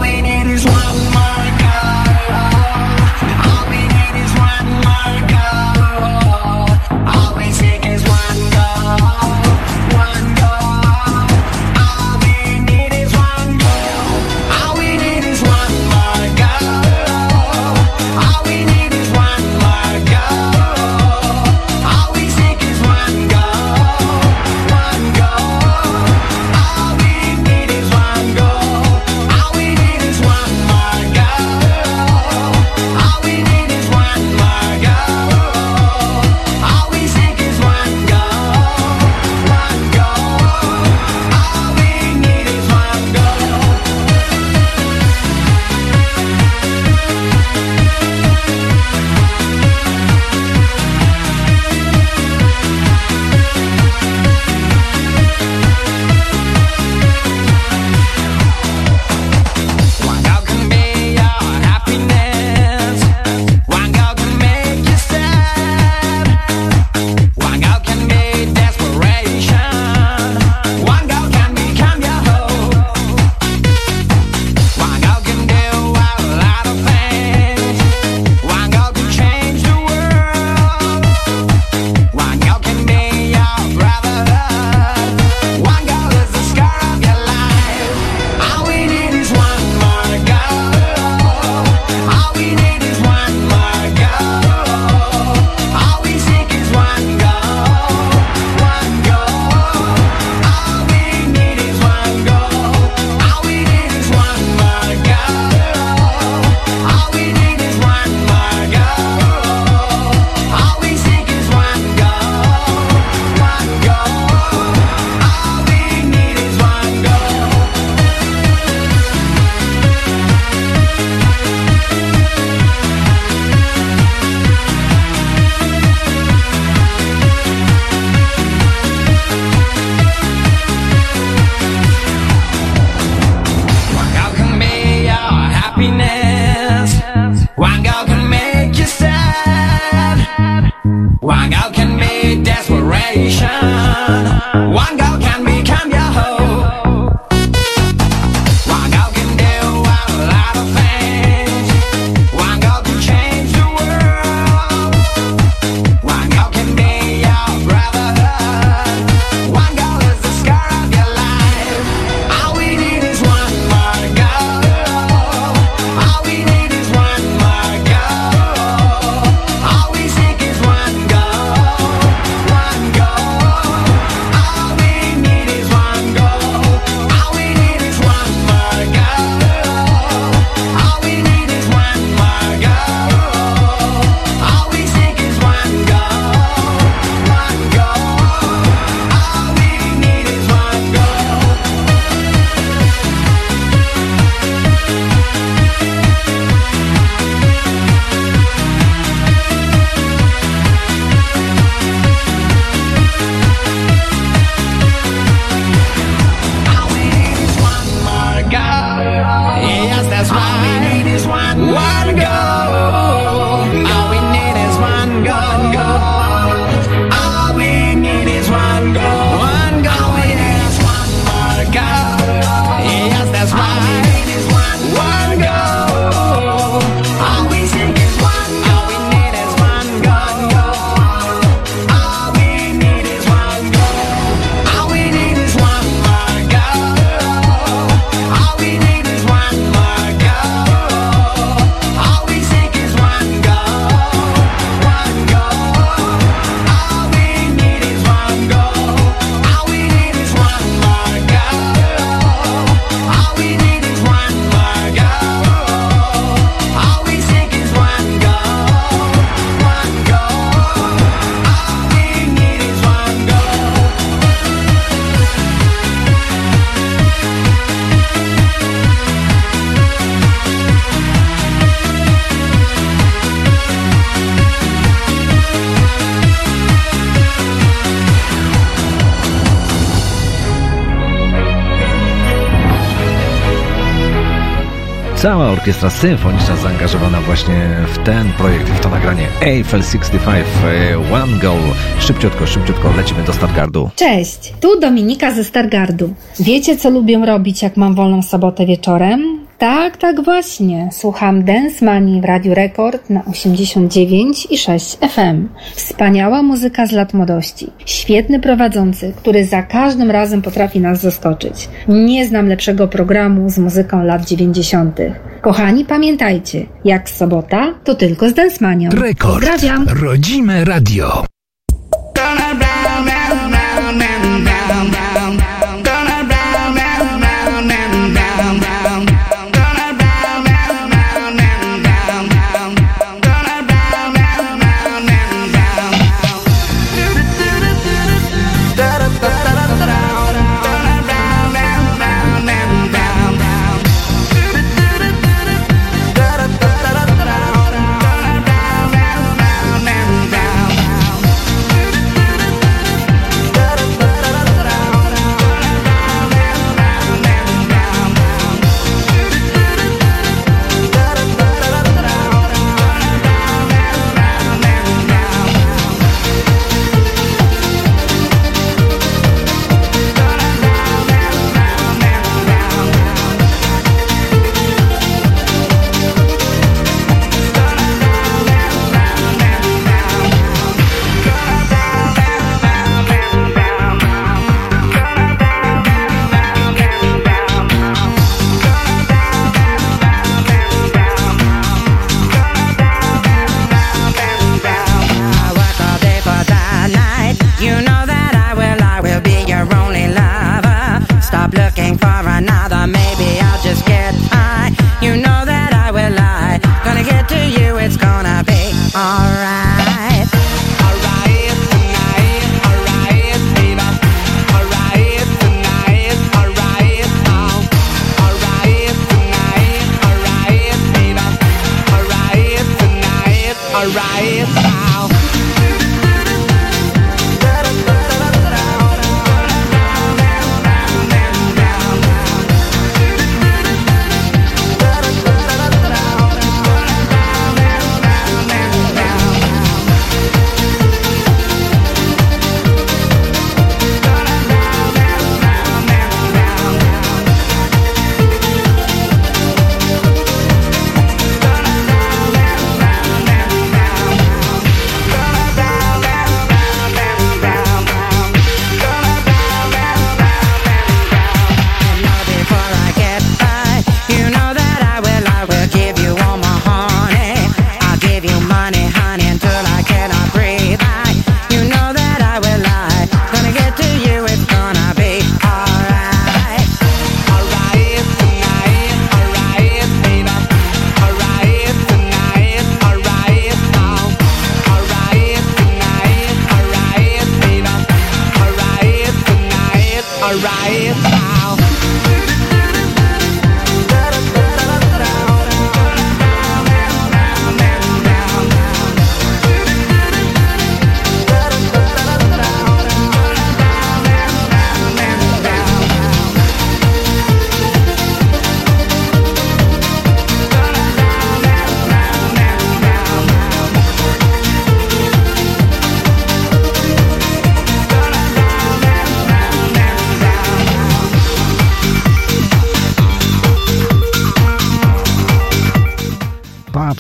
[SPEAKER 8] God.
[SPEAKER 12] that's right. All we need is one, one goal. All we need is one goal. All we need is one goal. One goal, yes, one more goal. Yes, that's right. All we need is one, one goal. All we seek is one. All we need is one goal. All we need is one goal. All we need is one more goal. All we need is one more goal. All we seek is one goal. One goal. All we need is one goal. All we need is one more goal. All we need is one more goal. All we seek is one goal. One goal. All we need is one goal.
[SPEAKER 9] Cała orkiestra symfoniczna zaangażowana właśnie w ten projekt, w to nagranie Eiffel sześćdziesiąt pięć, e, One Goal. Szybciutko, szybciutko lecimy do Stargardu.
[SPEAKER 1] Cześć, tu Dominika ze Stargardu. Wiecie, co lubię robić, jak mam wolną sobotę wieczorem? Tak, tak właśnie. Słucham Dance Money w Radiu Rekord na osiemdziesiąt dziewięć i sześć F M. Wspaniała muzyka z lat młodości. Świetny prowadzący, który za każdym razem potrafi nas zaskoczyć. Nie znam lepszego programu z muzyką lat dziewięćdziesiątych. Kochani, pamiętajcie, jak sobota, to tylko z Dance Manią.
[SPEAKER 2] Rekord.
[SPEAKER 1] Pozdrawiam.
[SPEAKER 2] Rodzime radio.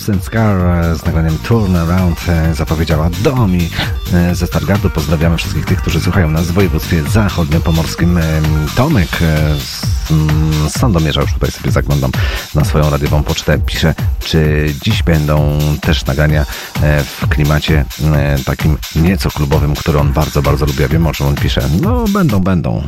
[SPEAKER 9] Ships and Scar z nagraniem Turn Around zapowiedziała Domi ze Stargardu. Pozdrawiamy wszystkich tych, którzy słuchają nas w województwie zachodniopomorskim. Tomek z Sandomierza, już tutaj sobie zaglądam na swoją radiową pocztę, pisze, czy dziś będą też nagrania w klimacie takim nieco klubowym, który on bardzo, bardzo lubi. Ja wiem, o czym on pisze. No, będą, będą.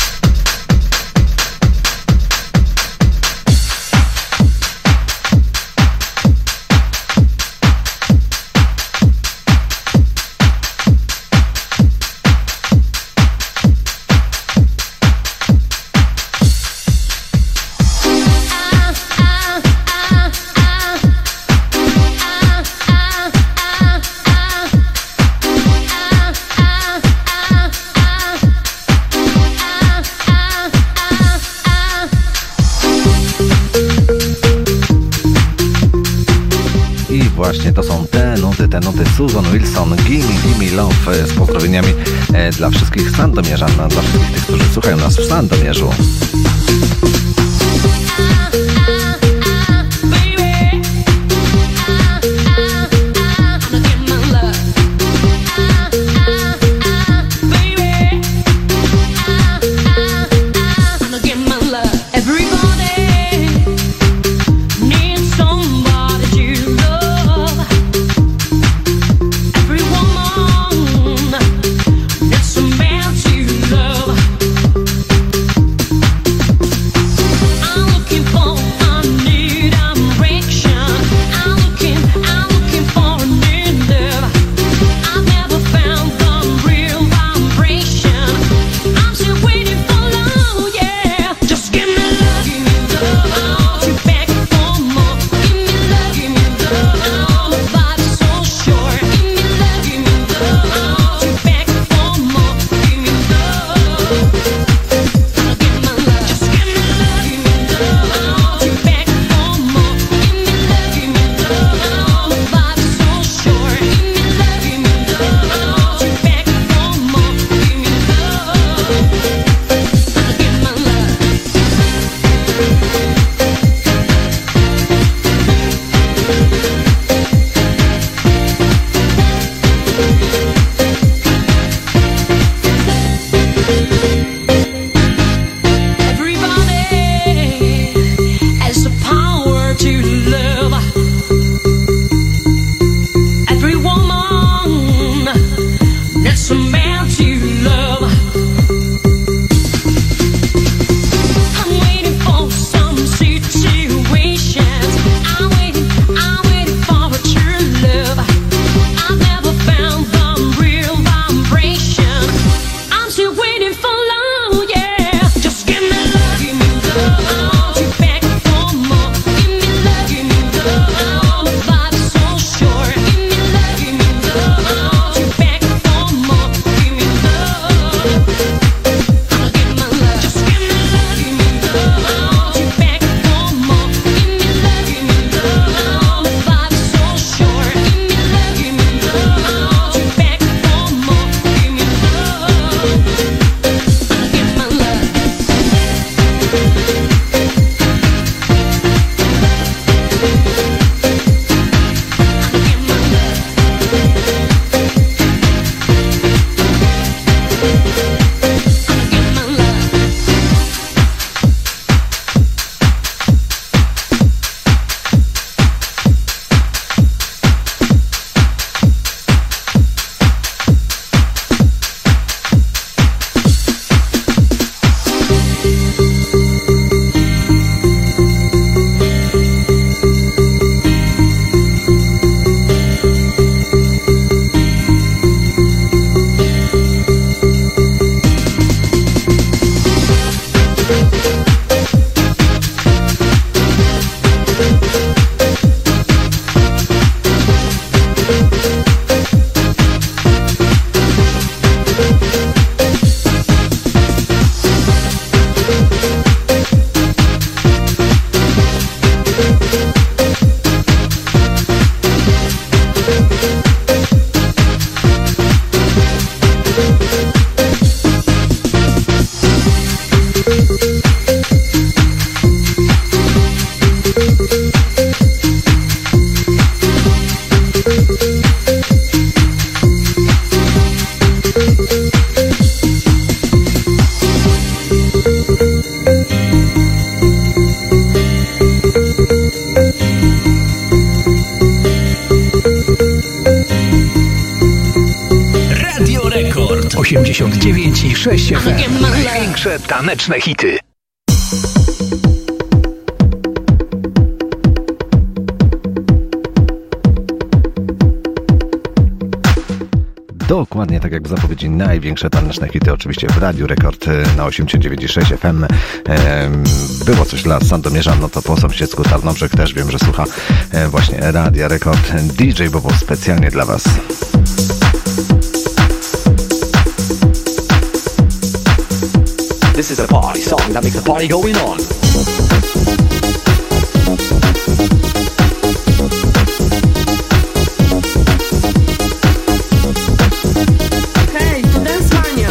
[SPEAKER 9] Właśnie to są te nuty, te nuty Susan Wilson, Gimme, Gimme Love z pozdrowieniami dla wszystkich sandomierzan, dla wszystkich tych, którzy słuchają nas w Sandomierzu.
[SPEAKER 8] Love
[SPEAKER 2] osiemdziesiąt dziewięć i sześć F M. Największe taneczne hity.
[SPEAKER 9] Dokładnie tak jak w zapowiedzi, największe taneczne hity oczywiście w Radiu Rekord na osiemdziesiąt dziewięć i sześć F M. Było coś dla Sandomierza, no to po sąsiedzku Tarnobrzeg też wiem, że słucha właśnie Radia Rekord. D J Bobo specjalnie dla Was.
[SPEAKER 10] This is a party song that makes the party going on.
[SPEAKER 5] Hej, to Dance Mania.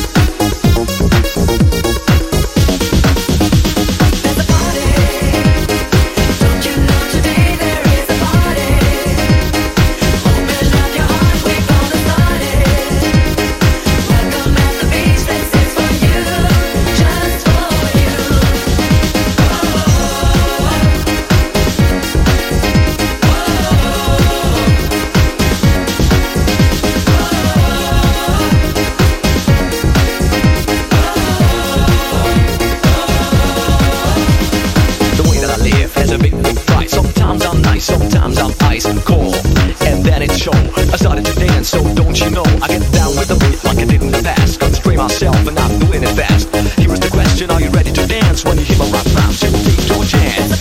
[SPEAKER 10] Sometimes I'm nice, sometimes I'm ice cold, and then it's show. I started to dance, so don't you know I get down with the beat like I did in the past. Constrain myself and I'm doing it fast. Here's the question: are you ready to dance? When you hear my rap rhymes, you will take your chance.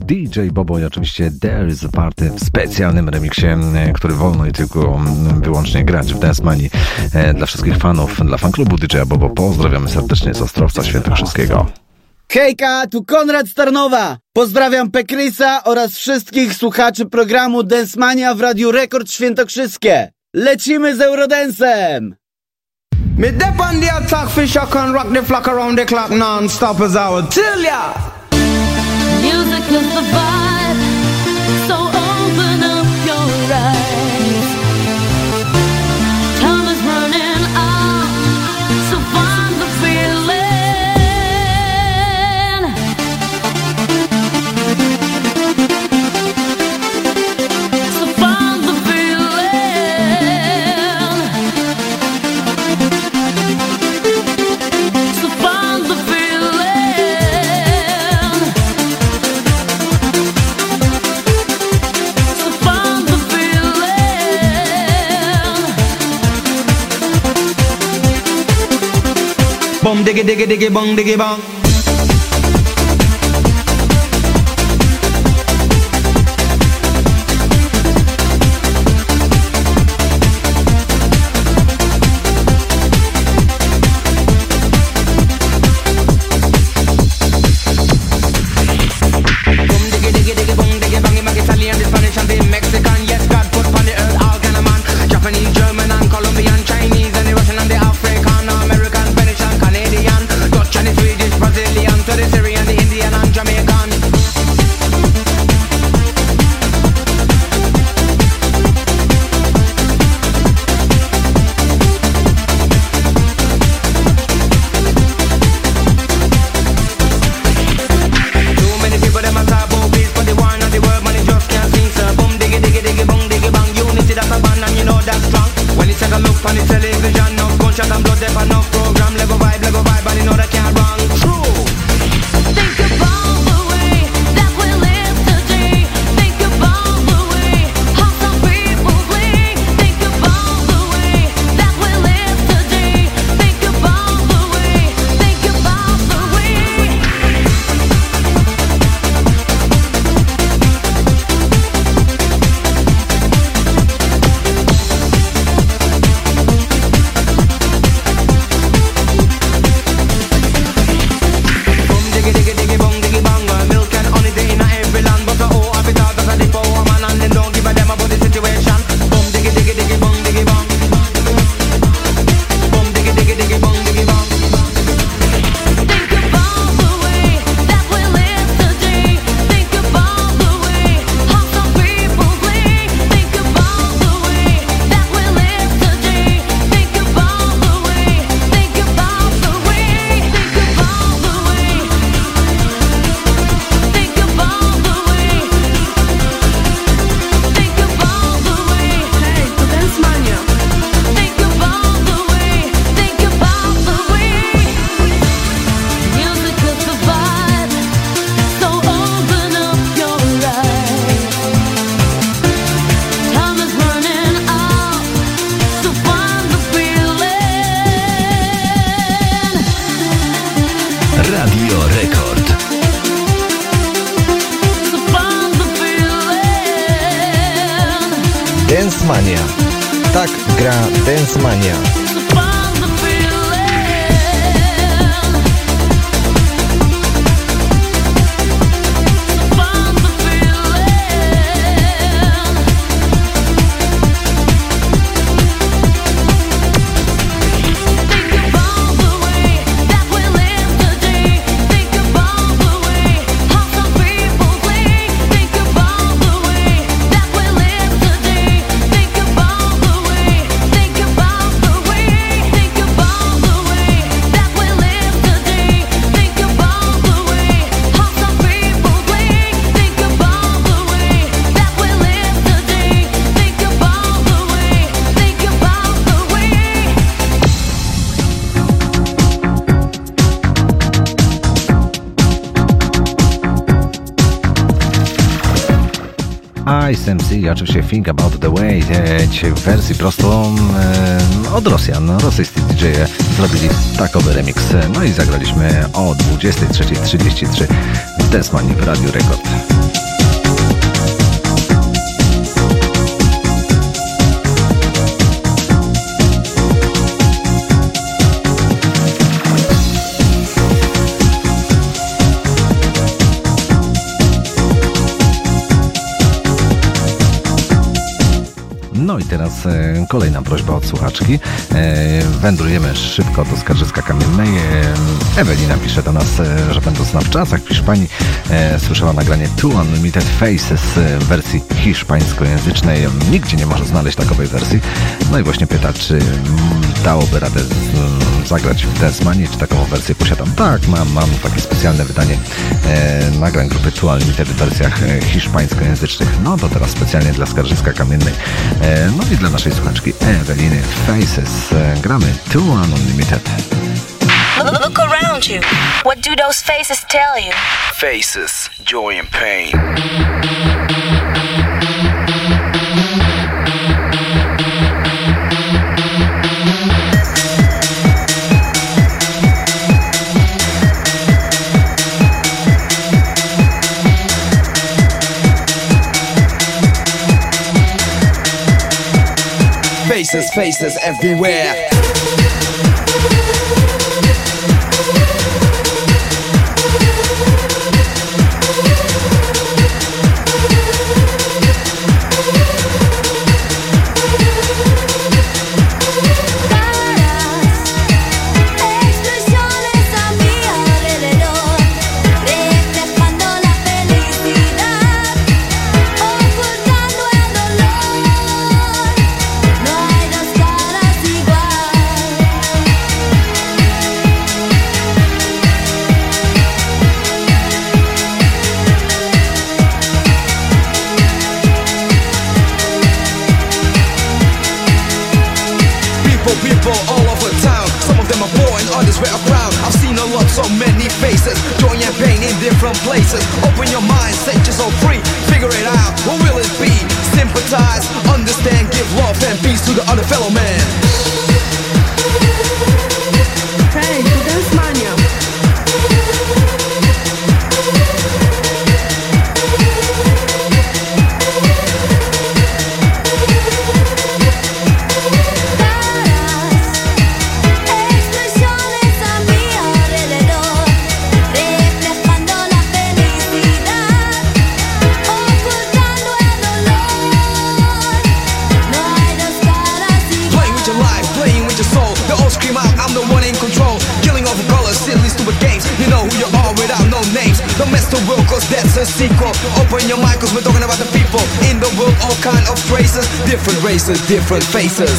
[SPEAKER 9] D J Bobo i oczywiście There is a Party w specjalnym remiksie, który wolno i tylko wyłącznie grać w Dance Money dla wszystkich fanów, dla fanklubu D J Bobo. Pozdrawiamy serdecznie z Ostrowca Świętokrzyskiego.
[SPEAKER 6] Hejka, tu Konrad Starnowa. Pozdrawiam Pekrysa oraz wszystkich słuchaczy programu Dance Mania w Radiu Rekord Świętokrzyskie. Lecimy z Eurodensem!
[SPEAKER 13] Me dep on the attack, fish I can rock the flock around the clock non-stop as I would tell ya.
[SPEAKER 8] Music is the vibe, so open up your eyes. Time is running out, so find the feeling. So find the feeling. So find the feeling. So find the feeling.
[SPEAKER 13] Bum diggy diggy diggy bong diggy bong.
[SPEAKER 14] Dance Mania. Tak gra Dance Mania.
[SPEAKER 9] Ice M C i oczywiście Think About The Way, dzisiaj w wersji prosto e, od Rosjan. Rosyjscy D J zrobili takowy remix, no i zagraliśmy o dwudziestej trzeciej trzydzieści trzy w Dance Mania w Radiu Rekord. No i teraz e, kolejna prośba od słuchaczki. E, wędrujemy szybko do Skarżyska Kamiennej. E, Ewelina pisze do nas, e, że będąc na wczasach, pisze pani, e, słyszała nagranie Two Unlimited Faces w wersji hiszpańskojęzycznej. Nigdzie nie może znaleźć takowej wersji. No i właśnie pyta, czy mm, dałoby radę z, m, zagrać w Dance Manii, czy taką wersję posiadam. Tak, mam, mam takie specjalne wydanie e, nagrań grupy Two Unlimited w wersjach e, hiszpańskojęzycznych. No to teraz specjalnie dla Skarżyska Kamiennej. E, no i dla naszej słuchaczki Eweliny Faces e, gramy Two Unlimited.
[SPEAKER 15] Look, look around you. What do those faces tell you?
[SPEAKER 21] Faces, joy and pain.
[SPEAKER 13] Faces, faces everywhere. So many faces, joy and pain in different places. Open your mind, set yourself free. Figure it out, what will it be? Sympathize, understand, give love and peace to the other fellow man.
[SPEAKER 5] Hey, to Dance Mania.
[SPEAKER 13] Don't mess the world cause that's a sequel. Open your mind cause we're talking about the people in the world, all kind of races, different races, different faces.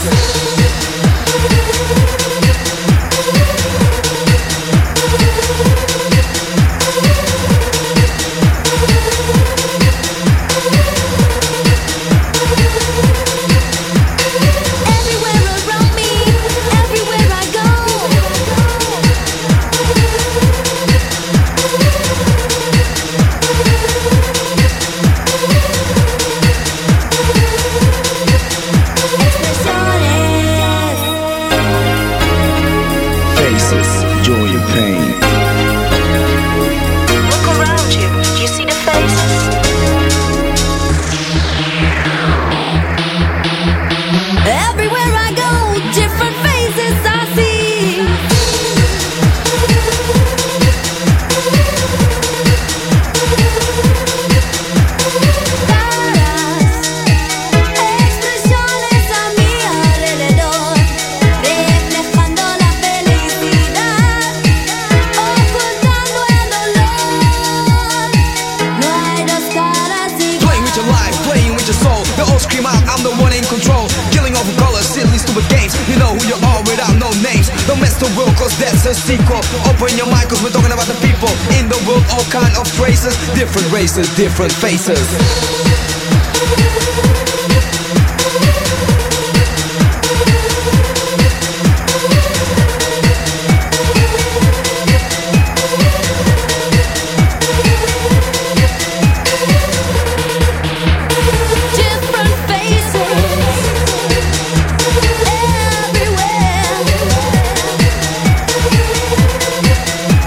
[SPEAKER 13] Different races, different faces.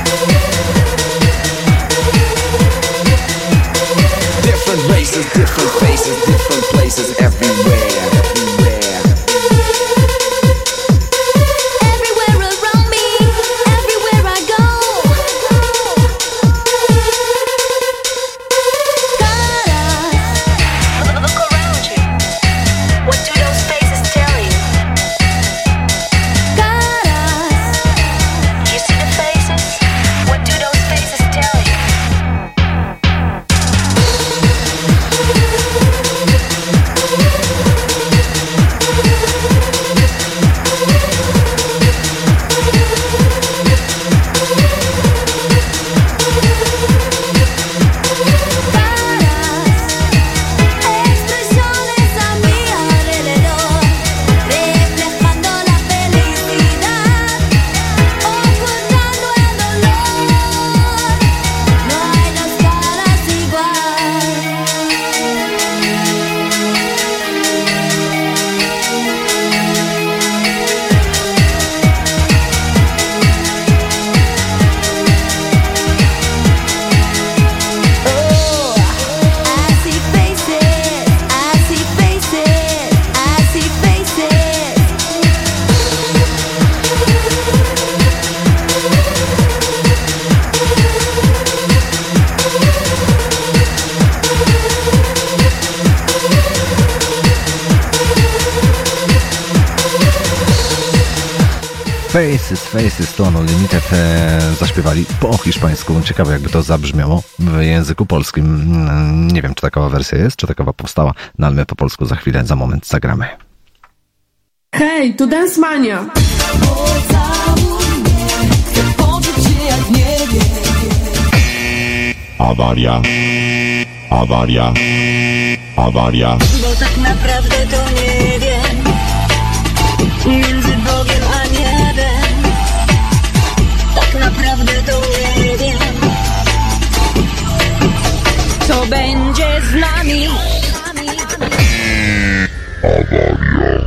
[SPEAKER 13] Different
[SPEAKER 9] Faces, Faces to Unlimited e, zaśpiewali po hiszpańsku. Ciekawe, jakby to zabrzmiało w języku polskim. Nie wiem, czy takowa wersja jest, czy takowa powstała, no ale my po polsku za chwilę, za moment zagramy.
[SPEAKER 5] Hej, tu Dance Mania!
[SPEAKER 3] Awaria, awaria, awaria.
[SPEAKER 8] Bo tak naprawdę to nie wiem, między Bogiem a niebem. Tak naprawdę to nie wiem, co będzie z nami.
[SPEAKER 3] Awaria.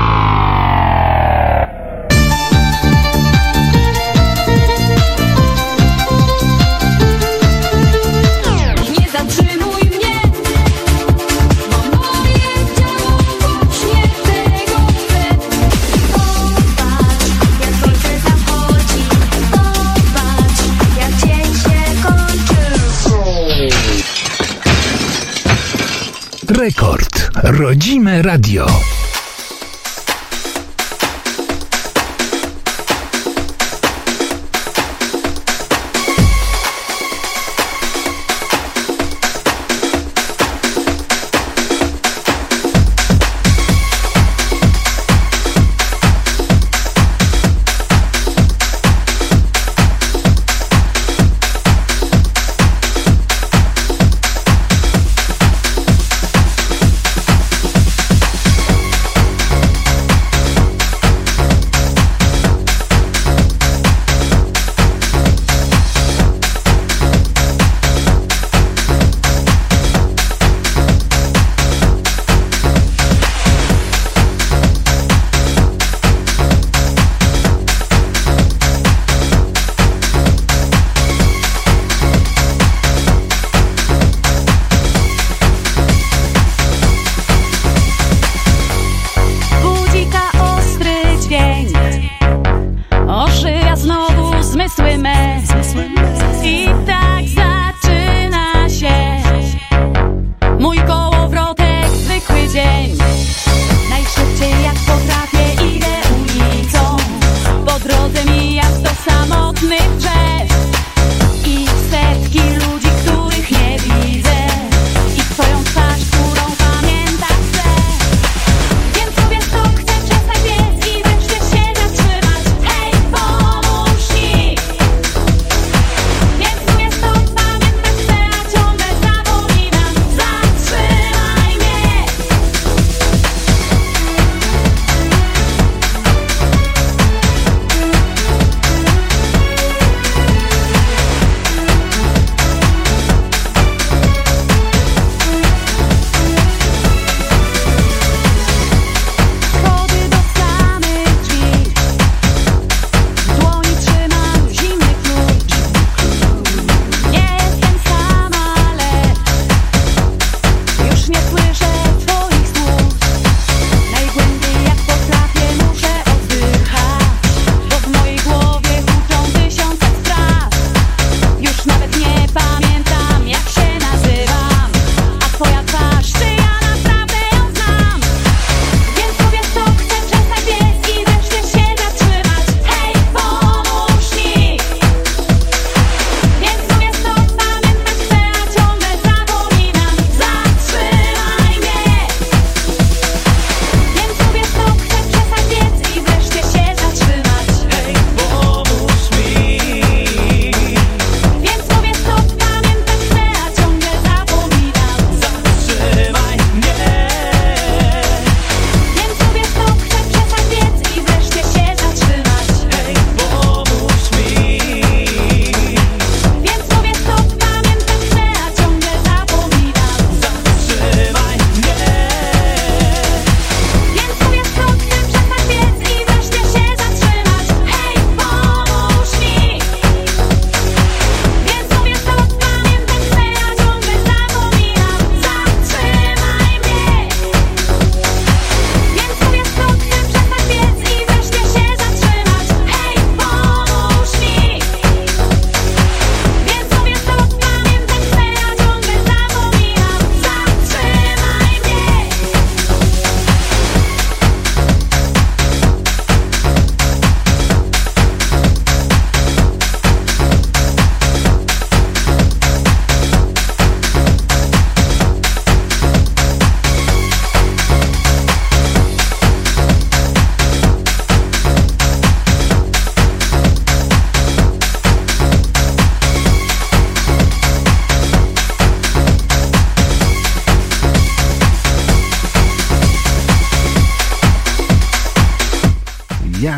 [SPEAKER 2] Rekord. Rodzime radio.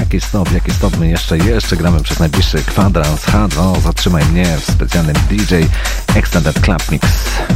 [SPEAKER 9] Jaki stop, jaki stop, my jeszcze, jeszcze gramy przez najbliższy kwadrans. H dwa O, zatrzymaj mnie w specjalnym D J Extended Club Mix.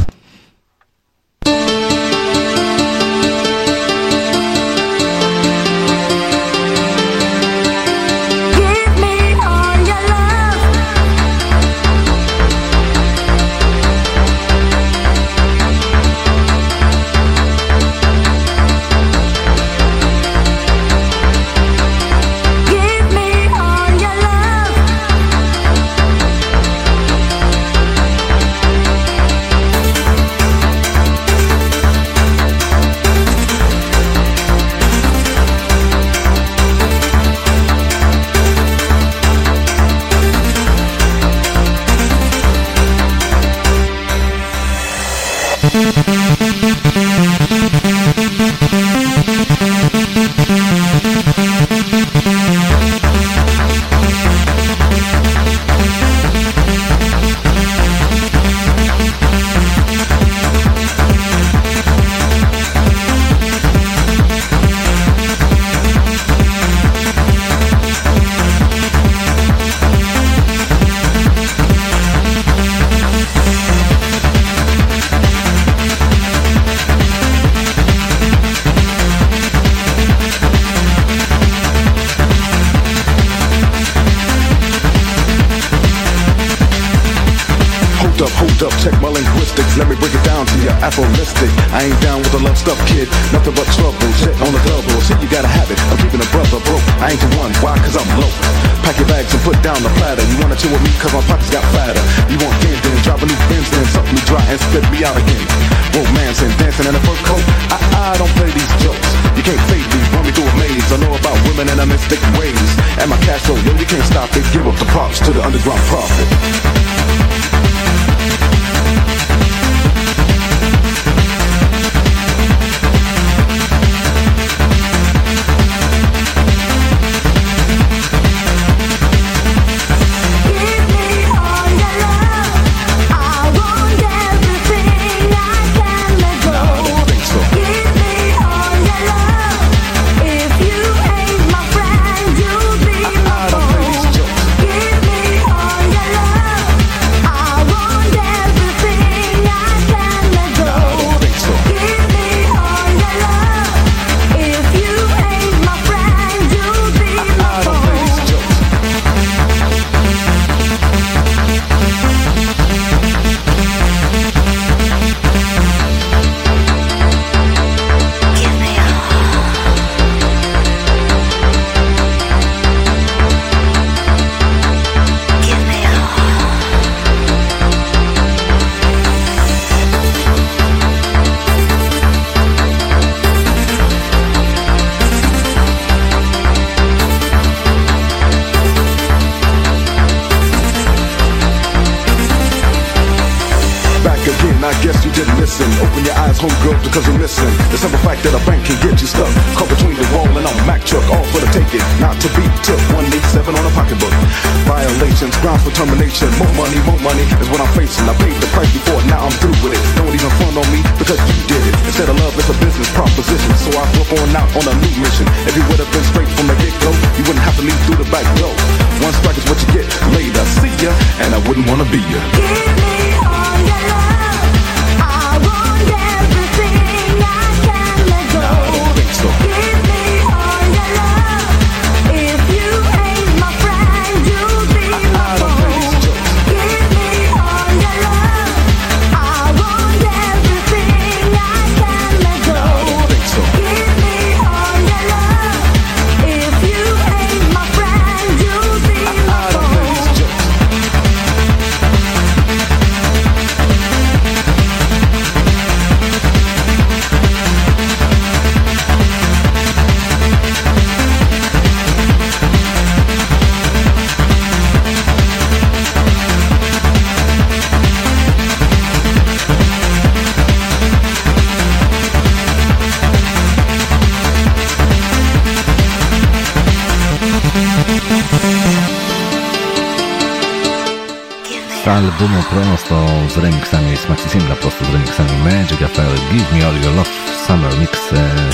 [SPEAKER 9] Z albumu prosto z remixami, z maxi singla prosto z remixami Magic Affair, Give Me All Your Love Summer Mix.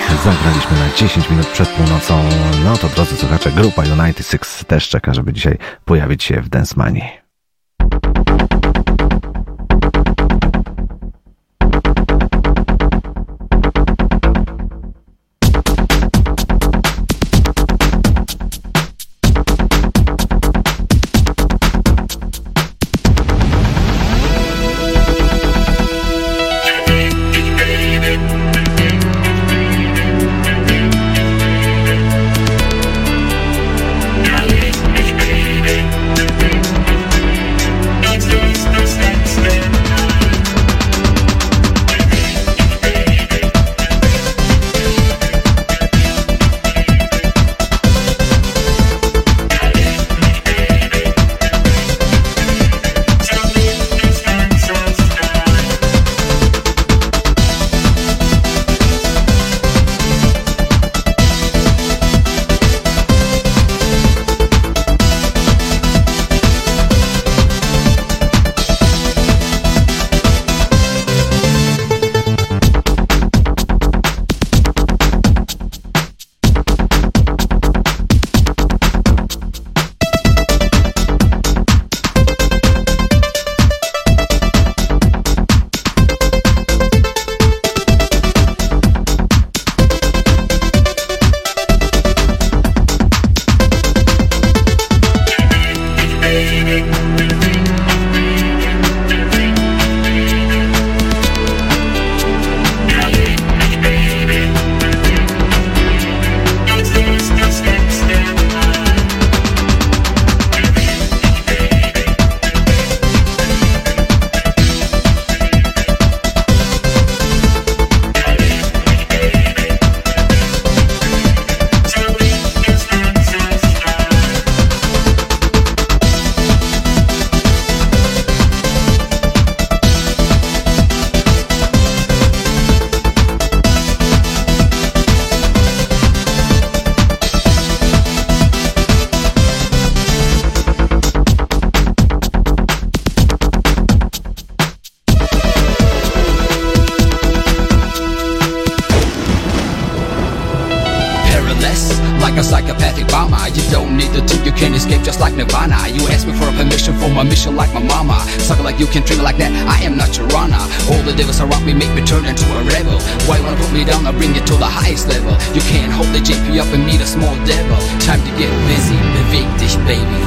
[SPEAKER 9] Zagraliśmy na dziesięć minut przed północą. No to drodzy słuchacze, grupa United Six też czeka, żeby dzisiaj pojawić się w Dance Manii.
[SPEAKER 16] like a psychopathic bomber. You don't need to think you can escape just like Nirvana. You ask me for a permission for my mission like my mama. Sucker like you can treat me like that, I am not your runner. All the devils around me make me turn into a rebel. Why you wanna put me down? I'll bring it to the highest level. You can't hold the J P up and meet a small devil. Time to get busy, beweg dich, baby.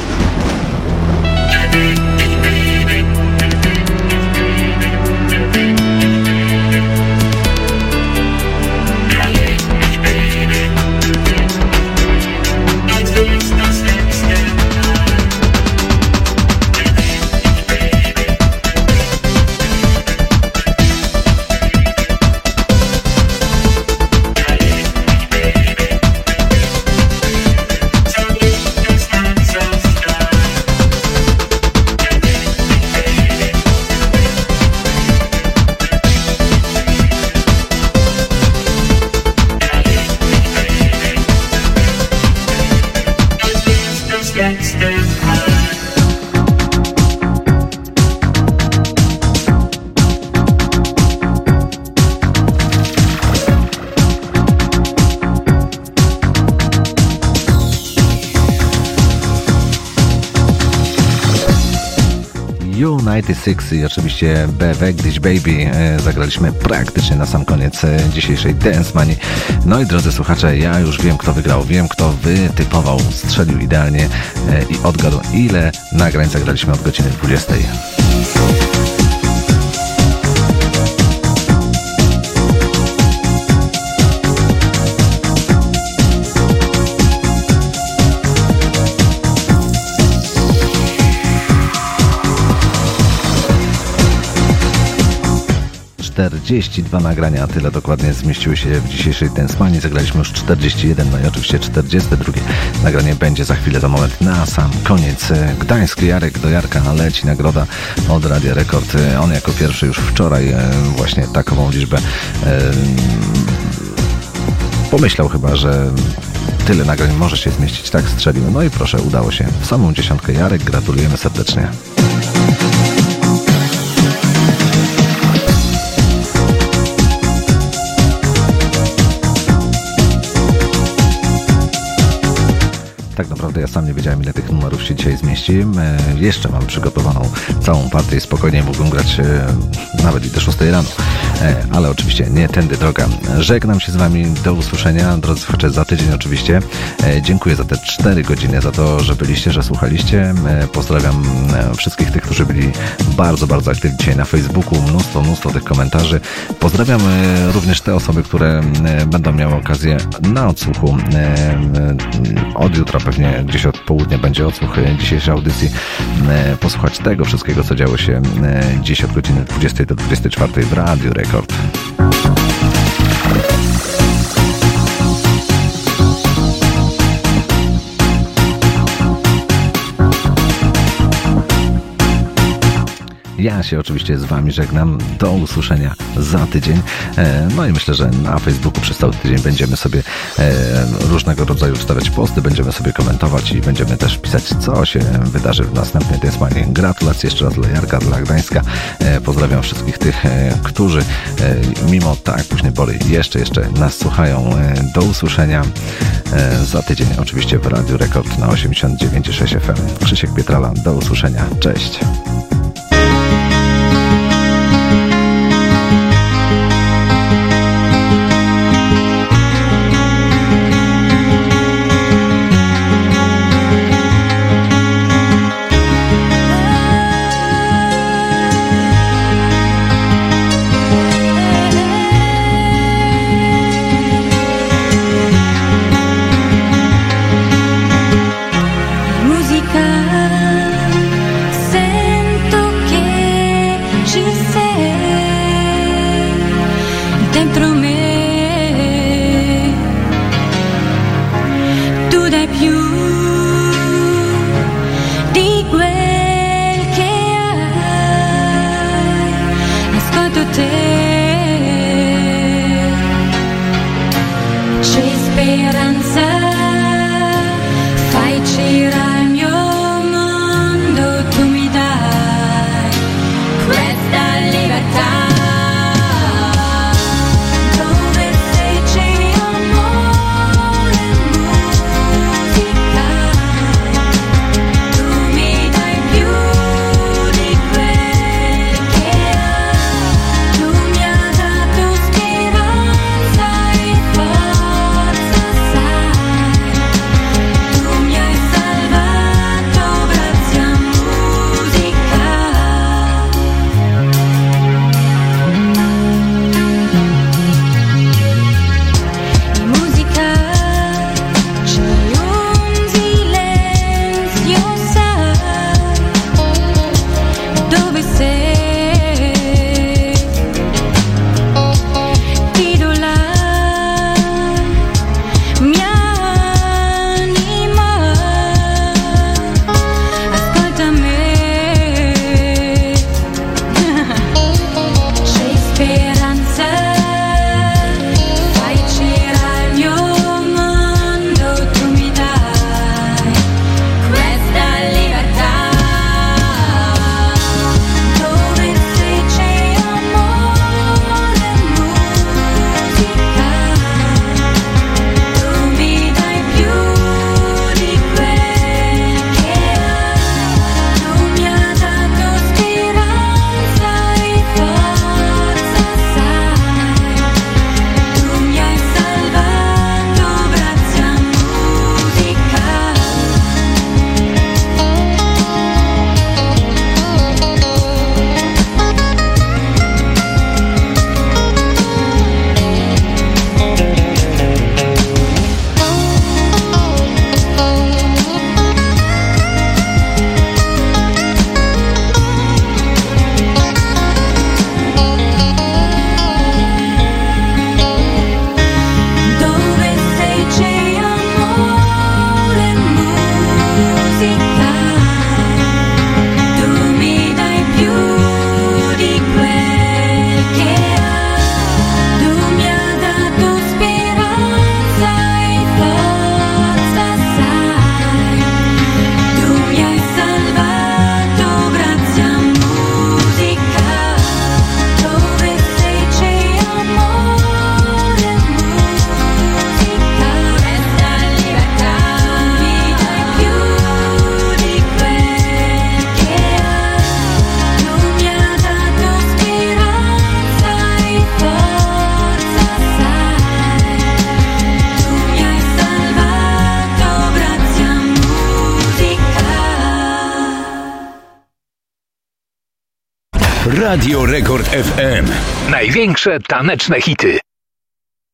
[SPEAKER 9] United Six i oczywiście Beweg dich Baby zagraliśmy praktycznie na sam koniec dzisiejszej Dance Manii. No i drodzy słuchacze, ja już wiem, kto wygrał, wiem, kto wytypował, strzelił idealnie i odgadł, ile nagrań zagraliśmy od godziny dwudziestej. czterdzieści dwa nagrania, tyle dokładnie zmieściły się w dzisiejszej Dance Manii. Zagraliśmy już czterdzieści jeden, no i oczywiście czterdzieste drugie nagranie będzie za chwilę, za moment, na sam koniec. Gdańsk, Jarek do Jarka leci nagroda od Radia Rekord. On jako pierwszy już wczoraj właśnie takową liczbę pomyślał chyba, że tyle nagrań może się zmieścić, tak strzelił. No i proszę, udało się w samą dziesiątkę. Jarek, gratulujemy serdecznie. naprawdę ja sam nie wiedziałem, ile tych numerów się dzisiaj zmieści. E, jeszcze mam przygotowaną całą partię i spokojnie mógłbym grać e, nawet i do szóstej rano. E, ale oczywiście nie tędy droga. Żegnam się z wami, do usłyszenia, drodzy słuchacze, za tydzień oczywiście. E, dziękuję za te cztery godziny, za to, że byliście, że słuchaliście. E, pozdrawiam e, wszystkich tych, którzy byli bardzo, bardzo aktywni dzisiaj na Facebooku. Mnóstwo, mnóstwo tych komentarzy. Pozdrawiam e, również te osoby, które e, będą miały okazję na odsłuchu. E, e, od jutra pewnie gdzieś od południa będzie odsłuch e, dzisiejszej audycji. E, posłuchać tego wszystkiego, co działo się e, dziś od godziny dwudziestej do dwudziestej czwartej w Radiu Rekord. Ja się oczywiście z wami żegnam. Do usłyszenia za tydzień. No i myślę, że na Facebooku przez cały tydzień będziemy sobie różnego rodzaju wstawiać posty, będziemy sobie komentować i będziemy też pisać, co się wydarzy w następnej Densmanie. Gratulacje jeszcze raz dla Jarka, dla Gdańska. Pozdrawiam wszystkich tych, którzy mimo tak późnej pory jeszcze, jeszcze nas słuchają. Do usłyszenia za tydzień oczywiście w Radiu Rekord na osiemdziesiąt dziewięć i sześć F M. Krzysiek Pietrala, do usłyszenia. Cześć.
[SPEAKER 8] Música, sen
[SPEAKER 2] Radio Rekord F M. Największe taneczne hity.